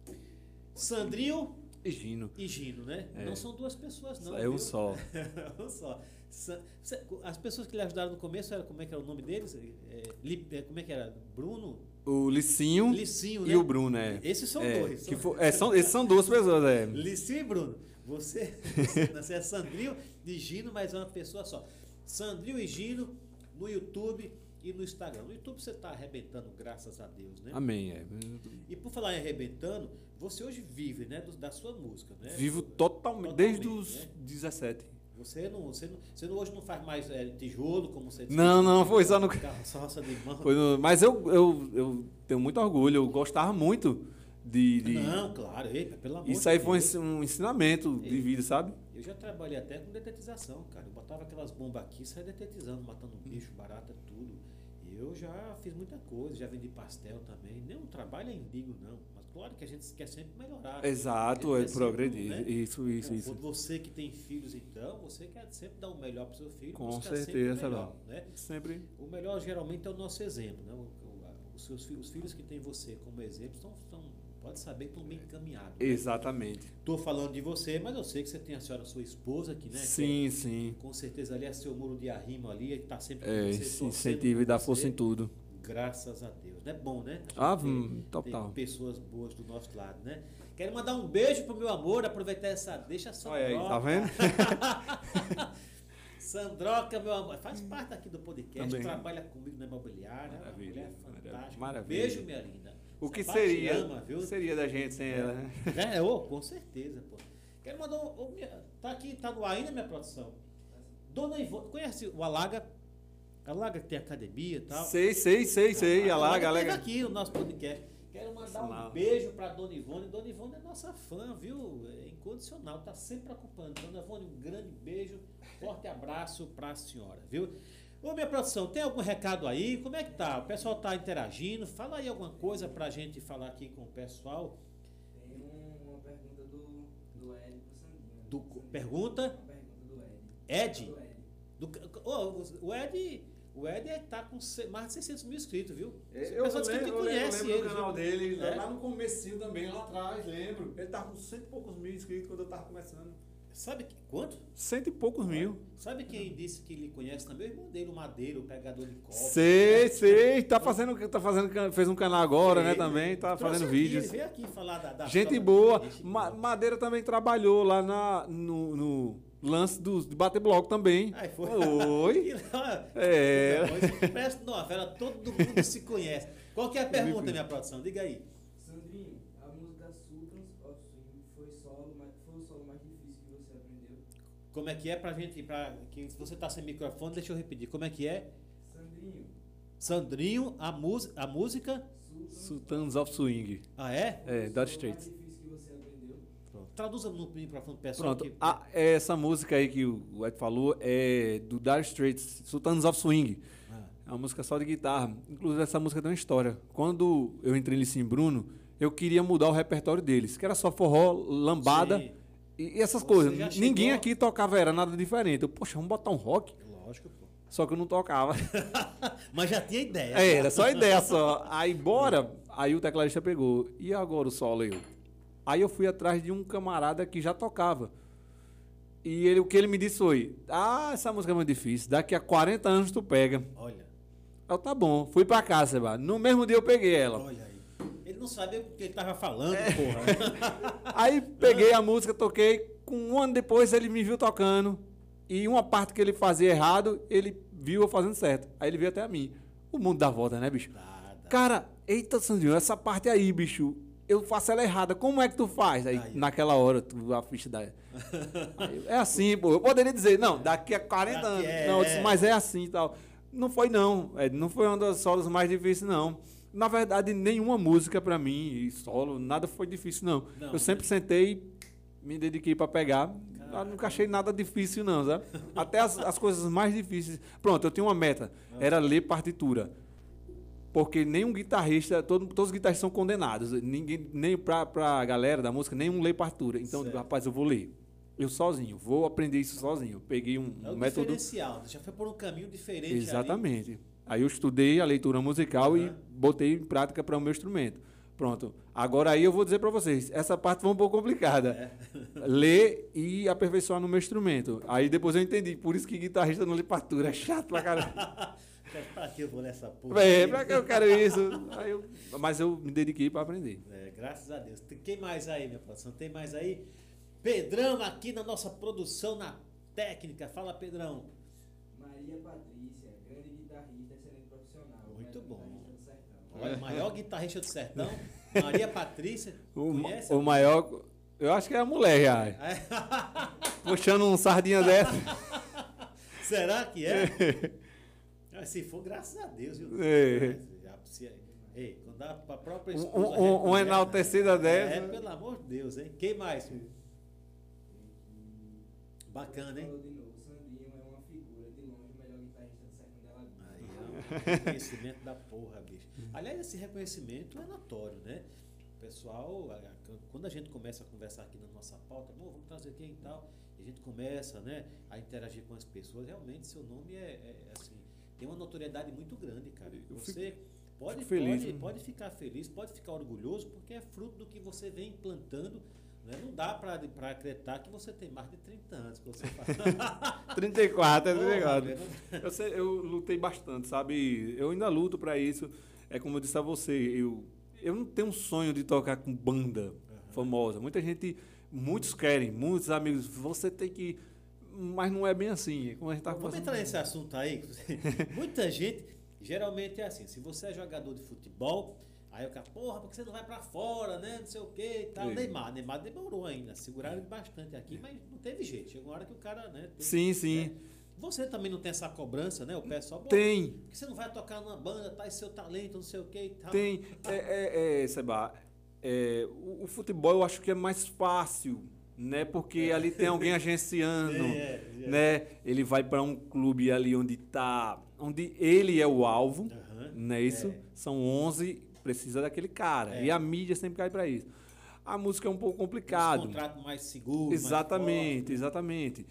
Sandrinho E Gino. e Gino, né? É. Não são duas pessoas, não. É um viu? só. um só. Sa- cê- As pessoas que lhe ajudaram no começo, era, como é que era o nome deles? É, Li- é, como é que era? Bruno? O Licinho Licinho, e né? o Bruno, é. Esses são É, dois. que São... fo- é, são, esses são duas pessoas, é. Licinho e Bruno. Você, você, você é Sandrinho e Gino, mas é uma pessoa só. Sandrinho e Gino no YouTube e no Instagram. No YouTube você está arrebentando, graças a Deus, né? Amém, é. E por falar em arrebentando, você hoje vive, né, do- da sua música, né? Vivo totalmente, Totalmente, desde os né? dezessete. Você não, você não, você não, hoje não faz mais é, tijolo, como você disse? Não, não, foi só no- Carroça de mão. Foi no- mas eu, eu, eu tenho muito orgulho, eu gostava muito de. de- Não, claro, eita, pelo amor isso aí de foi um Deus. ensi- um ensinamento de Ei. vida, sabe? Eu já trabalhei até com detetização, cara. Eu botava aquelas bombas aqui e saia detetizando, matando bicho, barata, tudo. Eu já fiz muita coisa, já vendi pastel também. Nenhum trabalho é indigno, não. Mas claro que a gente quer sempre melhorar. Exato, A é gente quer sempre, progredir. né? Isso, isso, Bom, isso. Você que tem filhos, então, você quer sempre dar o melhor para o seu filho. Com buscar sempre certeza, o melhor, né? Sempre. O melhor geralmente é o nosso exemplo, né? O- o- a- Os seus filhos, os filhos que tem você como exemplo estão, estão pode saber que estão bem encaminhados. Né? Exatamente. Estou falando de você, mas eu sei que você tem a senhora, sua esposa aqui, né? Sim, sim. Que, com certeza ali é seu muro de arrimo ali, ele está sempre É, com você, esse torcendo incentivo e por dá você. força em tudo. Graças a Deus. Não é bom, né? A gente Ah, ter- hum, ter total. pessoas boas do nosso lado, né? Quero mandar um beijo pro meu amor, aproveitar essa deixa só. Olha aí, tá vendo? Sandroca, meu amor, faz parte aqui do podcast, Também. trabalha comigo na imobiliária, é uma Maravilha, mulher maravilha, fantástica. maravilha. Beijo, minha linda. O que Essa parte seria, ama, viu? seria da gente sem ela, né? É, ô, com certeza, pô. Quero mandar um. ô, minha- tá aqui, tá no ar ainda, minha produção. Dona Ivone, conhece o Alaga? Alaga que tem academia e tal. Sei, sei, sei, sei. A lá, Alaga galera. esteve aqui no nosso podcast. Quero mandar um Sinal. beijo pra Dona Ivone. Dona Ivone é nossa fã, viu? É incondicional, tá sempre acompanhando. Dona Ivone, um grande beijo, forte abraço pra senhora, viu? Ô, minha produção, tem algum recado aí? Como é que tá? O pessoal tá interagindo? Fala aí alguma coisa pra gente falar aqui com o pessoal. Tem um- uma pergunta do, do Ed pro Sandrinho. Do- Sandrinho. pergunta? Uma pergunta do Ed. Ed? Do Ed. Do, ô, o Ed, o Ed é- tá com se- mais de seiscentos mil inscritos, viu? Eu, eu Pessoas que lembro, te eu lembro, eu conhecem lembro ele, do canal viu? dele, É. lá no comecinho também, lá atrás, lembro. Ele tava com cento e poucos mil inscritos quando eu tava começando. Sabe que, quanto? Cento e poucos mil. Sabe quem disse que ele conhece também? O irmão dele, o Madeiro, o pegador de copo. Sei, sei. Tá fazendo, tá fazendo, can- fez um canal agora, né? Ele Também, tá trouxe fazendo aqui, vídeos. Ele veio aqui falar da, da Gente história boa. dele, gente Ma- boa. Madeira também trabalhou lá na, no, no lance dos, de bater bloco também. Aí foi. Oi. E lá, É. Isso parece novela, todo mundo se conhece. Qual que é a pergunta, minha produção? Diga aí. Sandrinho, a música Sultans of Swing foi, solo, mas foi o solo mais difícil que você aprendeu? Como é que é pra gente, pra, que se você tá sem microfone, deixa eu repetir. Como é que é? Sandrinho, Sandrinho, a, mus, a música. Sultans Sultans of Swing. Ah, é? É, foi Dire o solo Straits. mais difícil que você aprendeu? Pronto. Traduza no microfone do pessoal. Pronto. que- Ah, essa música aí que o Ed falou é do Dire Straits, Sultans of Swing. Ah. É uma música só de guitarra. Inclusive, essa música tem uma história. Quando eu entrei em Licim Bruno, eu queria mudar o repertório deles, que era só forró, lambada Sim. e, e essas Você coisas. já Ninguém chegou- aqui tocava, era nada diferente. Eu, poxa, vamos botar um rock? Lógico, pô. só que eu não tocava. Mas já tinha ideia. É, era só ideia só. Aí, bora. Aí o tecladista pegou. E agora o solo eu? Aí eu fui atrás de um camarada que já tocava. E ele, o que ele me disse foi, ah, essa música é muito difícil. Daqui a quarenta anos tu pega. Olha, Eu, tá bom. Fui pra casa, Seba. No mesmo dia eu peguei ela. olha aí. Ele não sabia o que ele tava falando, É. porra. Aí peguei a música, toquei. Com um ano depois ele me viu tocando. E uma parte que ele fazia errado, ele viu eu fazendo certo. Aí ele veio até a mim. O mundo dá volta, né, bicho? Dá, dá. Cara, eita, Sandrinho, essa parte aí, bicho, eu faço ela errada. Como é que tu faz? Aí, Aí. naquela hora, tu, a ficha da... Aí, é assim, pô. Eu poderia dizer, não, daqui a quarenta Daqui anos. é, Não, eu disse, é. mas é assim e tal. Não foi, não. É, não foi uma das solos mais difíceis, não. Na verdade, nenhuma música pra mim, e solo, nada foi difícil, não. Não, eu sempre sentei, me dediquei pra pegar. Eu nunca achei nada difícil, não, sabe? Até as, as coisas mais difíceis. Pronto, eu tinha uma meta. Era ler partitura. Porque nenhum guitarrista, todo, todos os guitarristas são condenados. Ninguém, nem pra, pra galera da música, nenhum lê partitura. Então, eu digo, Certo. rapaz, eu vou ler. Eu sozinho, vou aprender isso sozinho. Peguei um, É um o método. diferencial. Já foi por um caminho diferente. Exatamente. Aí eu estudei a leitura musical e Aham. botei em prática para o meu instrumento. Pronto. Agora aí eu vou dizer para vocês, essa parte foi um pouco complicada. Ler e aperfeiçoar no meu instrumento. Aí depois eu entendi, por isso que guitarrista não lê partitura, é chato pra caramba. Ali. Pra que eu vou nessa porra? É, aqui? pra que eu quero isso? Aí eu- mas eu me dediquei para aprender. É, graças a Deus. Tem- Quem mais aí, minha produção? Tem mais aí? Pedrão aqui na nossa produção, na técnica. Fala, Pedrão. Maria Patrícia, grande guitarrista, excelente profissional. Muito melhor bom. guitarrista do sertão. Olha, o maior guitarrista do sertão, Maria Patrícia. O, Conhece? o maior, eu acho que é a mulher já. É. Puxando um sardinha dessa. Será que é? Ah, se for, graças a Deus, viu? É. Já, se- Ei, quando dá pra própria Um, esposa... um, um reconhece, enaltecida né? dessa. É, pelo amor de Deus, hein? Quem mais? Bacana, hein? Falou de novo, Sandrinho é uma figura, de longe, o melhor guitarrista do sertão de Alagoas. Aí é um reconhecimento da porra, bicho. Aliás, esse reconhecimento é notório, né? O pessoal, a- a- quando a gente começa a conversar aqui na nossa pauta, "Bom, vamos trazer quem e tal, e a gente começa, né, a interagir com as pessoas, realmente seu nome é, é, assim, tem uma notoriedade muito grande, cara. Eu Você pode, fico feliz, pode, né? pode ficar feliz, pode ficar orgulhoso, porque é fruto do que você vem implantando. Né? Não dá para acreditar que você tem mais de trinta anos. Que você faz. trinta e quatro, é Porra, trinta e quatro. velho, não- Eu, sei, eu lutei bastante, sabe? Eu ainda luto pra isso. É como eu disse a você, eu, eu não tenho um sonho de tocar com banda famosa. Muita gente, muitos querem, muitos amigos, você tem que... Mas não é bem assim. Como a gente tá Vamos conversando- entrar nesse assunto aí. Muita gente, geralmente é assim, se você é jogador de futebol, aí o cara, porra, porque você não vai pra fora, né? Não sei o que e tal. Sim. Neymar, Neymar demorou ainda, seguraram ele bastante aqui, mas não teve jeito. Chegou uma hora que o cara, né? teve- Sim, sim. né? Você também não tem essa cobrança, né? O pessoal, "Pô, Tem, porque você não vai tocar numa banda, tá? Esse seu talento, não sei o que e tal. tem. É, é, é, Seba, é, o, o futebol eu acho que é mais fácil, né? Porque ali tem alguém agenciando, É, é, é. né? Ele vai para um clube ali onde tá, onde ele é o alvo, Aham. não é isso? É. São onze, precisa daquele cara. É. E a mídia sempre cai para isso. A música é um pouco Os complicado. contratos mais seguros. mais Exatamente, fortes. exatamente.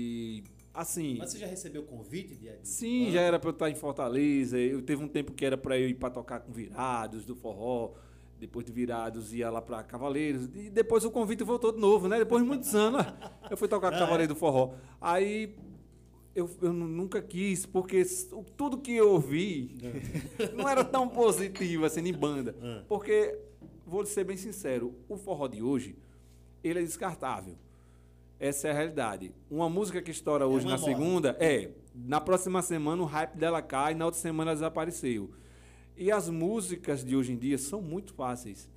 E assim, Mas você já recebeu convite de, de sim, banda? já era para eu estar em Fortaleza. Eu teve um tempo que era para eu ir para tocar com Virados do forró. Depois de Virados ia lá para Cavaleiros. E depois o convite voltou de novo, né? Depois de muitos anos, eu fui tocar com Ah, é? Cavaleiro do Forró. Aí eu, eu nu- nunca quis, porque s- o- tudo que eu ouvi não era tão positivo assim em banda. Ah. Porque, vou ser bem sincero, o forró de hoje, ele é descartável. Essa é a realidade. Uma música que estoura hoje uma na moda. segunda, é, na próxima semana o hype dela cai, na outra semana ela desapareceu. E as músicas de hoje em dia são muito fáceis.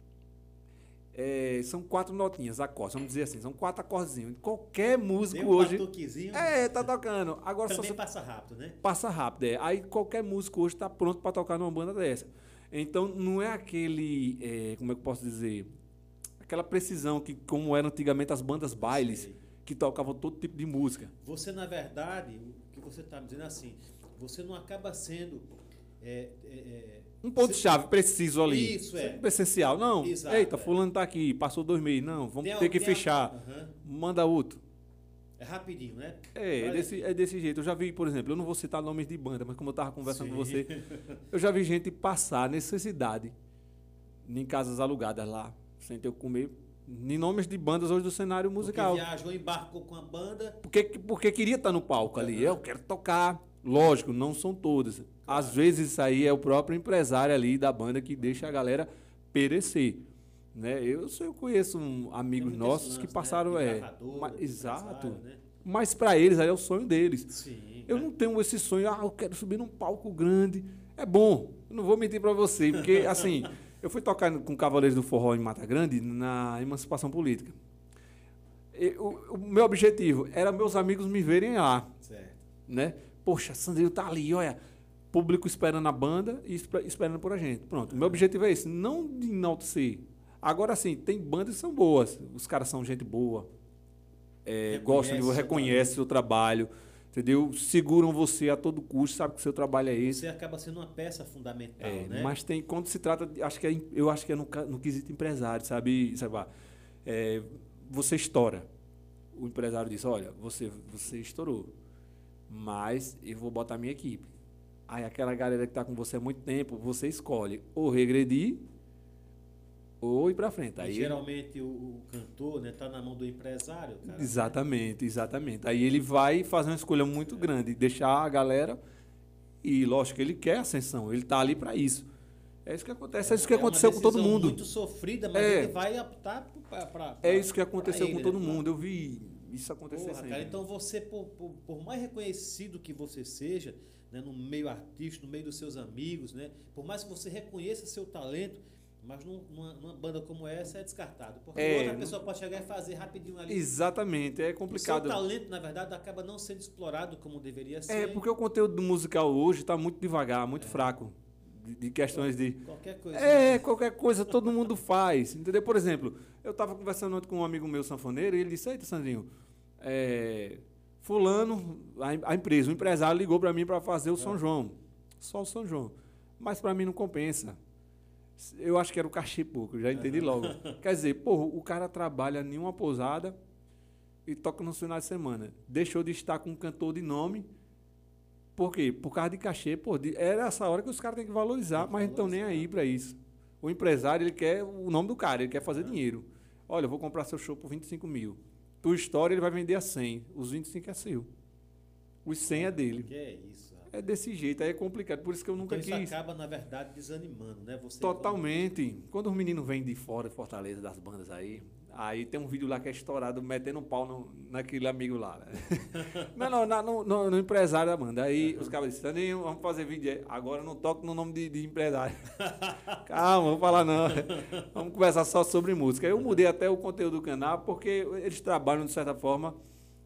É, são quatro notinhas, acordes, vamos dizer assim, são quatro acordezinhos. Qualquer músico Tem um hoje... batuquezinho, É, tá tocando. Agora só também você passa rápido, né? passa rápido, é. Aí qualquer músico hoje está pronto para tocar numa banda dessa. Então não é aquele, é, como é que eu posso dizer, aquela precisão que como eram antigamente as bandas bailes Sei. que tocavam todo tipo de música. Você, na verdade, o que você está me dizendo é assim, você não acaba sendo... é, é, é, Um ponto você- chave preciso ali. Isso, é. Sempre essencial. Não, Exato, eita, é. fulano tá aqui, passou dois meses. Não, vamos Tem ter que alguém- fechar. Aham. Manda outro. É rapidinho, né? É, é Olha- desse, é desse jeito. Eu já vi, por exemplo, eu não vou citar nomes de banda, mas como eu estava conversando com Sim. você, eu já vi gente passar necessidade em casas alugadas lá, sem ter o que comer, em nomes de bandas hoje do cenário musical. Porque viajou, embarcou com a banda. Porque, porque queria estar no palco ali. Eu quero tocar. Lógico, não são todas. Às vezes isso aí é o próprio empresário ali da banda que deixa a galera perecer. Né? Eu, eu conheço um, amigos Tem muito nossos esse que lance, passaram. né? De É, gravadora, ma- de exato. empresário, né? Mas para eles aí é o sonho deles. Sim. Eu né? não tenho esse sonho, ah, eu quero subir num palco grande. É bom, eu não vou mentir para você, porque assim, eu fui tocar com Cavaleiros do Forró em Mata Grande na emancipação política. E o, o meu objetivo era meus amigos me verem lá, Certo. né? Poxa, Sandrinho tá ali, olha, público esperando a banda e espe- esperando por a gente. Pronto, o meu objetivo é esse, não de enaltecer. Agora sim, tem bandas que são boas, os caras são gente boa, é, Reconhece gostam de seu você, reconhecem o seu trabalho, entendeu? Seguram você a todo custo, sabe que o seu trabalho é esse. Você acaba sendo uma peça fundamental, É, né? mas tem, quando se trata, de, acho que é, eu acho que é no, ca- no quesito empresário, sabe, sabe lá, é, você estoura. O empresário diz, olha, você, você estourou, mas eu vou botar minha equipe. Aí aquela galera que está com você há muito tempo, você escolhe ou regredir ou ir para frente. E Aí geralmente o, o cantor, né, tá na mão do empresário, cara. Exatamente, exatamente. Aí ele vai fazer uma escolha muito grande, deixar a galera, e lógico que ele quer ascensão, ele está ali para isso. É isso que acontece, é isso que É uma aconteceu com todo decisão mundo. muito sofrida, mas É. ele vai optar para É isso que aconteceu com todo né? mundo. Eu vi isso acontecer Porra, sempre. cara, então você, por, por, por mais reconhecido que você seja, né, no meio artístico, no meio dos seus amigos, né, por mais que você reconheça seu talento, mas num- numa, numa banda como essa é descartado. Porque É, outra não- pessoa pode chegar e fazer rapidinho ali. Exatamente, é O seu complicado. talento, na verdade, acaba não sendo explorado como deveria ser. É, porque o conteúdo musical hoje está muito devagar, muito fraco. De, de questões de. Qualquer coisa. É, qualquer coisa todo mundo faz. Entendeu? Por exemplo, eu estava conversando ontem com um amigo meu sanfoneiro e ele disse: Eita, Sandrinho, é, Fulano, a, a empresa, o empresário ligou para mim para fazer o São João. Só o São João. Mas para mim não compensa. Eu acho que era o cachê pouco, já entendi logo. Quer dizer, porra, o cara trabalha em uma pousada e toca nos finais de semana. Deixou de estar com um cantor de nome. Por quê? Por causa de cachê. Pô, de- era essa hora que os caras têm que valorizar, Tem que mas não estão nem valorizar. aí para isso. O empresário, ele quer o nome do cara, ele quer fazer dinheiro. Olha, eu vou comprar seu show por vinte e cinco mil. Tua história ele vai vender a cem. Os vinte e cinco é seu. Os cem é dele. Que é isso, rapaz. É desse jeito, aí é complicado. Por isso que eu nunca Então quis. isso acaba, na verdade, desanimando, né? Você Totalmente. Quando os meninos vêm de fora, de Fortaleza, das bandas aí, aí tem um vídeo lá que é estourado, metendo um pau no, naquele amigo lá. Né? não, não, na- no, no- no empresário da banda. Aí os caras disseram, Sandrinho, vamos fazer vídeo aí. Agora eu não toco no nome de, de empresário. Calma, não vou falar não. Vamos conversar só sobre música. Eu mudei até o conteúdo do canal, porque eles trabalham, de certa forma,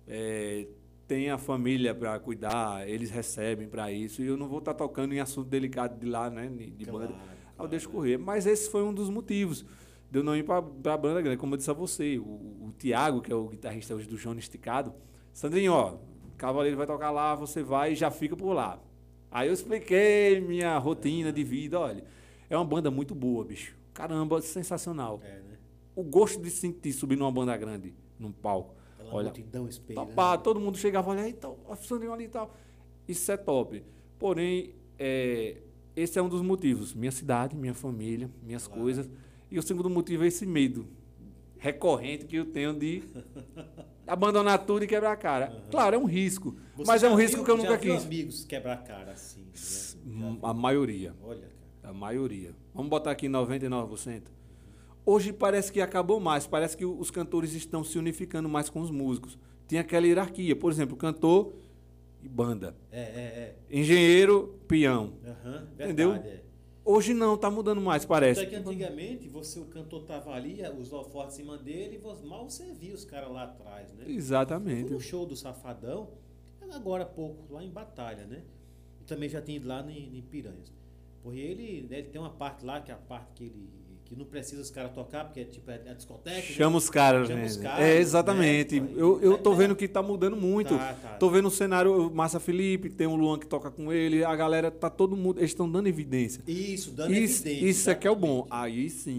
é, tem a família para cuidar, eles recebem para isso, e eu não vou estar tocando em assunto delicado de lá, né, de Claro, banda. Aí eu claro, deixo né? correr. Mas esse foi um dos motivos de eu não ir para a banda grande. Como eu disse a você, o, o Tiago, que é o guitarrista hoje do João Esticado, Sandrinho, ó, Cavaleiro vai tocar lá, você vai e já fica por lá. Aí eu expliquei minha rotina de vida, olha, é uma banda muito boa, bicho. Caramba, sensacional. É, né? O gosto de sentir subir numa banda grande, num palco. Aquela Olha, multidão esperando. topar, todo mundo chegava, olha aí, tá, o Sandrinho ali e tal. Isso é top. Porém, é, esse é um dos motivos. Minha cidade, minha família, minhas Claro. coisas. E o segundo motivo é esse medo recorrente que eu tenho de abandonar tudo e quebrar a cara. Uhum. Claro, é um risco. Você mas é já um risco viu- que eu já nunca viu quis. amigos quebrar a cara assim? né? Já viu? A maioria. Olha, cara. A maioria. Vamos botar aqui noventa e nove por cento. Hoje parece que acabou mais. Parece que os cantores estão se unificando mais com os músicos. Tem aquela hierarquia. Por exemplo, cantor e banda. É, é, Engenheiro, peão. é. Aham, verdade, Entendeu? é. Hoje não, tá mudando mais, Só parece. que antigamente você, o cantor tava ali, os holofotes em cima dele, e você, mal você via os caras lá atrás, né? Exatamente. No show do Safadão, agora há pouco, lá em Batalha, né? E também já tinha ido lá em, em Piranhas. Porque ele, né, ele tem uma parte lá, que é a parte que ele que não precisa os caras tocar, porque é tipo é a discoteca. Chama né? os caras, Chama né? os caras, É, exatamente. né? Eu, eu Vai tô ter- vendo que tá mudando muito. Tá, tá. Tô vendo o cenário, o Massa Felipe, tem o Luan que toca com ele, a galera, tá todo mundo, eles estão dando evidência. Isso, dando Isso, evidência. isso é que é o bom. exatamente. Aí sim.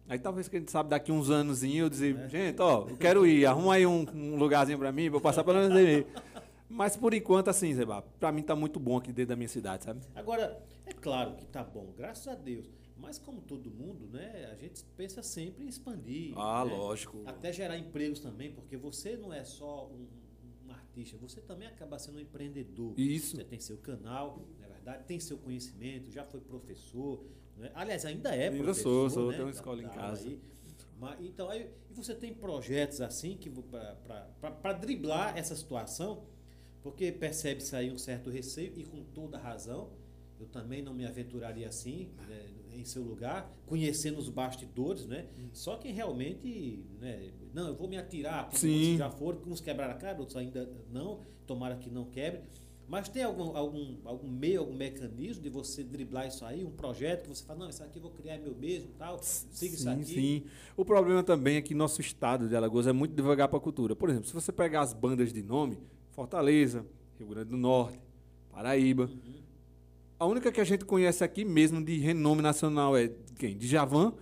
Aí talvez que a gente sabe daqui uns anos eu dizer, é. gente, ó, eu quero ir, arruma aí um, um lugarzinho pra mim, vou passar pelo menos aí. Mas por enquanto, assim, Zé Bá, pra mim tá muito bom aqui dentro da minha cidade, sabe? Agora, é claro que tá bom, graças a Deus. Mas como todo mundo, né, a gente pensa sempre em expandir. Ah, né? lógico. Até gerar empregos também, porque você não é só um, um artista, você também acaba sendo um empreendedor. Isso. Você tem seu canal, na verdade, tem seu conhecimento, já foi professor, né? Aliás, ainda é Ainda professor. sou, sou, né? tenho uma escola Dá em aula casa. Aí. Mas, então, aí, e você tem projetos assim que para driblar essa situação, porque percebe-se aí um certo receio, e com toda razão, eu também não me aventuraria assim, né, em seu lugar, conhecendo os bastidores, né? Só quem realmente, né, não, eu vou me atirar, como Sim. muitos já foram, uns quebraram a cara, outros ainda não, tomara que não quebre. Mas tem algum, algum, algum meio, algum mecanismo de você driblar isso aí, um projeto que você fala, não, isso aqui eu vou criar meu mesmo e tal, siga isso Sim, aqui. sim. O problema também é que nosso estado de Alagoas é muito devagar para a cultura. Por exemplo, se você pegar as bandas de nome, Fortaleza, Rio Grande do Norte, Paraíba, Uhum. a única que a gente conhece aqui mesmo de renome nacional é quem? Djavan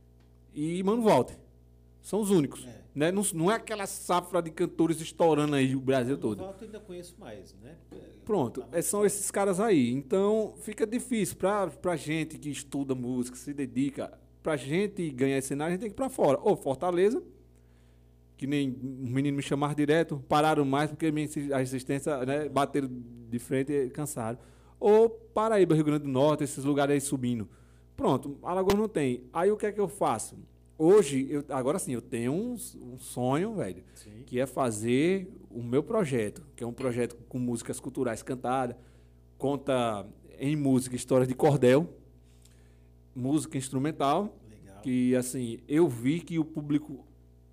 e Mano Walter. São os únicos. É. Né? Não, não é aquela safra de cantores estourando aí o Brasil todo. No Volta eu ainda conheço mais, né? Pronto, é, são esses caras aí. Então, fica difícil pra, pra gente que estuda música, se dedica, pra gente ganhar esse cenário, a gente tem que ir pra fora. Ou Fortaleza, que nem um menino me chamar direto, pararam mais porque minha insi- a resistência, né, bateram de frente e cansaram. Ou Paraíba, Rio Grande do Norte, esses lugares aí subindo. Pronto, Alagoas não tem. Aí o que é que eu faço? Hoje, eu, agora sim, eu tenho um, um sonho, velho, Sim. que é fazer o meu projeto, que é um projeto com músicas culturais cantadas, conta em música história de cordel, música instrumental, Legal. que assim, eu vi que o público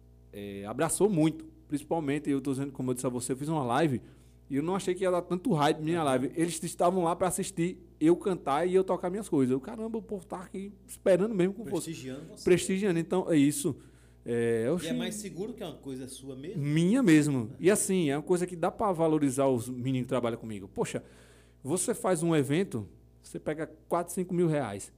é, abraçou muito, principalmente, eu estou dizendo, como eu disse a você, eu fiz uma live e eu não achei que ia dar tanto hype minha live. Eles estavam lá para assistir eu cantar e eu tocar minhas coisas. Eu, caramba, o povo tá aqui esperando mesmo como fosse. Prestigiando você. Prestigiando, então é isso. É, eu E é achei- mais seguro que é uma coisa sua mesmo? minha mesmo. E assim, é uma coisa que dá para valorizar os meninos que trabalham comigo. Poxa, você faz um evento, você pega quatro, cinco mil reais.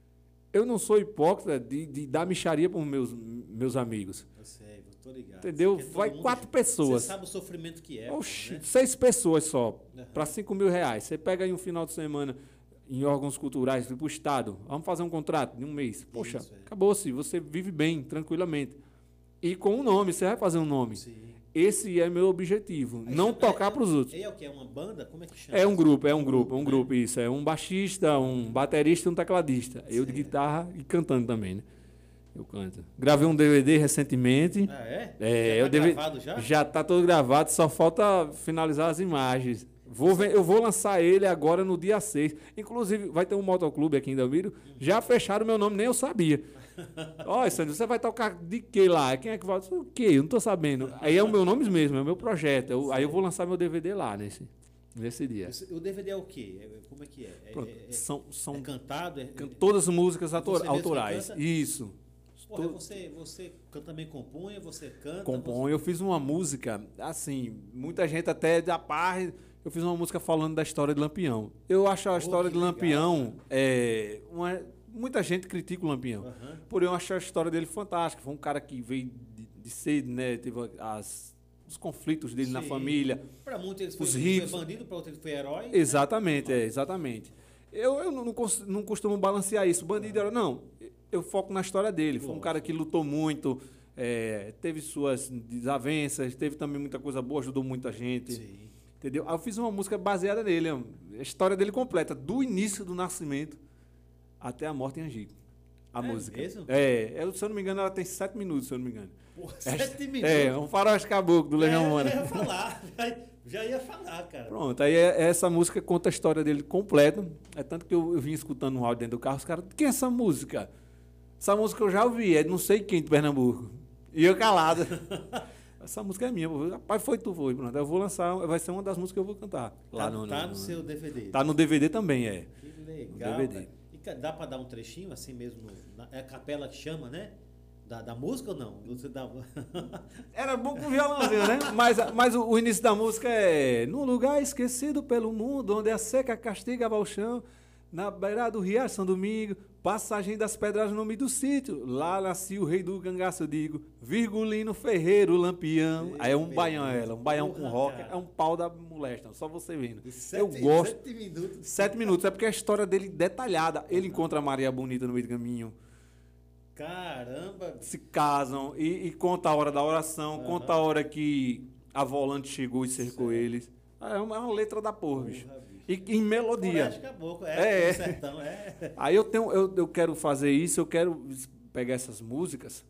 Eu não sou hipócrita de, de dar micharia para os meus, meus amigos. Eu sei, eu tô ligado. Entendeu? Porque todo Vai mundo- quatro pessoas. Você sabe o sofrimento que é. Oxi, né? seis pessoas só, Aham. para cinco mil reais. Você pega aí um final de semana em órgãos culturais, tipo o Estado, vamos fazer um contrato de um mês. Poxa, Isso, é. acabou-se, você vive bem, tranquilamente. E com um nome, você vai fazer um nome. Sim. Esse é meu objetivo, Aí não chama- tocar é- para os outros. É, é o que? É uma banda? Como é que chama? É um grupo, é um grupo, é um né? grupo, isso. É um baixista, um baterista e um tecladista. Eu de Certo. guitarra e cantando também, né? Eu canto. Gravei um D V D recentemente. Ah, é? É, já eu tá deve- gravado já? Já tá todo gravado, só falta finalizar as imagens. Vou, ver- eu vou lançar ele agora no dia seis. Inclusive, vai ter um motoclube aqui em Delmiro. Já fecharam meu nome, nem eu sabia. Olha, Sandro, você vai tocar de que lá? Quem é que vai? Eu disse, o quê? Eu não tô sabendo. Aí é o meu nome mesmo, é o meu projeto. Eu- aí eu vou lançar meu D V D lá nesse, nesse dia. Esse- O D V D é o quê? É- Como é que é? É, Pronto, é- é- são, é são cantado? É, can- todas as músicas autor- Você mesmo que autorais. canta? Isso. Porra, To- você, você can- também compõe, você canta? Compõe. Eu fiz uma música, assim, muita gente até da par. Eu fiz uma música falando da história de Lampião. Eu acho a Pô, história que de legal, Lampião. É, uma, muita gente critica o Lampião. Aham. Porém, eu acho a história dele fantástica. Foi um cara que veio de, de cedo, né? Teve as, os conflitos dele na Sim. família. Pra muitos eles foi, Os ele ricos. foi bandido, pra outros ele foi herói. né? Exatamente, é, exatamente. Eu, eu não, não cons- não costumo balancear isso. Bandido era. Não, eu foco na história dele. Foi um cara que lutou muito, é, teve suas desavenças, teve também muita coisa boa, ajudou muita gente. Sim. Entendeu? Aí eu fiz uma música baseada nele, ó, a história dele completa, do início do nascimento até a morte em Angico. A É música. mesmo? É, eu, se eu não me engano, ela tem sete minutos, se eu não me engano. Porra, sete minutos. É, um faroeste caboclo do Legião É, Urbana. já ia falar, já, já ia falar, cara. Pronto, aí é- essa música conta a história dele completa. É tanto que eu, eu vim escutando um áudio dentro do carro, os caras, quem é essa música? Essa música eu já ouvi, é de não sei quem de Pernambuco. E eu calado. Essa música é minha. Rapaz, foi tu, foi. Pronto, eu vou lançar, vai ser uma das músicas que eu vou cantar. Tá, tá no seu D V D. Tá no D V D também, é. Que legal. D V D. cara. E ca- dá pra dar um trechinho assim mesmo? na- É a capela que chama, né? Da, da música ou não? Você dá... Era bom com violãozinho, né? Mas, mas o, o início da música é... Num lugar esquecido pelo mundo, onde a seca castigava o chão, Na beira do Riacho São Domingo, passagem das pedras no nome do sítio. Lá nasci o rei do cangaço, eu digo. Virgulino Ferreiro Lampião. Ei, Aí é um meu baião Deus, ela, um baião com porra, rock. cara. É um pau da molesta, só você vendo. E eu sete- gosto. Sete minutos. Sete minutos, é porque a história dele detalhada. Ele encontra a Maria Bonita no meio do caminho. Caramba. Se casam e, e conta a hora da oração, Aham. conta a hora que a volante chegou e cercou Certo. eles. É uma, é uma letra da porra, bicho. Porra, bicho. E em melodia. Floresta Caboclo, é, É, é. é. Sertão, é. Aí eu tenho, eu, eu quero fazer isso, eu quero pegar essas músicas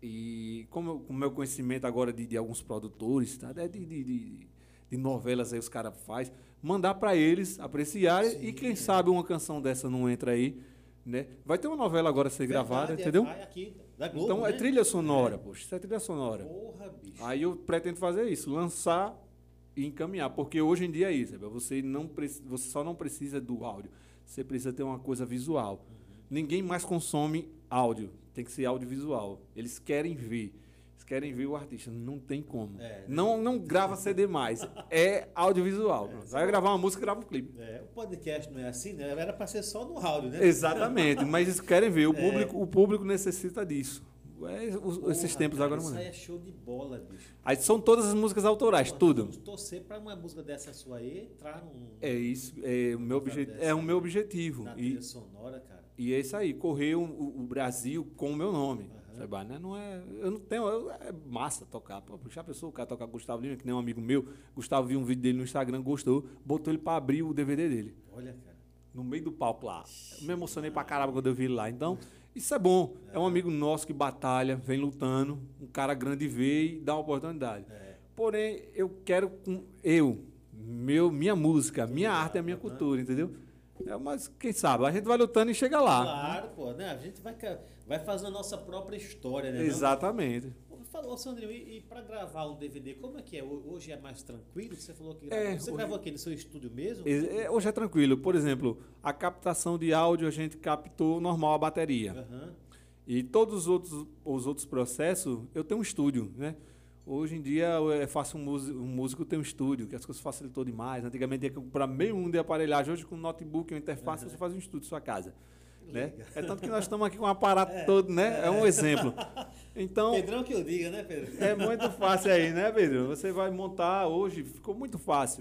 e como eu- com o meu conhecimento agora de, de alguns produtores, tá? de, de, de, de novelas aí os caras fazem, mandar para eles apreciarem Sim, e quem é. sabe uma canção dessa não entra aí, né? Vai ter uma novela agora a ser gravada, Verdade, entendeu? É, vai aqui, da Globo, Então é né? trilha sonora, poxa, isso é trilha sonora. Porra, bicho. Aí eu pretendo fazer isso, lançar e encaminhar, porque hoje em dia é isso, sabe? você não preci- você só não precisa do áudio, você precisa ter uma coisa visual. Ninguém mais consome áudio, tem que ser audiovisual. Eles querem ver, eles querem ver o artista, não tem como. É, né? Não não grava C D mais, é audiovisual. Pronto. Vai gravar uma música, grava um clipe. É, o podcast não é assim, né? Era pra ser só no áudio, né? Exatamente, mas eles querem ver, o É. público, o público necessita disso. É, os- Porra, esses tempos cara, agora, isso mano. aí é show de bola, bicho. Aí são todas as músicas autorais, Porra, tudo. Vamos torcer pra uma música dessa sua aí entrar num, É isso, é o meu, obje dessa é o meu objetivo. na E, trilha sonora, cara. e é isso aí, correr o, o- o Brasil com o meu nome. Aham. Sabe, né? Não é, eu não tenho, eu- é massa tocar. Pô, já pensou o cara tocar Gustavo Lima, que nem um amigo meu. Gustavo viu um vídeo dele no Instagram, gostou, botou ele pra abrir o D V D dele. Olha, cara. No meio do palco lá. Eu me emocionei pra caramba quando eu vi ele lá. Então, isso é bom. É um amigo nosso que batalha, vem lutando, um cara grande vê e dá uma oportunidade. É. Porém, eu quero com eu, meu, minha música, minha ligado, arte é a minha aham. cultura, entendeu? É, mas quem sabe, a gente vai lutando e chega lá. Claro, pô, né? A gente vai, ca- vai fazendo a nossa própria história, né? não? Exatamente. Pô, falou, Sandrinho, e, e pra gravar um D V D, como é que é? Ho- Hoje é mais tranquilo? Você falou que É, gravou. Você hoje- gravou aqui no seu estúdio mesmo? É, é, Hoje é tranquilo. Por exemplo, a captação de áudio a gente captou normal a bateria. Aham. E todos os outros, os outros processos, eu tenho um estúdio, né? Hoje em dia é fácil um músico, um músico ter um estúdio, que as coisas facilitou demais. Antigamente tinha que comprar meio mundo de aparelhagem. Hoje com um notebook, uma interface, você faz um estúdio em sua casa. Né? É tanto que nós estamos aqui com o aparato todo, né? É um exemplo. Então, Pedrão que eu diga, né, Pedro? é muito fácil aí, né, Pedro? Você vai montar hoje, ficou muito fácil.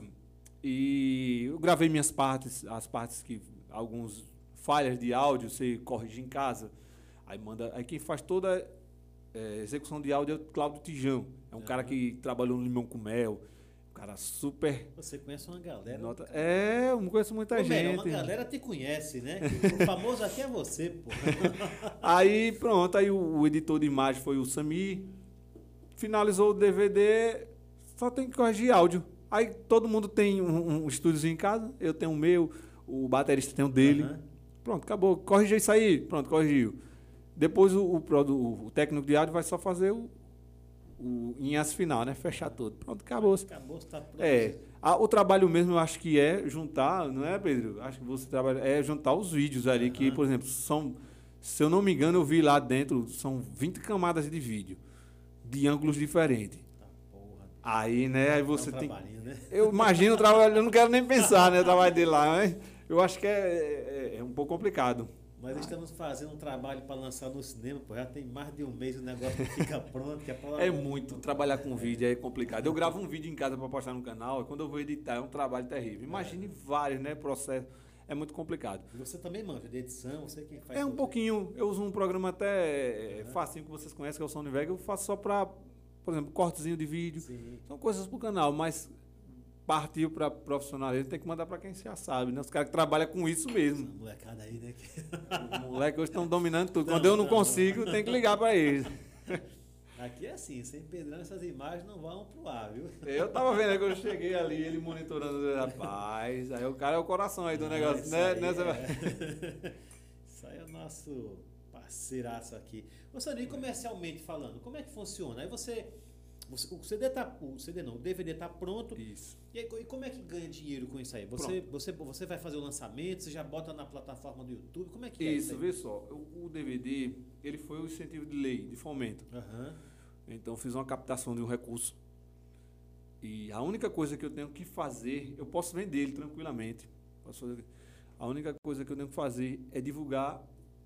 E eu gravei minhas partes, as partes que alguns falhas de áudio você corrige em casa. Aí manda, aí quem faz toda é, execução de áudio é o Cláudio Tijão. É um cara que trabalhou no Limão com Mel, um cara super Você conhece uma galera. nota. É, eu não conheço muita Ô, melhor, gente. uma galera te conhece, né? O famoso aqui é você, pô. Aí pronto, aí o, o editor de imagem foi o Sami. Finalizou o D V D, só tem que corrigir áudio. Aí todo mundo tem um, um estúdiozinho em casa, eu tenho o meu, o baterista tem o dele. Aham. Pronto, acabou. Corrigi isso aí, pronto, corrigiu. Depois o, o, produ- o técnico de áudio vai só fazer o, o em as final, né? Fechar tudo. Pronto, acabou. Acabou, você tá pronto. É, a- o trabalho mesmo eu acho que é juntar, não é, Pedro? Acho que você trabalha, é juntar os vídeos ali, que, Aham. por exemplo, são, se eu não me engano, eu vi lá dentro, são vinte camadas de vídeo, de ângulos diferentes. Tá, porra. Aí, né, aí você Dá um tem... trabalhinho, né? Eu imagino o trabalho, eu não quero nem pensar, né, o trabalho dele lá, mas eu acho que é, é, é um pouco complicado. Mas estamos fazendo um trabalho para lançar no cinema, pô. Já tem mais de um mês o negócio não fica pronto. Que é, pra... É muito, trabalhar com vídeo é complicado. Eu gravo um vídeo em casa para postar no canal, e quando eu vou editar é um trabalho terrível. Imagine vários, né, processos. É muito complicado. E você também manja de edição, você que faz. É um tudo. pouquinho, eu uso um programa até é, facinho que vocês conhecem, que é o Sony Vegas, eu faço só para, por exemplo, cortezinho de vídeo. Sim. São coisas pro canal, mas partiu para profissionalismo, tem que mandar para quem já sabe, né? Os caras que trabalham com isso Essa mesmo. molecada aí, né? que- Os moleques hoje estão dominando tudo. Não, Quando eu não não, consigo, tem que ligar para eles. Aqui é assim, sem Pedrão essas imagens não vão pro ar, viu? Eu tava vendo aí quando eu cheguei ali, ele monitorando, rapaz, aí o cara é o coração aí do Ah, negócio, isso né? aí Nessa... é. Isso aí é o nosso parceiraço aqui. Ô, Sandrinho, comercialmente falando, como é que funciona? Aí você, você- o C D tá, o C D não, o D V D tá pronto. Isso. E, aí, e como é que ganha dinheiro com isso aí? Você, você, você vai fazer o lançamento, você já bota na plataforma do YouTube, como é que é Isso, isso? aí? vê só, o, o D V D, ele foi o incentivo de lei, de fomento. Aham. Então fiz uma captação de um recurso. E a única coisa que eu tenho que fazer, eu posso vender ele tranquilamente. Posso fazer- A única coisa que eu tenho que fazer é divulgar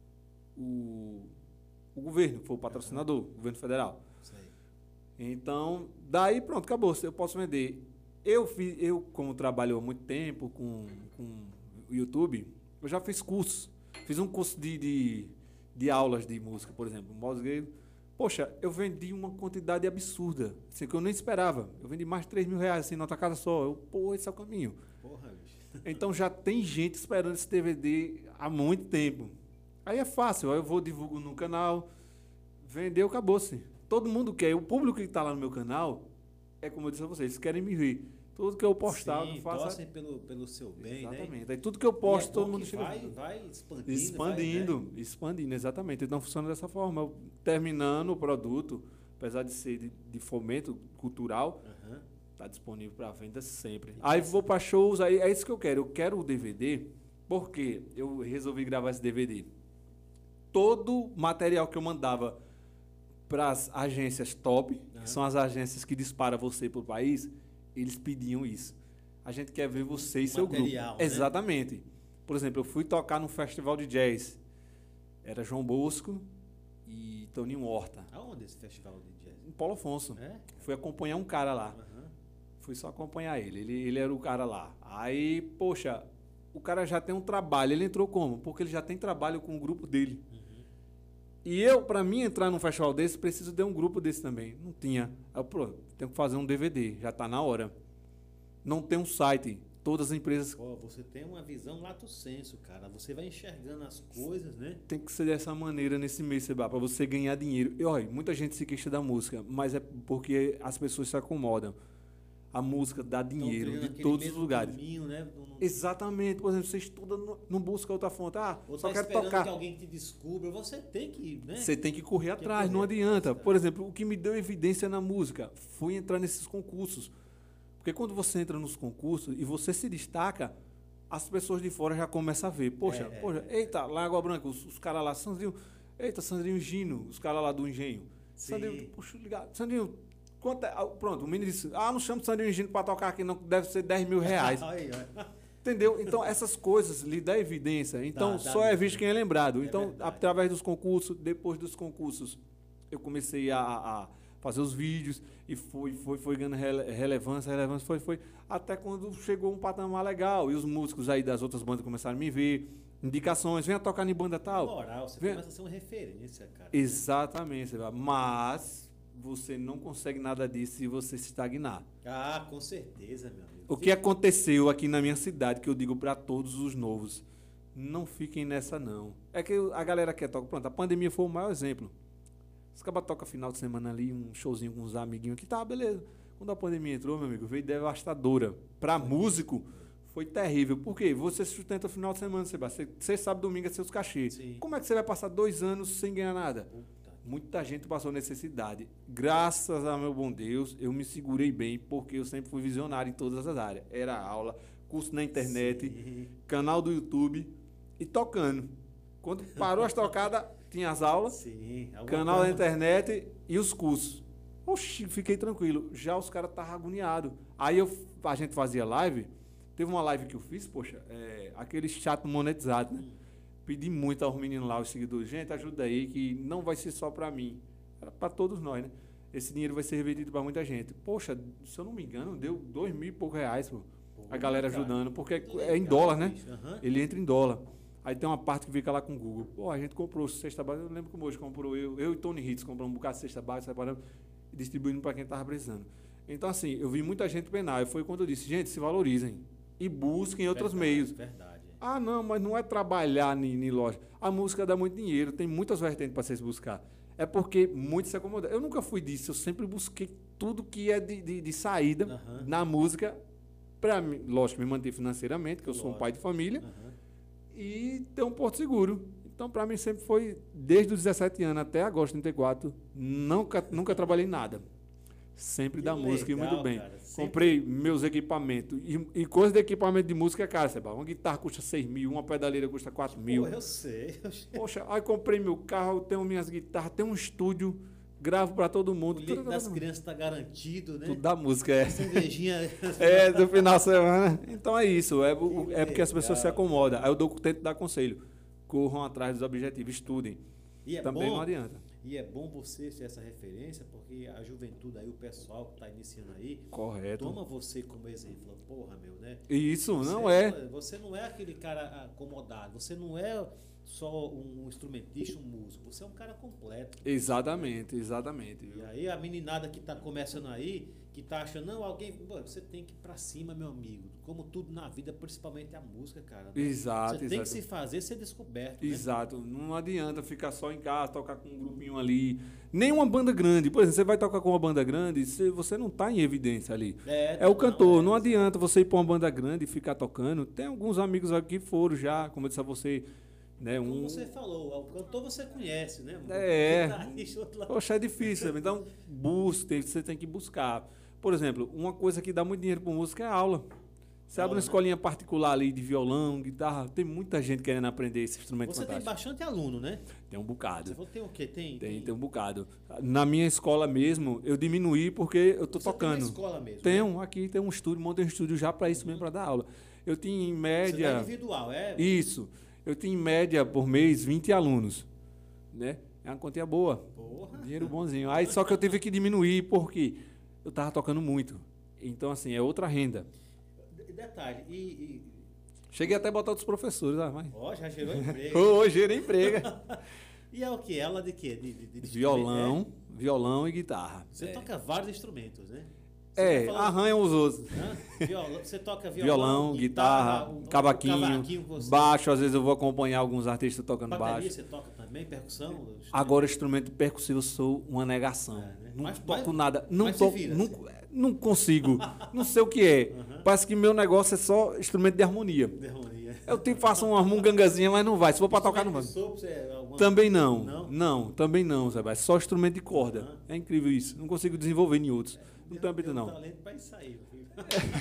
o, o governo, que foi o patrocinador, o governo federal. Isso aí. Então, daí pronto, acabou. Eu posso vender. Eu, fiz, eu como trabalho há muito tempo com, com o YouTube, eu já fiz cursos. Fiz um curso de, de, de aulas de música, por exemplo, modos grego. Poxa, eu vendi uma quantidade absurda, assim, que eu nem esperava. Eu vendi mais de três mil reais, assim, numa casa só. Eu, pô, esse é o caminho. Porra, bicho. Então já tem gente esperando esse D V D há muito tempo. Aí é fácil, aí eu vou, divulgo no canal, vendeu, acabou-se. Todo mundo quer. O público que está lá no meu canal, é como eu disse a vocês, eles querem me ver. Tudo que eu postar, Sim, eu faço. torcem pelo, pelo seu bem, Exatamente. né? Aí tudo que eu posto, E é todo bom mundo que chega. vai, vai expandindo. Expandindo, vai, né? expandindo, exatamente. Então funciona dessa forma. Eu, terminando o produto, apesar de ser de, de fomento cultural, Aham. está disponível para venda sempre. Aí vou para shows, aí é isso que eu quero. Eu quero o D V D, porque eu resolvi gravar esse D V D. Todo material que eu mandava para as agências top, Aham. que são as agências que disparam você para o país, eles pediam isso. A gente quer ver você e seu Material, grupo. né? Exatamente. Por exemplo, eu fui tocar num festival de jazz. Era João Bosco e Toninho Horta, Aonde esse festival de jazz? em Paulo Afonso. É? Fui acompanhar um cara lá. Aham. Fui só acompanhar ele. ele. Ele era o cara lá. Aí, poxa, o cara já tem um trabalho. Ele entrou como? Porque ele já tem trabalho com o grupo dele. Uhum. E eu, pra mim, entrar num festival desse, preciso de um grupo desse também. Não tinha. Aí eu, pô, tenho que fazer um D V D. Já tá na hora. Não tem um site. Todas as empresas Pô, você tem uma visão lato senso, cara. Você vai enxergando as coisas, né? tem que ser dessa maneira nesse mês, Seba, para você ganhar dinheiro. E olha, muita gente se queixa da música, mas é porque as pessoas se acomodam. A música dá Tão dinheiro trilhando de aquele todos os mesmo lugares. caminho, né? Não, não, Exatamente. Por exemplo, você estuda, não, não busca outra fonte. Ah, ou só tá quero esperando tocar. que alguém te descubra. Você tem que, né? Você tem que correr que atrás, correr não atrás, adianta. cara. Por exemplo, o que me deu evidência na música foi entrar nesses concursos. Porque quando você entra nos concursos e você se destaca, as pessoas de fora já começam a ver. Poxa, É, poxa, é, eita, lá Água Branca, os, os caras lá, Sandrinho, eita, Sandrinho e Gino, os caras lá do Engenho. Sim. Sandrinho, puxa, ligado. Sandrinho, quanto é? Ah, pronto, o menino disse, ah, não chama Sandrinho e Gino para tocar aqui, não, deve ser dez mil reais. Aí, ó. Entendeu? Então, essas coisas lhe dá evidência. Então, Dá, dá só é mesmo. visto quem é lembrado. É Então, verdade. através dos concursos, depois dos concursos, eu comecei a, a fazer os vídeos e foi, foi, foi ganhando rele- relevância, relevância, foi, foi. Até quando chegou um patamar legal. E os músicos aí das outras bandas começaram a me ver. Indicações, venha tocar em banda tal. Moral, você Vem- começa a ser uma referência, cara. Exatamente, Seba. Mas você não consegue nada disso se você se estagnar. Ah, com certeza, meu amigo. O que aconteceu aqui na minha cidade, que eu digo para todos os novos, não fiquem nessa não. É que a galera quer tocar. Pronto, a pandemia foi o maior exemplo. Os cabas tocam final de semana ali, um showzinho com uns amiguinhos aqui, tá, beleza. Quando a pandemia entrou, meu amigo, veio devastadora. Para músico, foi terrível. Por quê? Você sustenta o final de semana, Sebastião. Você sabe domingo é seus cachês. Sim. Como é que você vai passar dois anos sem ganhar nada? Puta. Muita gente passou necessidade. Graças a meu bom Deus, eu me segurei bem, porque eu sempre fui visionário em todas as áreas. Era aula, curso na internet, Sim. canal do YouTube e tocando. Quando parou as tocadas, tinha as aulas, Sim. alguma canal da coisa- internet e os cursos. Oxi, fiquei tranquilo. Já os caras estavam agoniados. Aí eu, a gente fazia live. Teve uma live que eu fiz, poxa, é, aquele chato monetizado, né? Pedi muito aos meninos lá, os seguidores. Gente, ajuda aí, que não vai ser só para mim. Era para todos nós, né? Esse dinheiro vai ser revertido para muita gente. Poxa, se eu não me engano, deu dois mil e poucos reais, pô. Pô, A galera cara, ajudando, porque que é em legal, dólar, né? bicho. Aham. Ele entra em dólar. Aí tem uma parte que fica lá com o Google. Pô, a gente comprou cesta básica. Eu lembro que o Mojo comprou, eu, eu e Tony Hitz compramos um bocado de cesta básica, separando e distribuindo para quem estava precisando. Então, assim, eu vi muita gente penar. E foi quando eu disse, gente, se valorizem e busquem outros Verdade, meios. Verdade. Ah, não, mas não é trabalhar em loja. A música dá muito dinheiro, tem muitas vertentes para vocês buscar. É porque muitos se acomodam. Eu nunca fui disso, eu sempre busquei tudo que é de, de, de saída Aham. na música, para mim, lógico, me manter financeiramente, que eu sou um Lógico. pai de família, Aham. e ter um porto seguro. Então, para mim, sempre foi, desde os dezessete anos até agosto de trinta e quatro, nunca, nunca trabalhei em nada. Sempre Que da música e legal, muito bem. cara. Sempre- Comprei meus equipamentos. E, e coisa de equipamento de música é cara, Seba. Uma guitarra custa seis mil, uma pedaleira custa quatro mil. Pô, eu sei. Eu sei. Poxa, aí comprei meu carro, tenho minhas guitarras, tenho um estúdio, gravo pra todo O mundo. leite Tudo, das tudo, crianças tá garantido, né? tudo da música, é. Cervejinha. É, do final de semana. Então é isso, é, o- é porque as pessoas se legal. acomodam. Aí eu dou, tento dar conselho. Corram atrás dos objetivos, estudem. E é Também bom, não adianta. E é bom você ser essa referência, porque a juventude aí, o pessoal que está iniciando aí, Correto. toma você como exemplo. Fala, porra, meu, né? Isso, Você não é. Você não é aquele cara acomodado, você não é só um instrumentista, um músico, você é um cara completo. Exatamente, exatamente. E aí a meninada que está começando aí, que tá achando, não, alguém, pô, você tem que ir pra cima, meu amigo. Como tudo na vida, principalmente a música, cara. Né? Exato, Você tem exato. que se fazer ser descoberto. Né? Exato, não adianta ficar só em casa, tocar com um grupinho ali. Nem uma banda grande. Por exemplo, você vai tocar com uma banda grande, você você não está em evidência ali. É, É o cantor, é, não adianta você ir para uma banda grande e ficar tocando. Tem alguns amigos aqui que foram já, como eu disse a você, né? Como Um... você falou, o cantor você conhece, né? É. O guitarrista, outro lá. Poxa, é difícil. Então, busque, você tem que buscar. Por exemplo, uma coisa que dá muito dinheiro para música é a aula. Você abre Aula, uma né? escolinha particular ali de violão, guitarra, tem muita gente querendo aprender esse instrumento Você tem fantástico. bastante aluno, né? Tem um bocado. Você falou, tem o quê? Tem, Tem, tem um bocado. Na minha escola mesmo, eu diminuí porque eu tô Você tocando. Tem uma escola mesmo. Tenho, né? aqui tem um estúdio, montei um estúdio já para isso mesmo, para dar aula. Eu tinha em Você média... dá individual, é? Isso. Eu tinha em média por mês vinte alunos, né? É uma quantia boa. Porra. Dinheiro bonzinho. Aí só que eu tive que diminuir porque eu tava tocando muito. Então assim, é outra renda. De- Detalhe, e, e- Cheguei até a botar outros professores, ah, mas ó, já gerou emprego. hoje ele emprega. E é o quê? Ela de quê? De, de- de Violão, instrumento, violão e guitarra. é? Você É. toca vários instrumentos, né? Você É, tá falando- arranham os outros. Hã? Violão, você toca violão, Violão, guitarra, o- o cavaquinho, cavaquinho que você- baixo, às vezes eu vou acompanhar alguns artistas tocando bateria, baixo. você toca também, percussão? Agora, instrumento percussivo, eu sou uma negação. É, né? Não Mas- toco mas- nada. Não, mas se toco, vira, não, assim. não consigo. Não sei o que é. Parece que meu negócio é só instrumento de harmonia. De harmonia. Eu tenho, faço uma mungangazinha, mas não vai. Se for para tocar, não vai. Instrumento de sopro, você- alguma- Também não. Não? Não, também não, Zé. Só instrumento de corda. Aham. É incrível isso. Não consigo desenvolver em outros. Não Tem- tem âmbito, tem um não. talento pra isso aí, meu filho.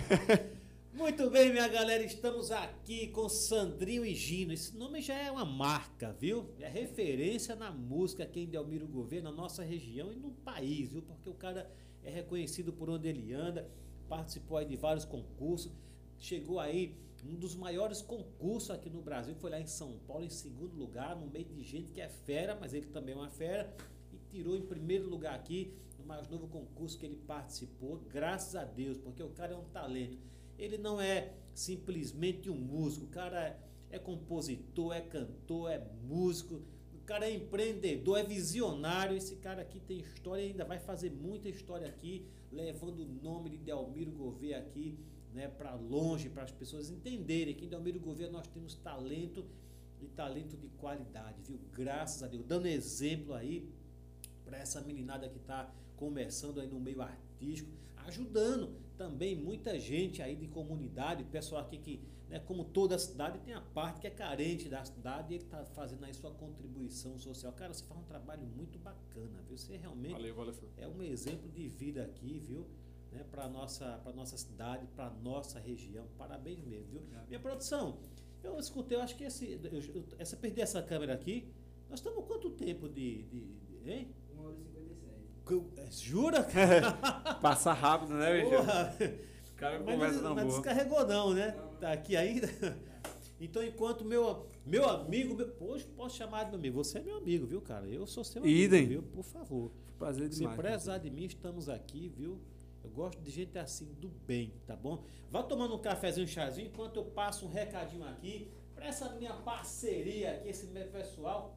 Muito bem, minha galera, estamos aqui com Sandrinho e Gino. Esse nome já é uma marca, viu? É referência na música aqui em Delmiro Gouveia, na nossa região e no país, viu? Porque o cara é reconhecido por onde ele anda, participou aí de vários concursos, chegou aí um dos maiores concursos aqui no Brasil, foi lá em São Paulo, em segundo lugar, no meio de gente que é fera, mas ele também é uma fera, e tirou em primeiro lugar aqui no mais novo concurso que ele participou, graças a Deus, porque o cara é um talento. Ele não é simplesmente um músico, o cara é, é compositor, é cantor, é músico, o cara é empreendedor, é visionário. Esse cara aqui tem história e ainda vai fazer muita história aqui, levando o nome de Delmiro Gouveia aqui, né, para longe, para as pessoas entenderem que em Delmiro Gouveia nós temos talento e talento de qualidade, viu? Graças a Deus, dando exemplo aí para essa meninada que está começando aí no meio artístico, ajudando também muita gente aí de comunidade, pessoal aqui que, né, como toda a cidade, tem a parte que é carente da cidade e ele está fazendo aí sua contribuição social. Cara, você faz um trabalho muito bacana, viu? Você realmente Valeu, valeu. é um exemplo de vida aqui, viu? Né, para nossa, para nossa cidade, para nossa região. Parabéns mesmo, viu? Minha produção, eu escutei, eu acho que esse, eu, eu, essa perder essa câmera aqui, nós estamos quanto tempo de, de, de hein? uma hora e cinquenta e sete. Jura? Passa rápido, né, bicho? Porra. O cara Mas, conversa não- tão mas boa. descarregou não, né? Tá aqui ainda. Então, enquanto meu, meu amigo, meu, poxa, posso chamar de meu amigo. Você é meu amigo, viu, cara? Eu sou seu amigo, Idem. viu? Por favor. Prazer Se demais. prezar de mim, estamos aqui, viu? Eu gosto de gente assim, do bem, tá bom? Vá tomando um cafezinho, um chazinho, enquanto eu passo um recadinho aqui para essa minha parceria aqui, esse meu pessoal.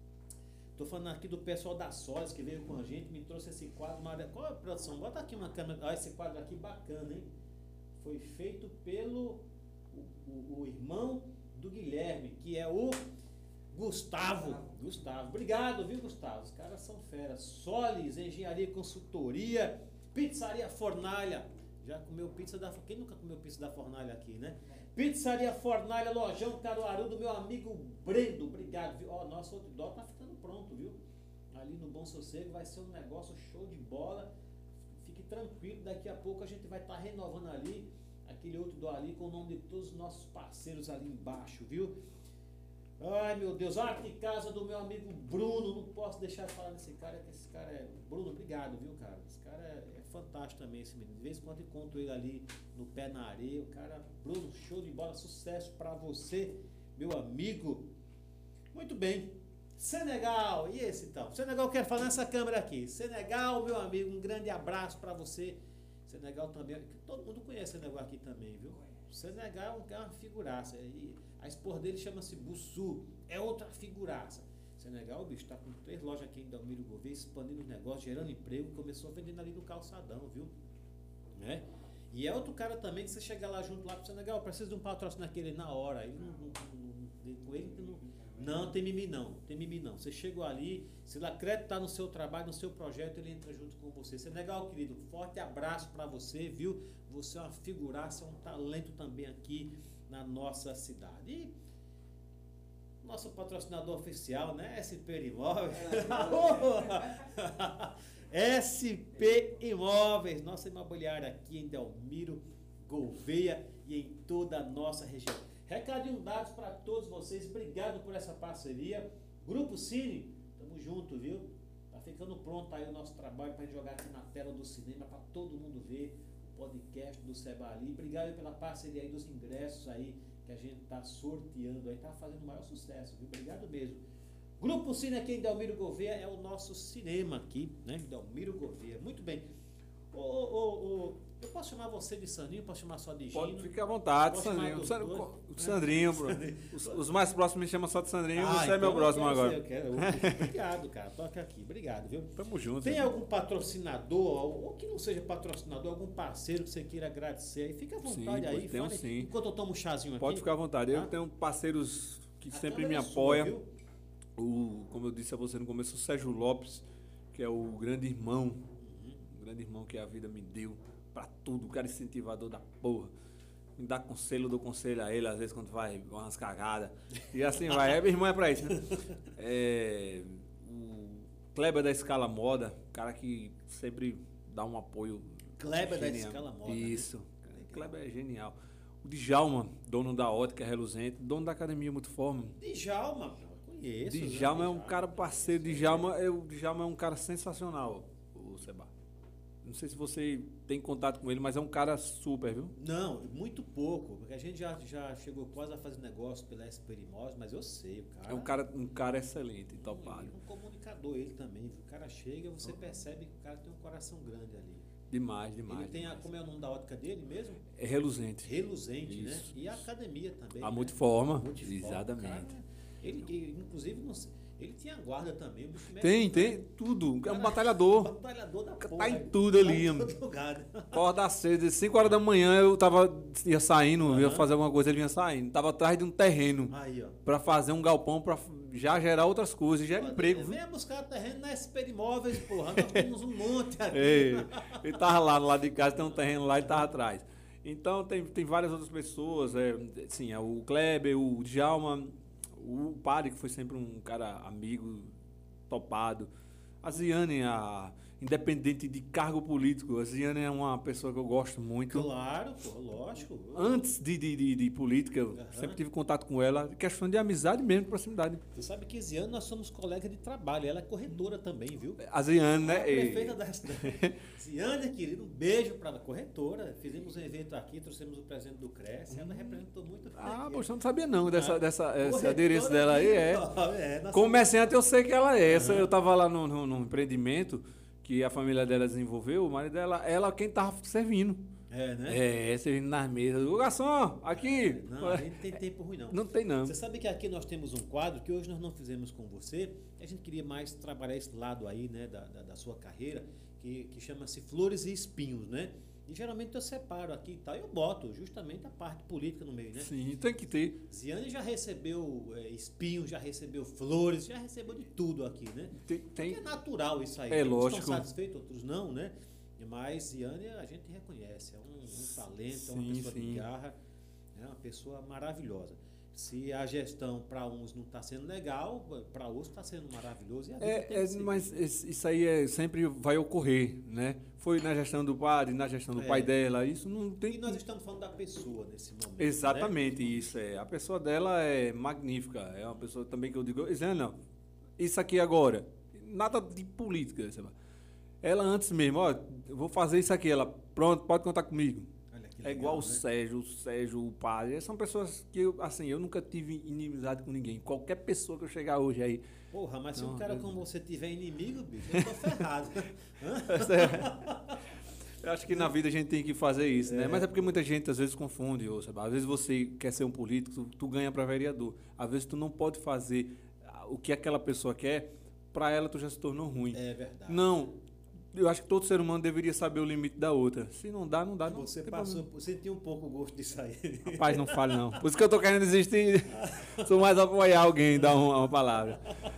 Tô falando aqui do pessoal da Solis que veio com a gente, me trouxe esse quadro. Mara- Qual é a produção? Bota aqui uma câmera. Olha esse quadro aqui bacana, hein? Foi feito pelo o, o- o irmão do Guilherme, que é o Gustavo. Gustavo. Obrigado, viu, Gustavo? Os caras são feras. Solis, Engenharia e Consultoria, Pizzaria Fornalha. Já comeu pizza da... Quem nunca comeu pizza da Fornalha aqui, né? Pizzaria Fornalha, Lojão Caruaru, do meu amigo Brendo. Obrigado, viu? Ó, nosso outdoor tá ficando pronto, viu? Ali no Bom Sossego vai ser um negócio show de bola. Fique tranquilo, daqui a pouco a gente vai estar renovando ali aquele outdoor ali com o nome de todos os nossos parceiros ali embaixo, viu? Ai, meu Deus, olha que casa do meu amigo Bruno, não posso deixar de falar desse cara, que esse cara é... Bruno, obrigado, viu, cara? Esse cara é, é fantástico também, esse menino. De vez em quando encontro ele ali no pé na areia, o cara... Bruno, show de bola, sucesso pra você, meu amigo. Muito bem. Senegal, e esse então? Senegal, quero falar nessa câmera aqui. Senegal, meu amigo, um grande abraço pra você. Senegal também, todo mundo conhece Senegal aqui também, viu? Senegal é uma figuraça. E a esposa dele chama-se Bussu, é outra figuraça. Senegal, o bicho, tá com três lojas aqui em Delmiro Gouveia, expandindo os negócios, gerando emprego, começou vendendo ali no calçadão, viu? Né? E é outro cara também que você chegar lá junto lá pro Senegal, precisa de um patrocínio naquele na hora. Ele não, não, não, com ele não, não tem mimi não, tem mimi não. Você chegou ali, se ele acreditar no seu trabalho, no seu projeto, ele entra junto com você. Senegal, querido, forte abraço pra você, viu? Você é uma figuraça, é um talento também aqui na nossa cidade. E nosso patrocinador oficial, né? S P Imóveis. S P Imóveis, nossa imobiliária aqui em Delmiro Gouveia e em toda a nossa região. Recadinho dados para todos vocês, obrigado por essa parceria. Grupo Cine, tamo junto, viu? Tá ficando pronto aí o nosso trabalho para jogar aqui na tela do cinema para todo mundo ver o podcast do Seba ali. Obrigado pela parceria aí dos ingressos aí que a gente tá sorteando aí, tá fazendo o maior sucesso, viu? Obrigado mesmo. Grupo Cine aqui em Delmiro Gouveia é o nosso cinema aqui, né? Delmiro Gouveia. Muito bem. Ô, ô, ô, eu posso chamar você de Sandrinho? Posso chamar só de Gino? Pode ficar à vontade, Posso chamar Sandrinho. dos Sandro- dois? O Sandrinho, bro. Os, os mais próximos me chamam só de Sandrinho, Ah, você é meu então próximo eu quero agora. ser, eu quero. Obrigado, cara. Toca aqui. Obrigado, viu? Tamo junto. Tem né? algum patrocinador, ou que não seja patrocinador, algum parceiro que você queira agradecer aí? Fica à Sim, vontade aí. pode ter um fale. sim. Enquanto eu tomo um chazinho aqui. Pode ficar à vontade. Eu Tá? tenho parceiros que A sempre câmera me é sua, apoiam. viu? O, como eu disse a você no começo, o Sérgio Lopes, que é o grande irmão, Uhum. o grande irmão que a vida me deu pra tudo, o cara incentivador da porra. Me dá conselho, eu dou conselho a ele, às vezes quando vai umas cagadas. E assim vai. É, meu irmão é pra isso, né? É, o Kleber da Escala Moda, cara que sempre dá um apoio. Kleber da genial. Escala Moda, né? Isso. O Kleber é genial. O Djalma, dono da ótica reluzente, dono da academia Multiforme. Djalma, pô, eu conheço. né? Djalma é um cara parceiro. Djalma é, o Djalma é um cara sensacional, o Seba. Não sei se você tem contato com ele, mas é um cara super, viu? Não, muito pouco, porque a gente já, já chegou quase a fazer negócio pela S P Imóveis, mas eu sei, o cara... É um cara, um cara excelente, topado. Um, um comunicador ele também, viu? O cara chega, você percebe que o cara tem um coração grande ali. Demais, demais. Ele tem a, demais. como é o nome da ótica dele mesmo? É reluzente. Reluzente, né? Isso, E a academia também. A né? Multiforma. Multiforma, Exatamente. cara, ele, ele, inclusive, não sei, ele tinha guarda também. O bicho Tem, mete- tem tudo. É um Cara, batalhador. Batalhador da porra. Tá em tudo ali, Tá em mano. todo lugar. Acorda cedo, cinco horas da manhã eu tava, ia saindo, ia Aham. fazer alguma coisa, ele vinha saindo. Tava atrás de um terreno Aí, ó. pra fazer um galpão pra já gerar outras coisas, gera emprego. viu? Venha buscar terreno na S P Imóveis, porra. Nós temos um monte aqui. Ei, ele tava lá no lado de casa, tem um terreno lá e tava atrás. Então tem, tem várias outras pessoas, é, sim, é o Kleber, o Djalma, o padre, que foi sempre um cara amigo, topado. A Ziane, a independente de cargo político, a Ziane é uma pessoa que eu gosto muito. Claro, pô, lógico. Antes de, de, de, de política, eu Aham. sempre tive contato com ela, questão de amizade mesmo, proximidade. Você sabe que esse ano nós somos colegas de trabalho. Ela é corretora também, viu? A Ziane, A né? e- prefeita da cidade. Ziane, querido, um beijo para a corretora. Fizemos um evento aqui, trouxemos o presente do Cresce. Ela representou muito bem. Ah, aqui. poxa, eu não sabia não dessa, Ah, dessa esse corretora adereço dela aí, é. é nós Comerciante eu sei que ela é. Essa, Aham. eu tava lá no, no, no empreendimento que a família dela desenvolveu, o marido dela, ela quem tava servindo. somos- É, né? É, servindo nas mesas. Ô garçom, aqui! Não, a gente não tem tempo ruim, não. Não tem não. Você sabe que aqui nós temos um quadro que hoje nós não fizemos com você. A gente queria mais trabalhar esse lado aí, né, da, da, da sua carreira, que, que chama-se Flores e Espinhos, né? E geralmente eu separo aqui e tal, e eu boto justamente a parte política no meio, né? Sim, tem que ter. Ziane já recebeu é, espinhos, já recebeu flores, já recebeu de tudo aqui, né? Tem, Porque tem- é natural isso aí. É Uns lógico. estão satisfeitos, outros não, né? Mas Ziane a gente reconhece, é um, um talento, é uma Sim, pessoa de sim. garra, é uma pessoa maravilhosa. se a gestão para uns não está sendo legal, para outros está sendo maravilhoso. E a vida tem É, que é, ser. mas esse- isso aí é, sempre vai ocorrer, né? Foi na gestão do padre, na gestão do É. pai dela, isso não E tem... nós estamos falando da pessoa nesse momento. Exatamente né? isso, é. A pessoa dela é magnífica, é uma pessoa também que eu digo, Zé, não, isso aqui agora, nada de política, sabe? Ela antes mesmo, ó, eu vou fazer isso aqui, ela, pronto, pode contar comigo. Olha que É legal, igual o né? Sérgio, o Sérgio, o padre. São pessoas que, eu, assim, eu nunca tive inimizade com ninguém. Qualquer pessoa que eu chegar hoje aí. Porra, mas se Não, um cara eu- como você tiver inimigo, bicho, eu tô ferrado. Hã? Eu acho que na vida a gente tem que fazer isso, né? É. Mas é porque muita gente às vezes confunde, ou, sabe? Às vezes você quer ser um político, tu, tu ganha para vereador. Às vezes tu não pode fazer ah, o que aquela pessoa quer, para ela tu já se tornou ruim. É verdade. Não. Eu acho que todo ser humano deveria saber o limite da outra. Se não dá, não dá. Não Você tem passou, problema. sentiu um pouco o gosto disso aí. Rapaz, não fale não. Por isso que eu tô querendo desistir. Sou mais apoiar alguém, dar uma, uma palavra.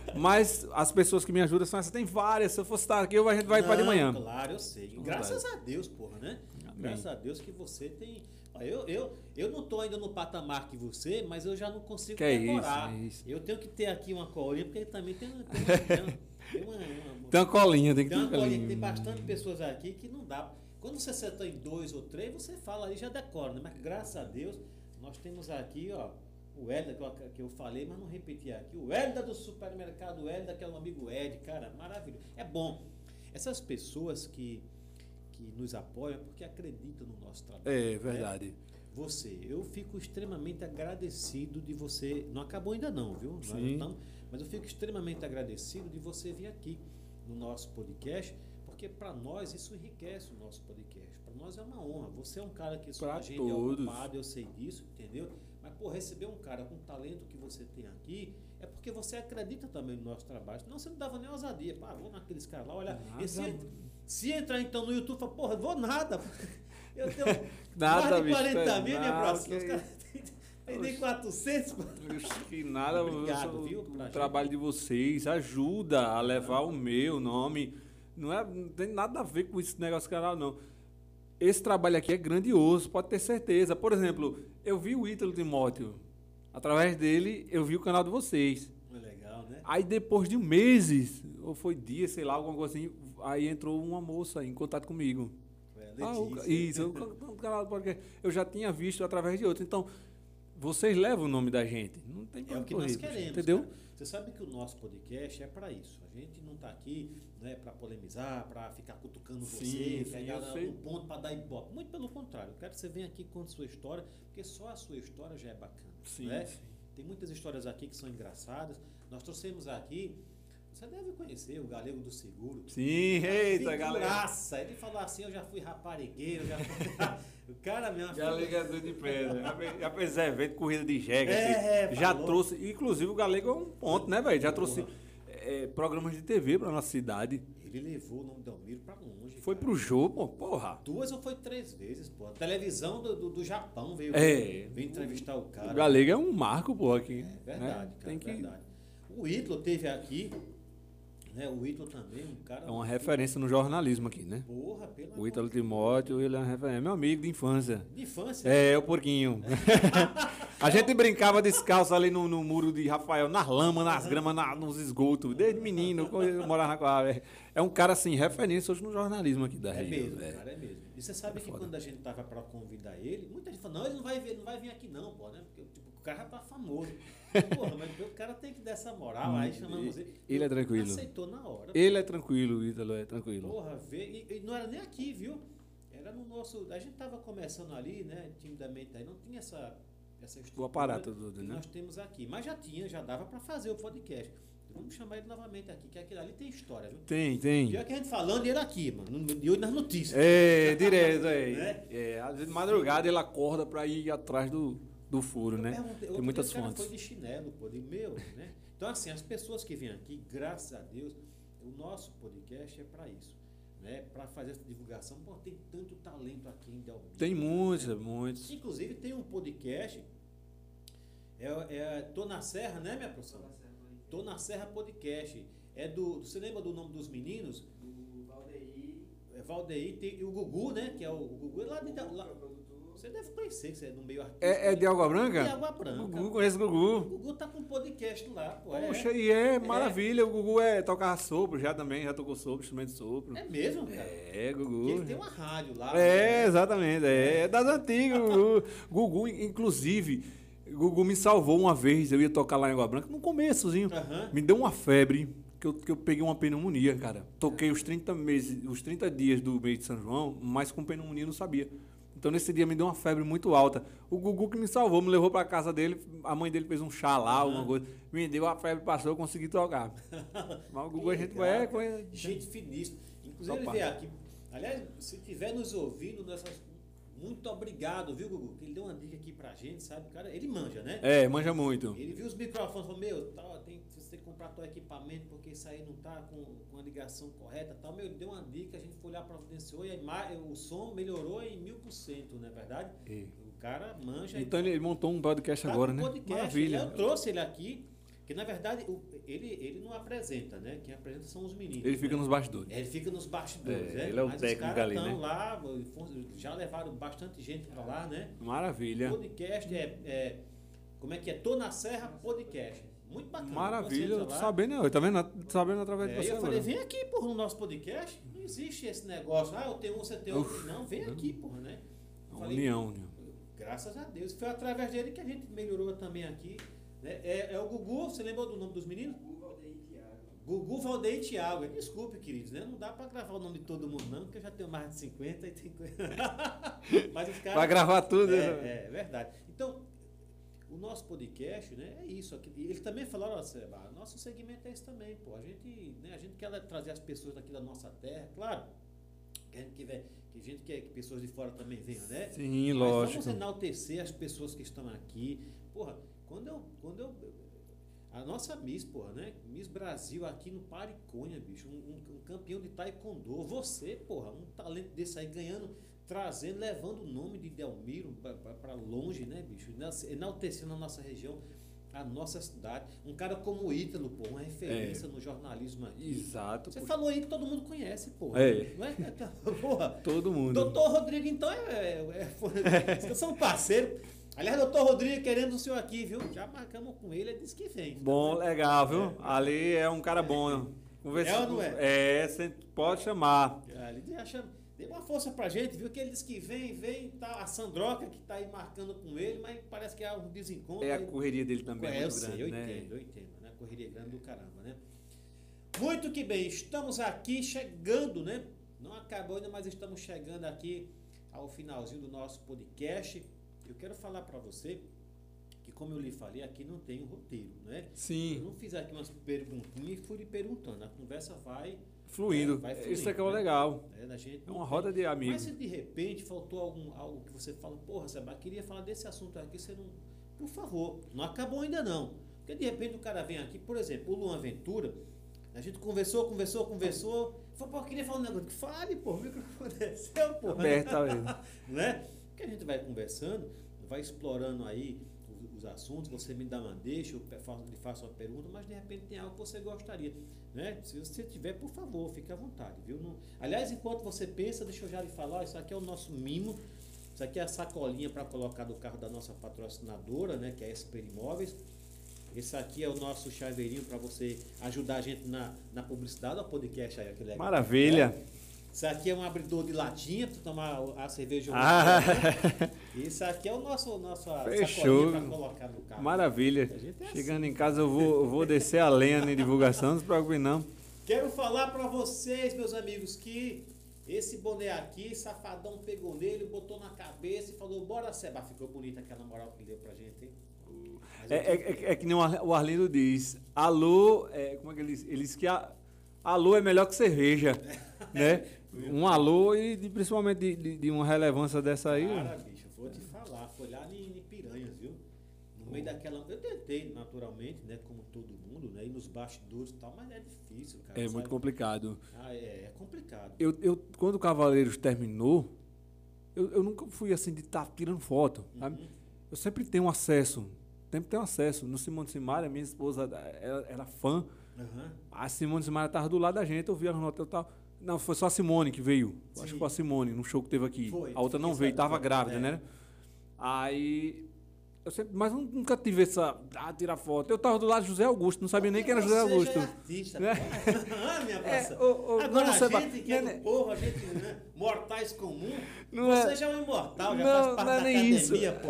Mas as pessoas que me ajudam são essas. Tem várias. Se eu fosse estar aqui, a gente vai para de Não, manhã. Claro, eu sei. Então, Graças a Deus, porra, né? Amém. Graças a Deus que você tem. Ó, Eu, eu, eu não tô ainda no patamar que você, mas eu já não consigo Que é isso, decorar. é isso. Eu tenho que ter aqui uma colinha, porque ele também tem, tem, tem, tem uma, uma, Tem uma colinha, tem que tem ter uma uma colinha que colinha. tem bastante pessoas aqui que não dá. Quando você acertou em dois ou três, você fala aí já decora, né? Mas graças a Deus, nós temos aqui, ó, o Hélida que eu, que eu falei, mas não repeti aqui. O Hélida do supermercado Hélida, que é o amigo Ed, cara, maravilhoso. É bom. Essas pessoas que, que nos apoiam porque acreditam no nosso trabalho. É né? verdade. Você, eu fico extremamente agradecido de você. Não acabou ainda não, viu? Nós Sim. estamos- mas eu fico extremamente agradecido de você vir aqui no nosso podcast, porque para nós isso enriquece o nosso podcast. Para nós é uma honra. Você é um cara que sua Pra agenda todos. é ocupado, eu sei disso, entendeu? Mas por receber um cara com o talento que você tem aqui, é porque você acredita também no nosso trabalho. Senão você não dava nem ousadia. Pá, vou naqueles caras lá, olha. Nada. Esse, se entrar então no YouTube, fala, porra, vou nada. Eu tenho Nada, mais de bicho, quarenta é mil, minha nada, próxima. Os que- caras têm- tem nem quatrocentos. pô. Acho que nada, Obrigado, o, viu, o pra gente. trabalho de vocês ajuda a levar o meu nome. Não, é, não tem nada a ver com esse negócio canal, não. Esse trabalho aqui é grandioso, pode ter certeza. Por exemplo, eu vi o Ítalo Timóteo. Através dele, eu vi o canal de vocês. É legal, né? Aí depois de meses, ou foi dias, sei lá, alguma coisa assim, aí entrou uma moça em contato comigo. É, Ah, o- Letícia. isso, o, o canal do podcast. Eu já tinha visto através de outro. Então, vocês levam o nome da gente. Não tem É pra o que correr, nós bicho, queremos. entendeu? Cara. Você sabe que o nosso podcast é para isso. A gente não está aqui, né, para polemizar, para ficar cutucando Sim, você, sim, pegar eu sei. um ponto para dar ibope. Muito pelo contrário. Eu quero que você venha aqui com a sua história, porque só a sua história já é bacana. Sim, né? sim. Tem muitas histórias aqui que são engraçadas. Nós trouxemos aqui, você deve conhecer o Galego do Seguro. Sim, eita, galera. Graça. Ele falou assim, eu já fui raparigueiro, já fui... o cara mesmo... Galegador de pedra. Já fez- Já fez evento, corrida de jegue. É, assim. já falou. trouxe, inclusive o Galego é um ponto, né, velho? Já trouxe Porra. é, programas de T V pra nossa cidade. Ele levou o nome do Almiro pra longe. Foi cara. pro jogo, pô, porra. Duas ou foi três vezes, pô. A televisão do, do, do Japão veio, É. veio entrevistar o cara. O Galego é um marco, pô, aqui. É verdade, né? cara, Tem que... verdade. O Ítalo teve aqui, né? O Ítalo também, um cara... É uma referência no jornalismo aqui, né? Porra, pelo O amor Ítalo de Deus. Timóteo, ele é uma referência. É meu amigo de infância. De infância. É, o porquinho. A gente brincava descalço ali no, no muro de Rafael, nas lamas, nas gramas, na- nos esgotos, desde menino, quando eu morava com a... É um cara, assim, referência hoje no jornalismo aqui da É região. mesmo, é. cara, é mesmo. E você sabe É que foda. quando a gente tava pra convidar ele, muita gente falou, não, ele não vai, vir, não vai vir aqui não, pô, né? Porque tipo, o cara já tá famoso. Porra, mas o cara tem que dar essa moral, aí chamamos ele. Ele é tranquilo. Aceitou na hora. Ele é tranquilo, o Ítalo é tranquilo. Porra, vê, e, e não era nem aqui, viu? Era no nosso. A gente tava começando ali, né? Timidamente aí, não tinha essa, essa estrutura aparato todo, que né? nós temos aqui. Mas já tinha, já dava pra fazer o podcast. Então, vamos chamar ele novamente aqui, que aquilo ali tem história, viu? Tem, tem. Pior que a gente falando, e ele aqui, mano. no- De olho nas notícias. É, direto, é. Né? É, às vezes de madrugada ele acorda pra ir atrás do, do furo, né? Perguntei- Tem outro muitas dia o cara fontes. foi de chinelo, pô, de meu, né? Então, assim, as pessoas que vêm aqui, graças a Deus, o nosso podcast é para isso, né? Para fazer essa divulgação. Pô, tem tanto talento aqui em Delmiro. Tem muitos, muitos. Inclusive, tem um podcast, é, é Tô na Serra, né, minha professora? Tô na Serra Podcast. É do, você lembra do nome dos meninos? Do Valdeir, É Valdeir, tem, e o Gugu, né? Que é o, o Gugu é lá de... o Lá, produtor, Você deve conhecer, que você é no meio artístico. É, é de Água Branca? De Água Branca. Gugu, conheço o O Gugu. Gugu tá com um podcast lá, pô. É, Poxa, e é maravilha. O Gugu é, tocava sopro já também, já tocou sopro, instrumento de sopro. é mesmo, cara. É, Gugu. E ele tem uma rádio lá. É, né? exatamente. É, é das antigas, Gugu. Gugu, inclusive, Gugu me salvou uma vez. Eu ia tocar lá em Água Branca, no começozinho. Aham. Me deu uma febre, que eu, que eu peguei uma pneumonia, cara. Toquei os trinta meses, os trinta dias do mês de São João, mas com pneumonia eu não sabia. Então nesse dia me deu uma febre muito alta. O Gugu que me salvou, me levou pra casa dele, a mãe dele fez um chá lá, alguma coisa. Me deu a febre, passou, eu consegui tocar. Mas o Gugu a gente Legal, vai... cara. É, Gente finíssima. Inclusive, ele Opa. veio aqui. Aliás, se estiver nos ouvindo, nessas... muito obrigado, viu, Gugu? Que ele deu uma dica aqui pra gente, sabe? Cara, ele manja, né? é, manja muito. Ele viu os microfones e falou, meu, tá, tem, você tem que comprar teu equipamento porque isso aí não tá com, com a ligação correta e tal. Meu, ele deu uma dica, a gente foi lá, providenciou e a ima- o som melhorou em mil por cento, não é verdade? É. O cara manja. Então ele montou um podcast tá agora, com né? podcast. Maravilha. Eu trouxe ele aqui, que na verdade o- ele, ele não apresenta, né? Quem apresenta são os meninos. Ele fica né? nos bastidores. É, ele fica nos bastidores, É, né? ele é o Mas técnico os caras ali, estão né? lá, já levaram bastante gente pra lá, né? Maravilha. Podcast é, é- como é que é? Tô na Serra Podcast. Muito bacana. Maravilha. Você Eu entra tô lá. sabendo, eu tô vendo, tô sabendo através de É, você eu falei, agora. vem aqui, porra, no nosso podcast. Não existe esse negócio. Ah, eu tenho um, você tem outro. Uf. Não, vem aqui, porra, né? Eu Uma falei, união, união. graças a Deus. Foi através dele que a gente melhorou também aqui. Né? É, é o Gugu, você lembrou do nome dos meninos? Gugu, Valdeir e Thiago. Gugu, Valdeir e Thiago. Desculpe, queridos, né? Não dá pra gravar o nome de todo mundo, não, porque eu já tenho mais de cinquenta e tem coisa. Mas os caras. Vai gravar tudo, né? É, é verdade. Então, o nosso podcast, né, é isso. Aqui. Ele também falou, ó, Seba, nosso segmento é esse também, pô. A gente, né, a gente quer trazer as pessoas daqui da nossa terra, claro. Que a gente quer, que a gente quer que pessoas de fora também venham, né? Sim, Mas lógico. vamos enaltecer as pessoas que estão aqui. Porra, quando eu. Quando eu a nossa Miss, porra, né? Miss Brasil aqui no Pariconha, bicho. Um, um- um campeão de taekwondo. Você, porra, um talento desse aí ganhando, trazendo, levando o nome de Delmiro para longe, né, bicho? Enaltecendo a nossa região, a nossa cidade. Um cara como o Ítalo, pô, uma referência no jornalismo aqui. Exato. Você pô. falou aí que todo mundo conhece, porra. É. Não é? Porra. Todo mundo. Doutor Rodrigo, então, é, é, é, vocês são parceiros. Aliás, doutor Rodrigo, querendo o senhor aqui, viu? Já marcamos com ele, ele disse que vem. Bom, legal, viu? É. Ali é um cara bom. Conversa- É ou não é? É, você pode chamar. Ah, ele já chama- dê uma força pra gente, viu? Que ele disse que vem, vem, tá, a Sandroca que tá aí marcando com ele, mas parece que há um desencontro. É a aí- correria dele também. É, é eu muito sei, grande, eu né? entendo, eu entendo, né? Correria grande do caramba, né? Muito que bem, estamos aqui chegando, né? Não acabou ainda, mas estamos chegando aqui ao finalzinho do nosso podcast. Eu quero falar para você que, como eu lhe falei, aqui não tem um roteiro, né? Eu Sim, não fiz aqui umas perguntinhas e fui lhe perguntando. A conversa vai, fluindo. vai fluindo, Isso é que é o né? legal. é, da gente É não uma tem- roda de Mas amigos. se de repente faltou algum, algo que você fala, porra, Seba, queria falar desse assunto aqui, você não. Por favor, não acabou ainda não. Porque de repente o cara vem aqui, por exemplo, o Luan Ventura, a gente conversou, conversou, conversou. Falou, pô, eu queria falar um negócio. Fale, pô, o microfone é seu, pô. Aberto, tá vendo? Né? Porque a gente vai conversando, vai explorando aí os, os assuntos, você me dá uma deixa, eu pe- faço, lhe faço uma pergunta, mas de repente tem algo que você gostaria. Né? Se você tiver, por favor, fique à vontade. Viu? Não- aliás, enquanto você pensa, deixa eu já lhe falar, ó, isso aqui é o nosso mimo, isso aqui é a sacolinha para colocar do carro da nossa patrocinadora, né? Que é a Esper Imóveis. Esse aqui é o nosso chaveirinho para você ajudar a gente na, na publicidade do podcast aí, aquele legal. Maravilha. Isso aqui é um abridor de latinha para tomar a cerveja. Ah, Isso aqui é o nosso nossa Fechou. para colocar no carro. maravilha. A gente é Chegando em casa eu vou, eu vou descer a lenha na divulgação, não se preocupe não. Quero falar para vocês, meus amigos, que esse boné aqui, Safadão pegou nele, botou na cabeça e falou, bora, Seba. Ficou bonita aquela moral que ele deu pra gente, hein? Mas É, eu é, tive- é, é que nem o Ar- o Arlindo diz, alô, é, como é que ele diz? Ele diz que a, alô é melhor que cerveja, né? Um alô e de- principalmente de, de- de uma relevância dessa aí. Cara, bicho, eu vou te falar, foi lá em, em Piranhas, viu? No meio daquela. Eu tentei, naturalmente, né? Como todo mundo, né? Ir nos bastidores e tal, mas é difícil, cara. É sabe? muito complicado. Ah, é, é complicado. Eu, eu, quando o Cavaleiros terminou, eu, eu nunca fui assim de estar tirando foto, sabe? Uhum. Eu sempre tenho acesso, sempre tenho acesso. No Simone Simaria, minha esposa era, era fã. Aham. A Simone Simaria estava do lado da gente, eu via no hotel e tal. Não, foi só a Simone que veio. Acho Sim. que foi a Simone, no show que teve aqui. Foi, A outra não fiquei veio, sabendo, estava grávida, é. né? Aí, eu sempre, mas eu nunca tive essa, ah, tirar foto. Eu tava do lado de José Augusto, não sabia nem quem era José Você Augusto. já é artista, Né? pô. Ah, minha É, parça. ô, ô, Agora não, a você vai- gente que é né, do né? povo, a gente, né, mortais comum, Não você é- já é um imortal, já Não, faz parte não é da nem isso. academia, pô.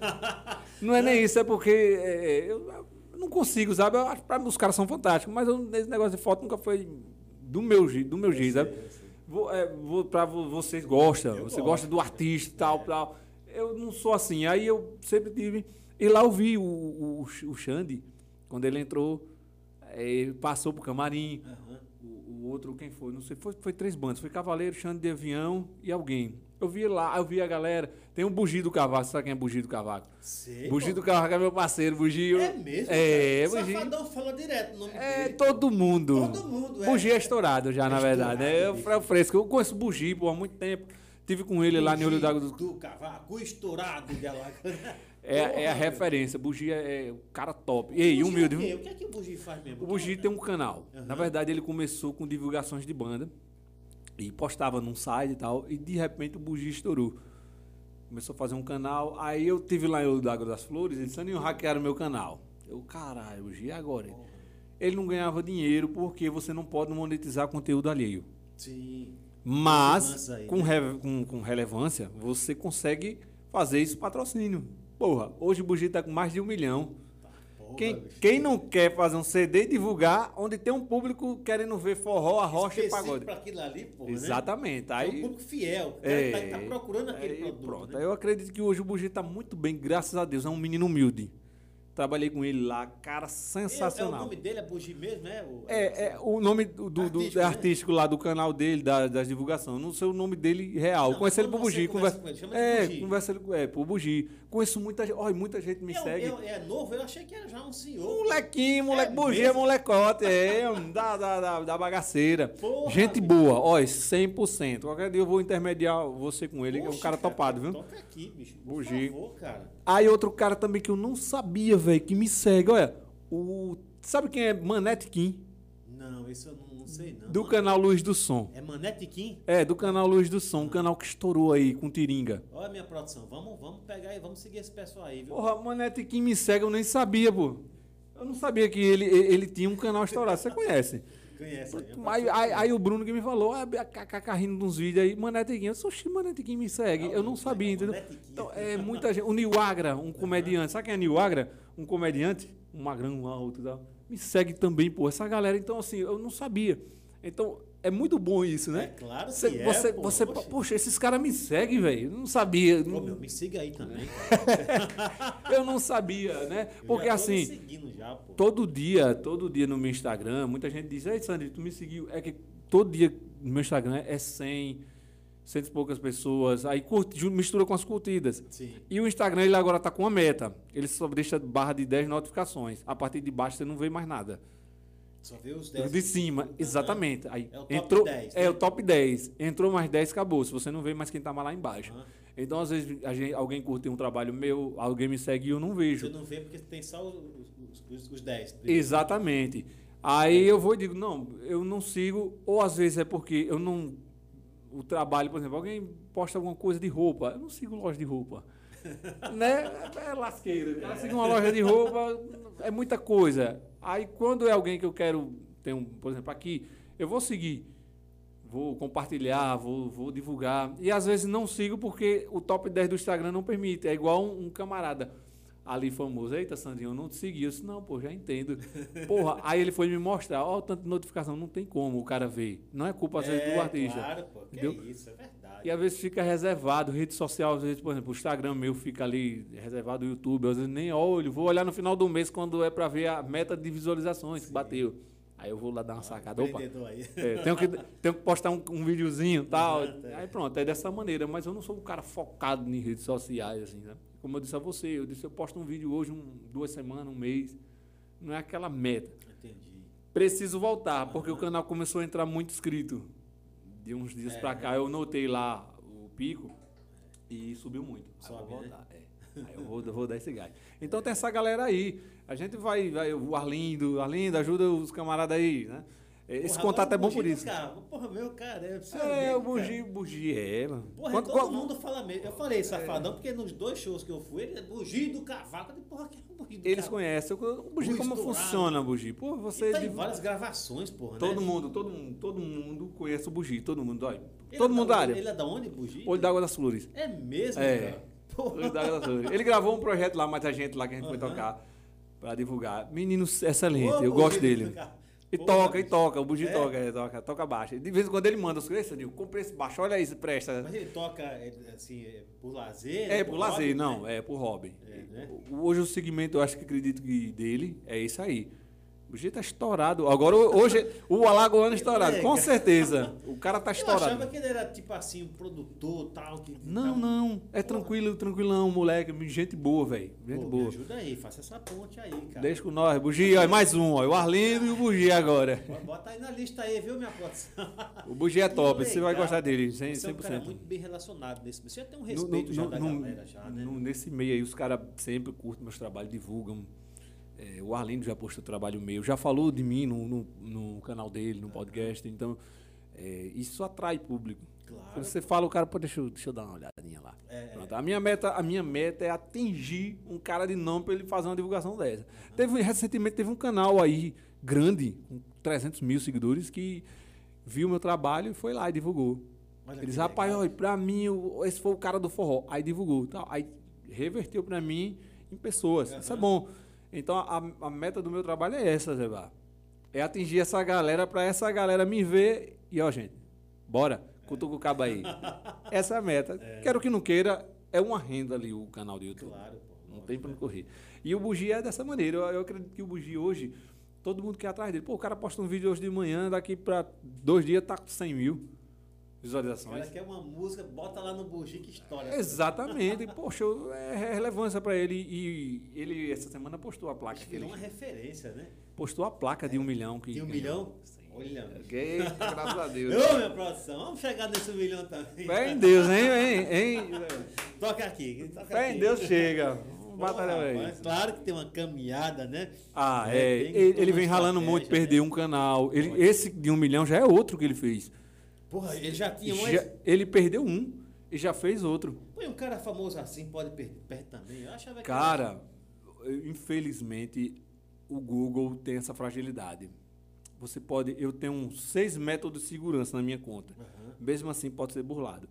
Não é nem isso, é porque é, eu, eu não consigo, sabe? Eu acho que pra mim os caras são fantásticos, mas eu, esse negócio de foto nunca foi do meu jeito, do meu jeito, sabe? sei, eu sei. Vou, é, vou, pra vo- vocês gostam, Eu você gosto. gosta do artista e tal, tal. Eu não sou assim. Aí eu sempre tive. E lá eu vi o, o, o Xande, quando ele entrou, é, ele passou pro camarim. Aham. O, o outro, quem foi? Não sei, foi, foi três bandas. Foi Cavaleiro, Xande de Avião e alguém. Eu vi lá, eu vi a galera. Tem um Bugi do Cavaco, sabe quem é Bugi do Cavaco? Sei, Bugi pô. do Cavaco é meu parceiro, Bugi. eu- É mesmo? É, cara? Bugi. Safadão fala direto o nome É, dele. todo mundo. Todo mundo, é. Bugi é estourado já, É na verdade. estourado, É, eu, bicho. eu fresco. Eu conheço o Bugi, pô, há muito tempo. Tive com ele lá no Olho d'Água do. do Cavaco, o estourado de Alagoas. É, é a Porra, referência. Bugi é, é o cara top. E meu. aí, Bugi humilde. é o quê? viu? O que é que o Bugi faz mesmo? O Bugi tem um canal. Aham. Na verdade, ele começou com divulgações de banda e postava num site e tal. E de repente o Bugi estourou. Começou a fazer um canal. Aí eu tive lá em Olho d'Água das Flores. Eles disseram, hackearam meu canal. Eu, caralho, Bugi, e agora? Ele não ganhava dinheiro porque você não pode monetizar conteúdo alheio. Sim. Mas, Segurança aí, com, né? re- com, com relevância, você consegue fazer isso patrocínio. Porra, hoje o Bugi tá com mais de um milhão. Porra, Quem, bicho. quem não quer fazer um C D e divulgar, onde tem um público querendo ver forró, arrocha e Específico pagode. pra aquilo ali, pô, Exatamente. Né? É um Aí, público fiel. O cara é, tá, tá procurando aquele aí produto. pronto. Né? Aí eu acredito que hoje o Bugi tá muito bem, graças a Deus. É um menino humilde. Trabalhei com ele lá, cara É, é o sensacional. nome dele é Bugi mesmo, né? O- É, é o nome do, do- do- Artístico, é né? artístico lá do canal dele, da, das divulgações. Não sei o nome dele real. Não, Conheço ele mas por quando você Bugi. conversa Conversa, com ele, chama de é, Bugi. conversa ele é, por Bugi. Conheço muita gente. Olha, muita gente me É, segue. é, é novo, eu achei que era já um senhor. Molequinho, moleque, É Bugi é mesmo? molecote, é, um, da, da, da, da bagaceira. Porra, gente bicho. boa, ó, cem por cento. Qualquer dia eu vou intermediar você com ele, que é um Poxa, cara topado, viu? Toca aqui, bicho. Por Bugi. favor, cara. Aí outro cara também que eu não sabia, velho, que me segue, olha, o... Sabe quem é Manete Kim? Não, isso eu não, não sei não. Do Mano, canal Luz do Som. É Manete Kim? É, do canal Luz do Som, um canal que estourou aí com Tiringa. Olha a minha produção. Vamos, vamos pegar e vamos seguir esse pessoal aí, viu? Porra, Manete Kim me segue, eu nem sabia, pô. Eu não sabia que ele, ele tinha um canal estourado, você conhece. Conhece aí. a Aí, aí, aí o Bruno que me falou, ah, a Cacá rindo uns vídeos aí, Manete Kim. Eu sou oxi, Manete Kim me segue. Eu não sabia, entendeu? Manete Kim. Então, é muita gente. O Nil Agra, um comediante. Sabe quem é Nil Agra? Um comediante, um magrão, um alto e tal. Me segue também, pô. Essa galera, então, assim, eu não sabia. Então, é muito bom isso, né? É claro que Você, é, você, pô. você- Poxa. poxa, esses caras me seguem, velho. Eu não sabia. Pô, não- meu, me siga aí também, cara. eu não sabia, né? Eu Porque já tô me assim. seguindo já, pô. Todo dia, todo dia no meu Instagram, muita gente diz, ei, Sandro, tu me seguiu. É que todo dia no meu Instagram é cem, cento e poucas pessoas. Aí curte, ju- mistura com as curtidas. Sim. E o Instagram, ele agora tá com uma meta. Ele só deixa barra de dez notificações. A partir de baixo você não vê mais nada. Só vê os Os dez. de cima, Aham. exatamente. Aí É o top entrou, dez, É né? o top dez. Entrou mais dez, acabou. Se você não vê mais quem tá mais lá embaixo. Aham. Então, às vezes, a gente- alguém curte um trabalho meu, alguém me segue e eu não vejo. Você não vê porque tem só os, os, os, os dez. Exatamente. Aí eu vou e digo, não, eu não sigo, ou às vezes é porque eu não. O trabalho, por exemplo, alguém posta alguma coisa de roupa, eu não sigo loja de roupa. né? É lasqueira. O cara siga uma loja de roupa, é muita coisa. Aí quando é alguém que eu quero, tem um, por exemplo, aqui, eu vou seguir, vou compartilhar, vou, vou divulgar. E às vezes não sigo porque o top dez do Instagram não permite. É igual um, um camarada ali famoso. Eita, Sandrinho, eu não te segui. Eu disse, não, pô, já entendo. Porra, aí ele foi me mostrar, ó, tanto de notificação, não tem como o cara ver. Não é culpa, às vezes, do artista. Claro, pô. Que Entendeu? isso, é verdade. E às vezes fica reservado, rede social, às vezes, por exemplo, o Instagram meu fica ali reservado, o YouTube, às vezes nem olho, vou olhar no final do mês quando é pra ver a meta de visualizações que bateu. Aí eu vou lá dar uma sacada, opa, Empreendedor aí. é, tenho, que, tenho que postar um, um videozinho e tal. Exato, é. Aí pronto, é dessa maneira, mas eu não sou um cara focado em redes sociais, assim, né? Como eu disse a você, eu disse, eu posto um vídeo hoje, um, duas semanas, um mês, não é aquela meta. Entendi. Preciso voltar, porque o canal começou a entrar muito inscrito. De uns dias É. pra cá, eu notei lá o pico e subiu muito. Aí eu Sobe, vou né? voltar, é. Aí eu vou, eu vou dar esse gás. Então tem essa galera aí. A gente vai, vai o Arlindo, Arlindo, ajuda os camaradas aí, né? Esse Porra, contato agora é bom o por Bugi isso. do Cavaco, porra, meu cara, é sério É, mesmo, o Bugi, cara. o Bugi é, mano. Porra, Quando- todo quando- mundo fala mesmo. Eu falei safadão porque nos dois shows que eu fui, ele é Bugi do Cavaco. Eu disse, porra, que é o Bugi do Eles Cavaco? conhecem o Bugi, Luz como dourada. funciona o Bugi. Pô, você... Ele tá em de- várias gravações, porra, Todo né? mundo, todo mundo, todo mundo conhece o Bugi, todo mundo, olha. Ele Todo é mundo da da onde- área. Ele é da onde, Bugi? Olho d'Água das Flores. É mesmo, É. cara? Porra. Olho d'Água das Flores. Ele gravou um projeto lá, mais a gente lá que a gente foi Aham. tocar pra divulgar. Menino excelente, Ô, eu Bugi gosto do dele. Cavaco. E Porra, toca, e bicho. toca, o Bugi É? toca, é, toca, toca baixo. De vez em quando ele manda os preços, eu comprei esse baixo, olha isso, presta. Mas ele toca, é, assim, é por lazer? É, por lazer, hobby, não, né? é por hobby. É, né? O- Hoje o segmento, eu acho que acredito que dele é isso aí. O Bugi tá estourado. Agora, hoje, o Alagoano estourado, com Legal. certeza. O cara tá Eu achava estourado. que ele era, tipo assim, um produtor tal. Que, Não, tal. não, é tranquilo, tranquilão, moleque, gente boa, velho, gente Pô, me boa. ajuda aí, faça essa ponte aí, cara. Deixa com nós, Bugi, ó, mais um, ó, o Arlindo e o Bugi agora. Bota aí na lista aí, viu, minha produção? O Bugi é Que top, você vai legal. gostar dele, cem Você é um por cara cento. muito bem relacionado nesse. Você já tem um No- respeito no- já no- da no- galera, já, né? no- Nesse meio aí, os caras sempre curtem meus trabalhos, divulgam. É, o Arlindo já postou trabalho meu, já falou de mim no, no, no canal dele, no podcast. Então, é, isso atrai público. Claro. Quando você fala, o cara, pô, deixa, eu- deixa eu dar uma olhadinha lá. É, Pronto, A, minha meta, a minha meta é atingir um cara de nome para ele fazer uma divulgação dessa. Teve, recentemente teve um canal aí grande, com trezentos mil seguidores, que viu meu trabalho e foi lá e divulgou. Olha Eles, que rapaz, legal. olha, pra mim, o- esse foi o cara do forró. Aí divulgou. Tal. Aí reverteu pra mim em pessoas. Isso é Aham. bom. Então, a, a meta do meu trabalho é essa, Zé Bar. É atingir essa galera pra essa galera me ver e, ó, gente, bora, cutuca o cabo aí. Essa é a meta. Quero que não queira, é uma renda ali o canal do YouTube. Claro, pô. Não tem pra onde correr. E o Bugi é dessa maneira. Eu, eu acredito que o Bugi hoje, todo mundo quer atrás dele. Pô, o cara posta um vídeo hoje de manhã, daqui pra dois dias tá com cem mil O cara visualizações. quer uma música, bota lá no Bugi que história. Exatamente. E, poxa, eu- é relevância pra ele. E ele, essa semana, postou a placa. Acho que Que ele, virou uma referência, né? postou a placa de um milhão. Que, De um milhão? Olha. Que, graças a Deus. Ô, minha produção, vamos chegar nesse milhão também. Fé em Deus, hein? hein, hein? Toca aqui. Toca Fé em aqui. Deus chega. Vamos Pô, batalhar aí. rapaz, claro que tem uma caminhada, né? Ah, É, é. tem Ele, toda ele uma vem ralando estratégia, muito, perdeu né? um canal. Ele, esse de um milhão já é outro que ele fez. Porra, ele já tinha um. Já- ele perdeu um e já fez outro. Pô, e um cara famoso assim pode perder perto também? Eu achava que. Cara, eu- infelizmente, o Google tem essa fragilidade. Você pode. Eu tenho uns seis métodos de segurança na minha conta. Aham. Mesmo assim, pode ser burlado.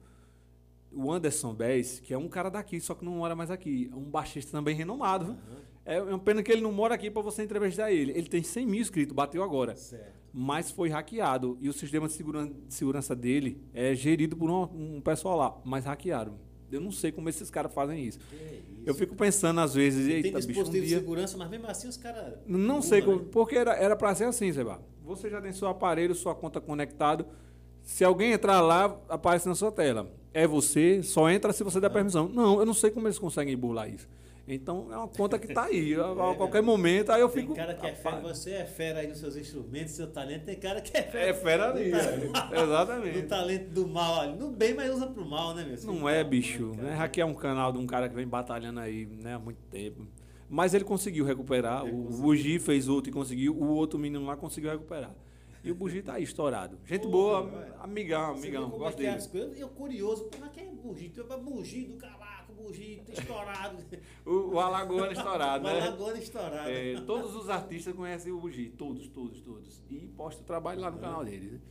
O Anderson Bez, que é um cara daqui, só que não mora mais aqui. É um baixista também renomado. viu? Aham. É uma pena que ele não mora aqui para você entrevistar ele. Ele tem cem mil inscritos, bateu agora. Certo. Mas foi hackeado. E o sistema de segurança, de segurança dele é gerido por um, um pessoal lá, mas hackearam. Eu não sei como esses caras fazem isso. Que isso. Eu fico pensando às vezes, Tem eita, bicho, um dispositivo de dia... segurança, mas mesmo assim os caras. Não sei, burlam, como, né? porque era, era para ser assim, Seba. Você já tem seu aparelho, sua conta conectado. Se alguém entrar lá, aparece na sua tela. É você, só entra se você der permissão. Não, eu não sei como eles conseguem burlar isso. Então, é uma conta que está aí. A, a qualquer momento, aí eu Tem fico... cara que é fera, rapaz, você é fera aí nos seus instrumentos, seu talento. Tem cara que é fera. É fera ali, no, velho. ta- Exatamente. no talento do mal ali. No bem, mas usa pro mal, né, meu? Você Não tá é, doido, bicho. cara. Né? Hackear um canal de um cara que vem batalhando aí, né, há muito tempo. Mas ele conseguiu recuperar. Ele o conseguiu. Bugi fez outro e conseguiu. O outro menino lá conseguiu recuperar. E o Bugi tá aí estourado. Gente Pô, boa, velho. amigão, Você vê amigão. como Gosto é que é dele. as coisas. Eu curioso, porra, quem é Bugi? Tu é Bugi do Cavaco, Bugi estourado. O, o Alagoano estourado, Uma né? lagoa estourada. É, todos os artistas conhecem o Bugi. Todos, todos, todos. E posta o trabalho lá no canal dele. né?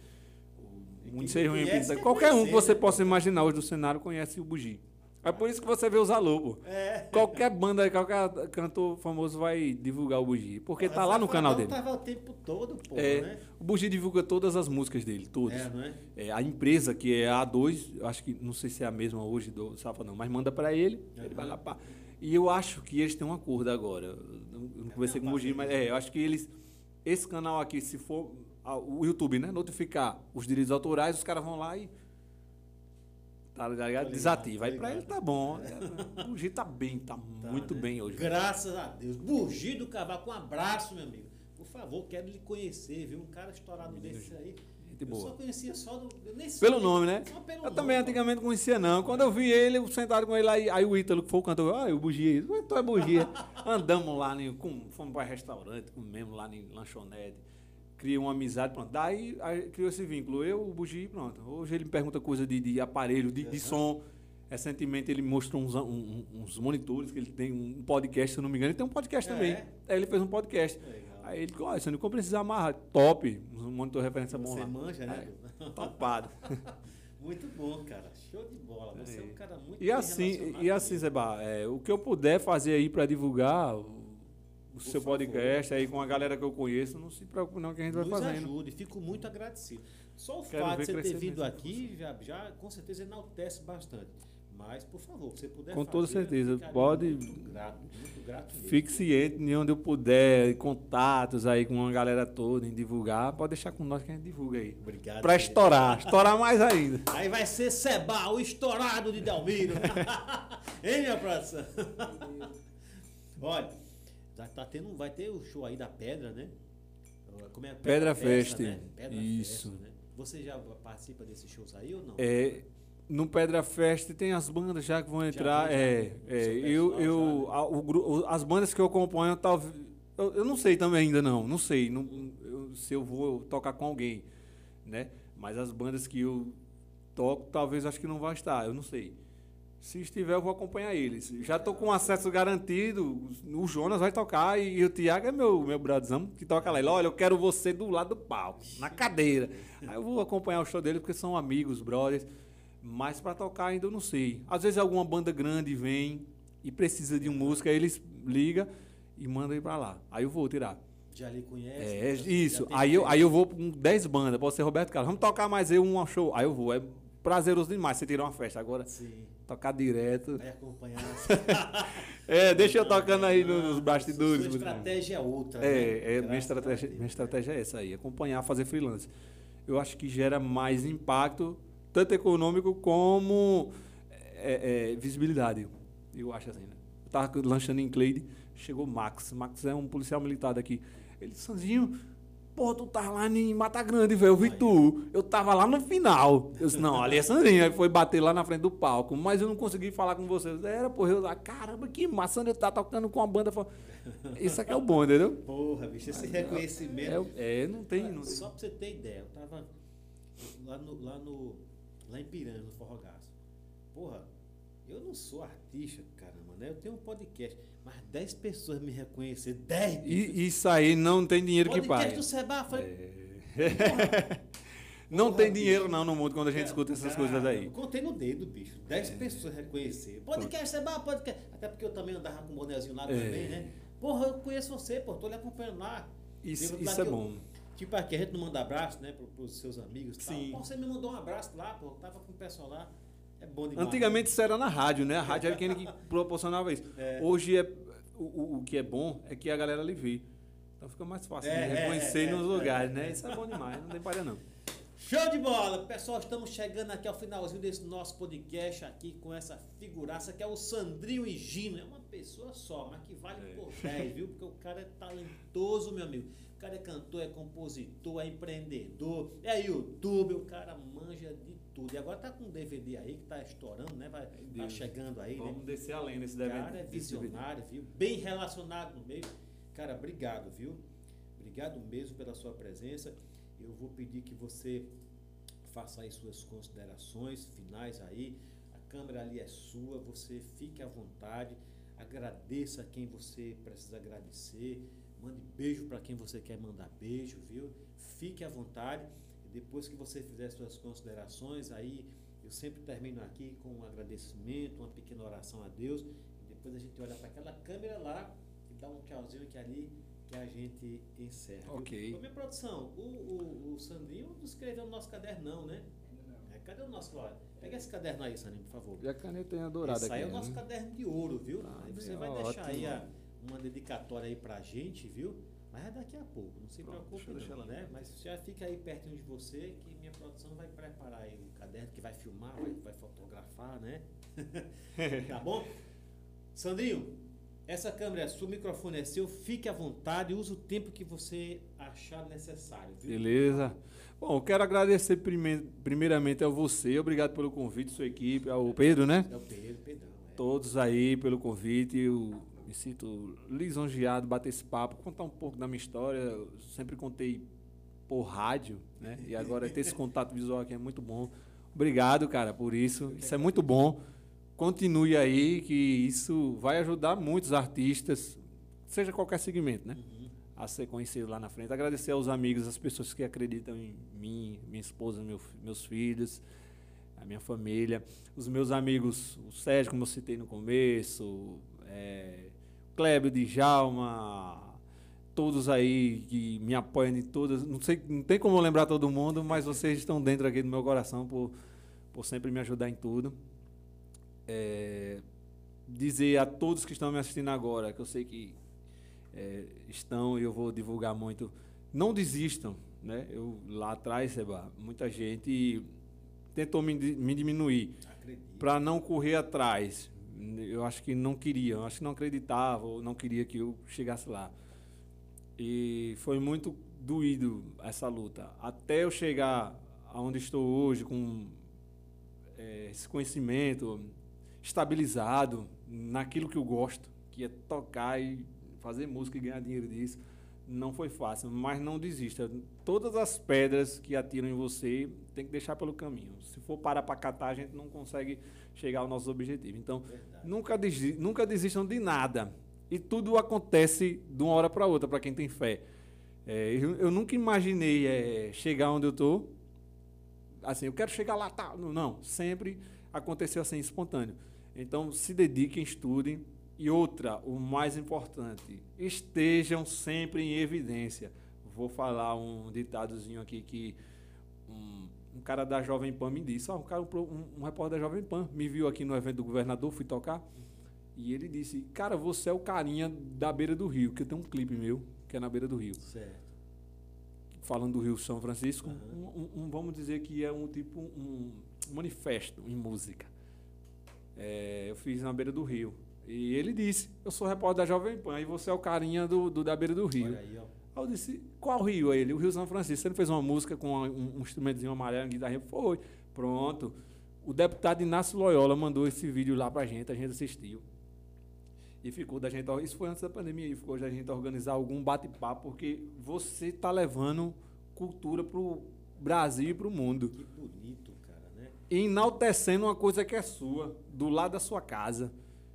E O quem Muito Seja Ruim conhece Pizza. quer Qualquer um que conhecer, você né? possa imaginar hoje do cenário conhece o Bugi. É por isso que você vê os alô, pô. É. Qualquer banda, qualquer cantor famoso vai divulgar o Bugi. Porque tá lá no canal dele. Tava o tempo todo, pô, É, né? o Bugi divulga todas as músicas dele, todas. É, não é? É, a empresa, que é a A dois, eu acho que, não sei se é a mesma hoje do Safa não, mas manda pra ele, ele vai lá, pá. E eu acho que eles têm um acordo agora. Eu não, eu não conversei com o Bugi, mas é, eu acho que eles, esse canal aqui, se for, ah, o YouTube, né, notificar os direitos autorais, os caras vão lá e, tá ligado? ligado, Desativa. tô Aí pra ele ligado. tá bom. É, o Bugi tá bem, tá, Tá, muito né? bem hoje. Graças a Deus. Bugi do Cavaco, um abraço, meu amigo. Por favor, quero lhe conhecer, viu? Um cara estourado desse aí. Gente Eu boa. só conhecia só do. Eu nem Pelo sei, nome, né? Só pelo Eu nome, também pô. antigamente não conhecia, não. Quando eu vi ele, eu sentado com ele aí, aí o Ítalo, que foi o cantor, ah, o Bugia, tu é Bugia. Andamos lá, né, com, fomos para restaurante, comemos lá em lanchonete. criei uma amizade, pronto. Daí aí criou esse vínculo. Eu, o Bugi, pronto. Hoje ele me pergunta coisa de, de aparelho, de, de som. Recentemente ele mostrou uns, um- uns monitores, que ele tem um podcast, se eu não me engano. Ele tem um podcast É? também. Aí ele fez um podcast. Legal. Aí ele disse, olha, você não precisa amarrar. Top. Um monitor de referência bom Você lá. manja, né? Aí, topado. Muito bom, cara. Show de bola. Você é, um cara muito E bem assim, relacionado e assim, comigo. Zeba, é, o que eu puder fazer aí para divulgar o, o seu favor, podcast aí com a galera que eu conheço, não se preocupe não que a gente vai Nos fazendo. ajude, fico muito agradecido. Só o Quero fato ver de você ter crescer vindo nesse aqui já, já com certeza enaltece bastante. Mas, por favor, se você puder Com fazer, toda eu certeza, ficaria pode- Muito grato, muito grato mesmo. Fique ciente de onde eu puder, contatos aí com a galera toda, em divulgar, pode deixar com nós que a gente divulga aí. Obrigado. Para querido. estourar, estourar mais ainda. Aí vai ser Seba, o estourado de Delmiro. Hein, minha produção? Olha, tá, tá tendo, vai ter o show aí da Pedra, né? Como é? Pedra Fest. Né? Pedra Isso. Festa, né? Você já participa desses shows aí ou não? É, no Pedra Fest tem as bandas já que vão entrar. tem, já. é, O é, seu eu, pessoal eu, já, né? a- o gru- o- as bandas que eu acompanho, talvez. Eu, eu não sei também ainda não, não sei não, eu- se eu vou tocar com alguém, né? Mas as bandas que eu toco, talvez acho que não vai estar, eu não sei. Se estiver, eu vou acompanhar eles. Já tô com acesso garantido. O Jonas vai tocar e, o Thiago é meu, meu bradzão que toca lá. Ele, olha, eu quero você do lado do palco, na cadeira. Aí eu vou acompanhar o show dele porque são amigos, brothers. Mas para tocar ainda eu não sei. Às vezes alguma banda grande vem e precisa de um músico, aí eles ligam e mandam ir para lá. Aí eu vou tirar. Já lhe conhece? É, já- isso. já tem Aí eu, feito? aí eu vou com dez bandas. Pode ser Roberto Carlos. Vamos tocar mais eu um show. Aí eu vou. É prazeroso demais você tirar uma festa. Agora, Sim. tocar direto. Vai acompanhar. É, deixa eu tocando aí nos Sua bastidores. estratégia é outra. né? É, é minha, Graças a estratégia, Deus. minha estratégia é essa aí, acompanhar, fazer freelance. Eu acho que gera mais impacto, tanto econômico como é, é, visibilidade. Eu acho assim, né? Eu tava lanchando em Cleide, chegou Max. Max é um policial militar daqui. Ele disse, Sanzinho, pô, tu tava lá em Mata Grande, velho, eu vi tu. Eu tava lá no final. Eu disse, não, ali é Sandrinho. Aí foi bater lá na frente do palco, mas eu não consegui falar com vocês. Era, porra, eu lá, caramba, que massa, Sandro tá tocando com a banda. Isso aqui é o bom, entendeu? Porra, bicho, esse reconhecimento. É, é, não tem, não tem. Só pra você ter ideia, eu tava lá no, lá no lá em Piranha, no Forrogaço. Porra, eu não sou artista, caramba, né? Eu tenho um podcast, mas dez pessoas me reconheceram, dez E isso aí não tem dinheiro que podcast pague. do Seba, foi... Não Porra, tem bicho. dinheiro não no mundo quando a gente escuta essas Cara, coisas aí. Eu contei no dedo, bicho. Dez pessoas reconheceram. Podcast Seba, podcast. Até porque eu também andava com o bonezinho lá É. também, né? Porra, eu conheço você, pô, tô lhe acompanhando lá. Isso, Teve lá isso é que eu- bom. Tipo, aqui a gente não manda abraço, né, pro, pros seus amigos. e tal. Sim. Pô, você me mandou um abraço lá, pô, eu tava com o pessoal lá. É bom demais. Antigamente isso era na rádio, né? A rádio era quem que proporcionava isso. É. Hoje é o, o- o que é bom é que a galera lhe vê. Então fica mais fácil É, de é, reconhecer é, nos é, lugares, é, né? é. Isso é bom demais, não tem palha não. Show de bola! Pessoal, estamos chegando aqui ao finalzinho desse nosso podcast aqui com essa figuraça que é o Sandrinho Higino. É uma pessoa só, mas que vale É. por dez, viu? Porque o cara é talentoso, meu amigo. O cara é cantor, é compositor, é empreendedor, é youtuber, o cara manja de tudo. E agora tá com um D V D aí que tá estourando, né? Vai, tá Deus. chegando aí, né? Vamos descer além desse O devendo. cara é visionário, viu? Bem relacionado no meio. Cara, obrigado, viu? Obrigado mesmo pela sua presença. Eu vou pedir que você faça aí suas considerações finais aí. A câmera ali é sua, você fique à vontade. Agradeça a quem você precisa agradecer. Mande beijo para quem você quer mandar beijo, viu? Fique à vontade. E depois que você fizer suas considerações, aí eu sempre termino aqui com um agradecimento, uma pequena oração a Deus. E depois a gente olha para aquela câmera lá e dá um tchauzinho que ali que a gente encerra. viu? Ok. Ô, minha produção, o, o, o Sandrinho não escreveu no nosso cadernão, né? Ainda não. É, cadê o nosso? Olha, pega esse caderno aí, Sandrinho, por favor. E a caneta é dourada Esse aí é o aqui, nosso né? caderno de ouro, viu? Ah, aí você bem, vai ótimo. deixar aí a- uma dedicatória aí pra gente, viu? Mas é daqui a pouco, não se Pronto, preocupe deixa eu deixar não, lá. né? Mas já fica aí pertinho de você que minha produção vai preparar aí o caderno que vai filmar, vai, vai fotografar, né? Tá bom? Sandrinho, essa câmera é sua, o microfone é seu, fique à vontade, use o tempo que você achar necessário, viu? Beleza. Bom, eu quero agradecer prime- primeiramente a você, obrigado pelo convite, sua equipe, ao Pedro, né? É o Pedro, Pedrão. É. Todos aí pelo convite. Eu me sinto lisonjeado bater esse papo, contar um pouco da minha história. Eu sempre contei por rádio, né? E agora ter esse contato visual aqui é muito bom. Obrigado, cara, por isso. Isso é muito bom. Continue aí, que isso vai ajudar muitos artistas, seja qualquer segmento, né? Uhum. A ser conhecido lá na frente. Agradecer aos amigos, às pessoas que acreditam em mim, minha esposa, meu, meus filhos, a minha família, os meus amigos, o Sérgio, como eu citei no começo, é, Clébio, Djalma, todos aí que me apoiam em todas. Não sei, não tem como eu lembrar todo mundo, mas vocês estão dentro aqui do meu coração por, por sempre me ajudar em tudo. É, dizer a todos que estão me assistindo agora, que eu sei que é, estão e eu vou divulgar muito, não desistam, né? Eu lá atrás, Seba, muita gente tentou me, me diminuir para não correr atrás. Eu acho que não queria, eu acho que não acreditava ou não queria que eu chegasse lá. E foi muito doído essa luta, até eu chegar aonde estou hoje com é, esse conhecimento estabilizado naquilo que eu gosto, que é tocar e fazer música e ganhar dinheiro disso. Não foi fácil, mas não desista. Todas as pedras que atiram em você, tem que deixar pelo caminho. Se for parar para catar, a gente não consegue chegar ao nosso objetivo. Então, nunca, desi nunca desistam de nada. E tudo acontece de uma hora para outra, para quem tem fé. É, eu, eu nunca imaginei é, chegar onde eu estou. Assim, eu quero chegar lá, tá. Não, não, sempre aconteceu assim, espontâneo. Então, se dediquem, estudem. E outra, o mais importante, estejam sempre em evidência. Vou falar um ditadozinho aqui que um, um cara da Jovem Pan me disse. Ah, um, cara, um, um repórter da Jovem Pan me viu aqui no evento do governador, fui tocar, e ele disse, cara, você é o carinha da beira do rio, que eu tenho um clipe meu, que é na beira do rio. Certo. Falando do Rio São Francisco, Uhum. um, um, um, vamos dizer que é um tipo, um, um manifesto em música. É, eu fiz na beira do rio. E ele disse, eu sou repórter da Jovem Pan, e você é o carinha do, do da beira do rio. Olha aí, ó. Aí eu disse, qual rio é ele? O Rio São Francisco. Você não fez uma música com um, um instrumentozinho amarelo, uma guitarrinha? Foi. Pronto. O deputado Inácio Loyola mandou esse vídeo lá pra gente, a gente assistiu. E ficou da gente, isso foi antes da pandemia, e ficou da gente organizar algum bate-papo, porque você está levando cultura pro Brasil e pro mundo. Que bonito, cara, né? E enaltecendo uma coisa que é sua, do lado da sua casa.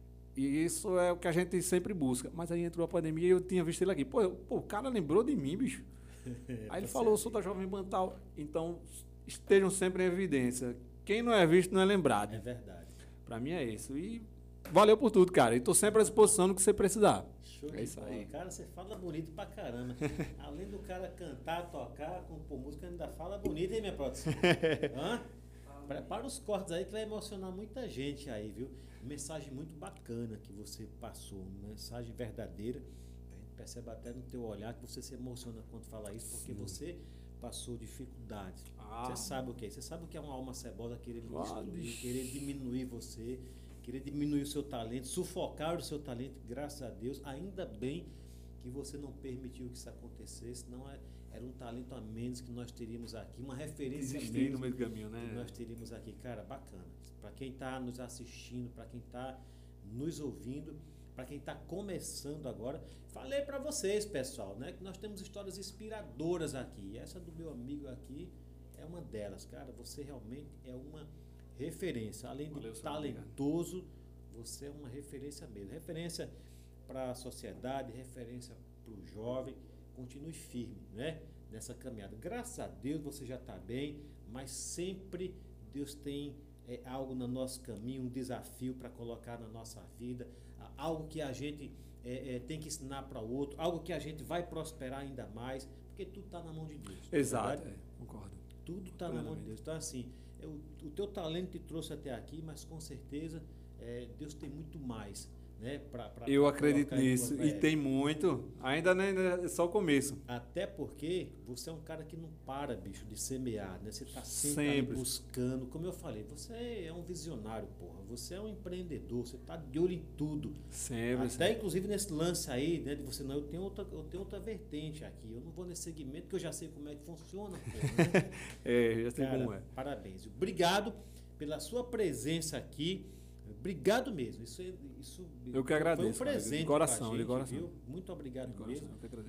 E isso é o que a gente sempre busca. Mas aí entrou a pandemia e eu tinha visto ele aqui. Pô, eu, pô o cara lembrou de mim, bicho. Aí ele falou, eu sou da Jovem Pan tal. Então, estejam sempre em evidência. Quem não é visto não é lembrado. É verdade. Pra mim é isso. E valeu por tudo, cara. E tô sempre à disposição no que você precisar. Show É de isso bola. aí. Cara, você fala bonito pra caramba. Além do cara cantar, tocar, compor música, ainda fala bonito, hein, minha produção? Hã? Prepara os cortes aí que vai emocionar muita gente aí, viu? Mensagem muito bacana que você passou, mensagem verdadeira. A gente percebe até no teu olhar que você se emociona quando fala isso, porque Sim. você passou dificuldades. Ah. Você sabe o que é? Você sabe o que é uma alma cebosa querer Ah, destruir, bicho. querer diminuir você, querer diminuir o seu talento, sufocar o seu talento. Graças a Deus, ainda bem que você não permitiu que isso acontecesse, senão é, era um talento a menos que nós teríamos aqui, uma referência a Desistir menos no meio do caminho, que né? nós teríamos aqui. Cara, bacana. Para quem está nos assistindo, para quem está nos ouvindo, para quem está começando agora, falei para vocês, pessoal, né, que nós temos histórias inspiradoras aqui. E essa do meu amigo aqui é uma delas, cara. Você realmente é uma referência. Além de Valeu, seu talentoso, você é uma referência mesmo. Referência para a sociedade, referência para o jovem. Continue firme, né, nessa caminhada. Graças a Deus você já está bem, mas sempre Deus tem é, algo no nosso caminho, um desafio para colocar na nossa vida, algo que a gente é, é, tem que ensinar para o outro, algo que a gente vai prosperar ainda mais, porque tudo está na mão de Deus. Exato, é é, concordo. Tudo está na mão de Deus. Então, assim, é, o, o teu talento te trouxe até aqui, mas com certeza é, Deus tem muito mais. Né, pra, pra, Eu pra acredito nisso. tua, E é, tem muito. Ainda né, é só o começo. Até porque você é um cara que não para, bicho, de semear, né? Você está sempre, ali Sempre. buscando. Como eu falei, você é um visionário, porra. Você é um empreendedor, você está de olho em tudo. Sempre. Até sempre. inclusive nesse lance aí, né? De você, não, eu tenho outra, eu tenho outra vertente aqui. Eu não vou nesse segmento que eu já sei como é que funciona, porra, né? É, já sei Cara, como é. parabéns. Obrigado pela sua presença aqui. Obrigado mesmo. Isso, isso Eu que agradeço, foi um cara, de presente coração, pra de gente, coração. viu? Muito obrigado De coração, mesmo. eu que agradeço.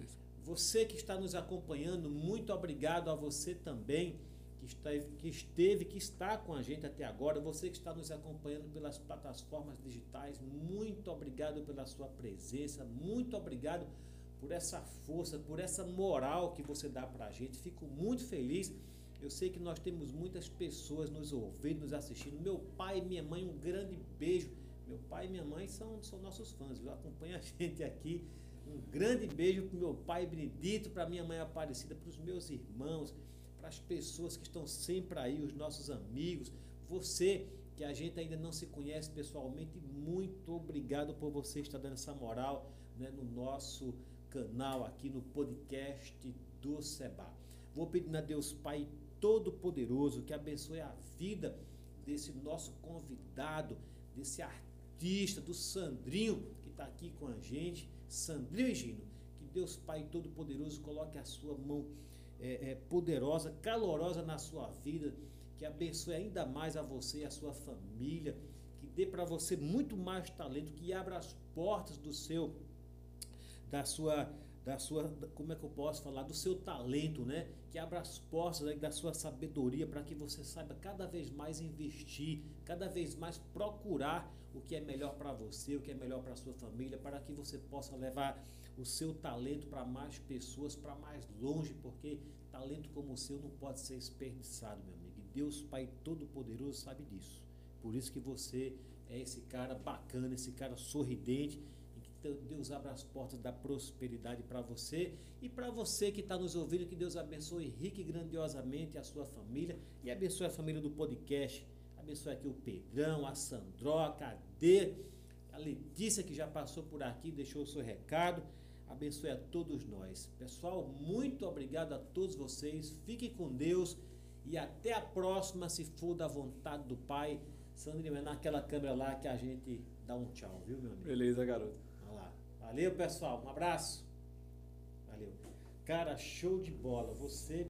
Você que está nos acompanhando, muito obrigado a você também que, está, que esteve, que está com a gente até agora. Você que está nos acompanhando pelas plataformas digitais, muito obrigado pela sua presença, muito obrigado por essa força, por essa moral que você dá para a gente. Fico muito feliz. Eu sei que nós temos muitas pessoas nos ouvindo, nos assistindo. Meu pai e minha mãe, um grande beijo. Meu pai e minha mãe são, são nossos fãs, viu? Acompanha a gente aqui. Um grande beijo para o meu pai Benedito, para minha mãe Aparecida, para os meus irmãos, para as pessoas que estão sempre aí, os nossos amigos. Você que a gente ainda não se conhece pessoalmente, muito obrigado por você estar dando essa moral, né, no nosso canal aqui no podcast do Seba. Vou pedir a Deus Pai Todo-Poderoso que abençoe a vida desse nosso convidado, desse artista, do Sandrinho, que está aqui com a gente, Sandrinho e Gino. Que Deus Pai Todo-Poderoso coloque a sua mão é, é, poderosa, calorosa na sua vida, que abençoe ainda mais a você e a sua família, que dê para você muito mais talento, que abra as portas do seu, da sua... da sua, como é que eu posso falar, do seu talento, né? Que abra as portas, né, da sua sabedoria, para que você saiba cada vez mais investir, cada vez mais procurar o que é melhor para você, o que é melhor para a sua família, para que você possa levar o seu talento para mais pessoas, para mais longe, porque talento como o seu não pode ser desperdiçado, meu amigo. E Deus Pai Todo-Poderoso sabe disso. Por isso que você é esse cara bacana, esse cara sorridente. Deus abra as portas da prosperidade para você e para você que está nos ouvindo, que Deus abençoe rica e grandiosamente a sua família e abençoe a família do podcast, abençoe aqui o Pedrão, a Sandroca, a Dê, a Letícia que já passou por aqui, deixou o seu recado, abençoe a todos nós. Pessoal, muito obrigado a todos vocês, fiquem com Deus e até a próxima, se for da vontade do Pai. Sandrinho, é naquela câmera lá que a gente dá um tchau, viu, meu amigo? Beleza, garoto. Valeu, pessoal. Um abraço. Valeu. Cara, show de bola. Você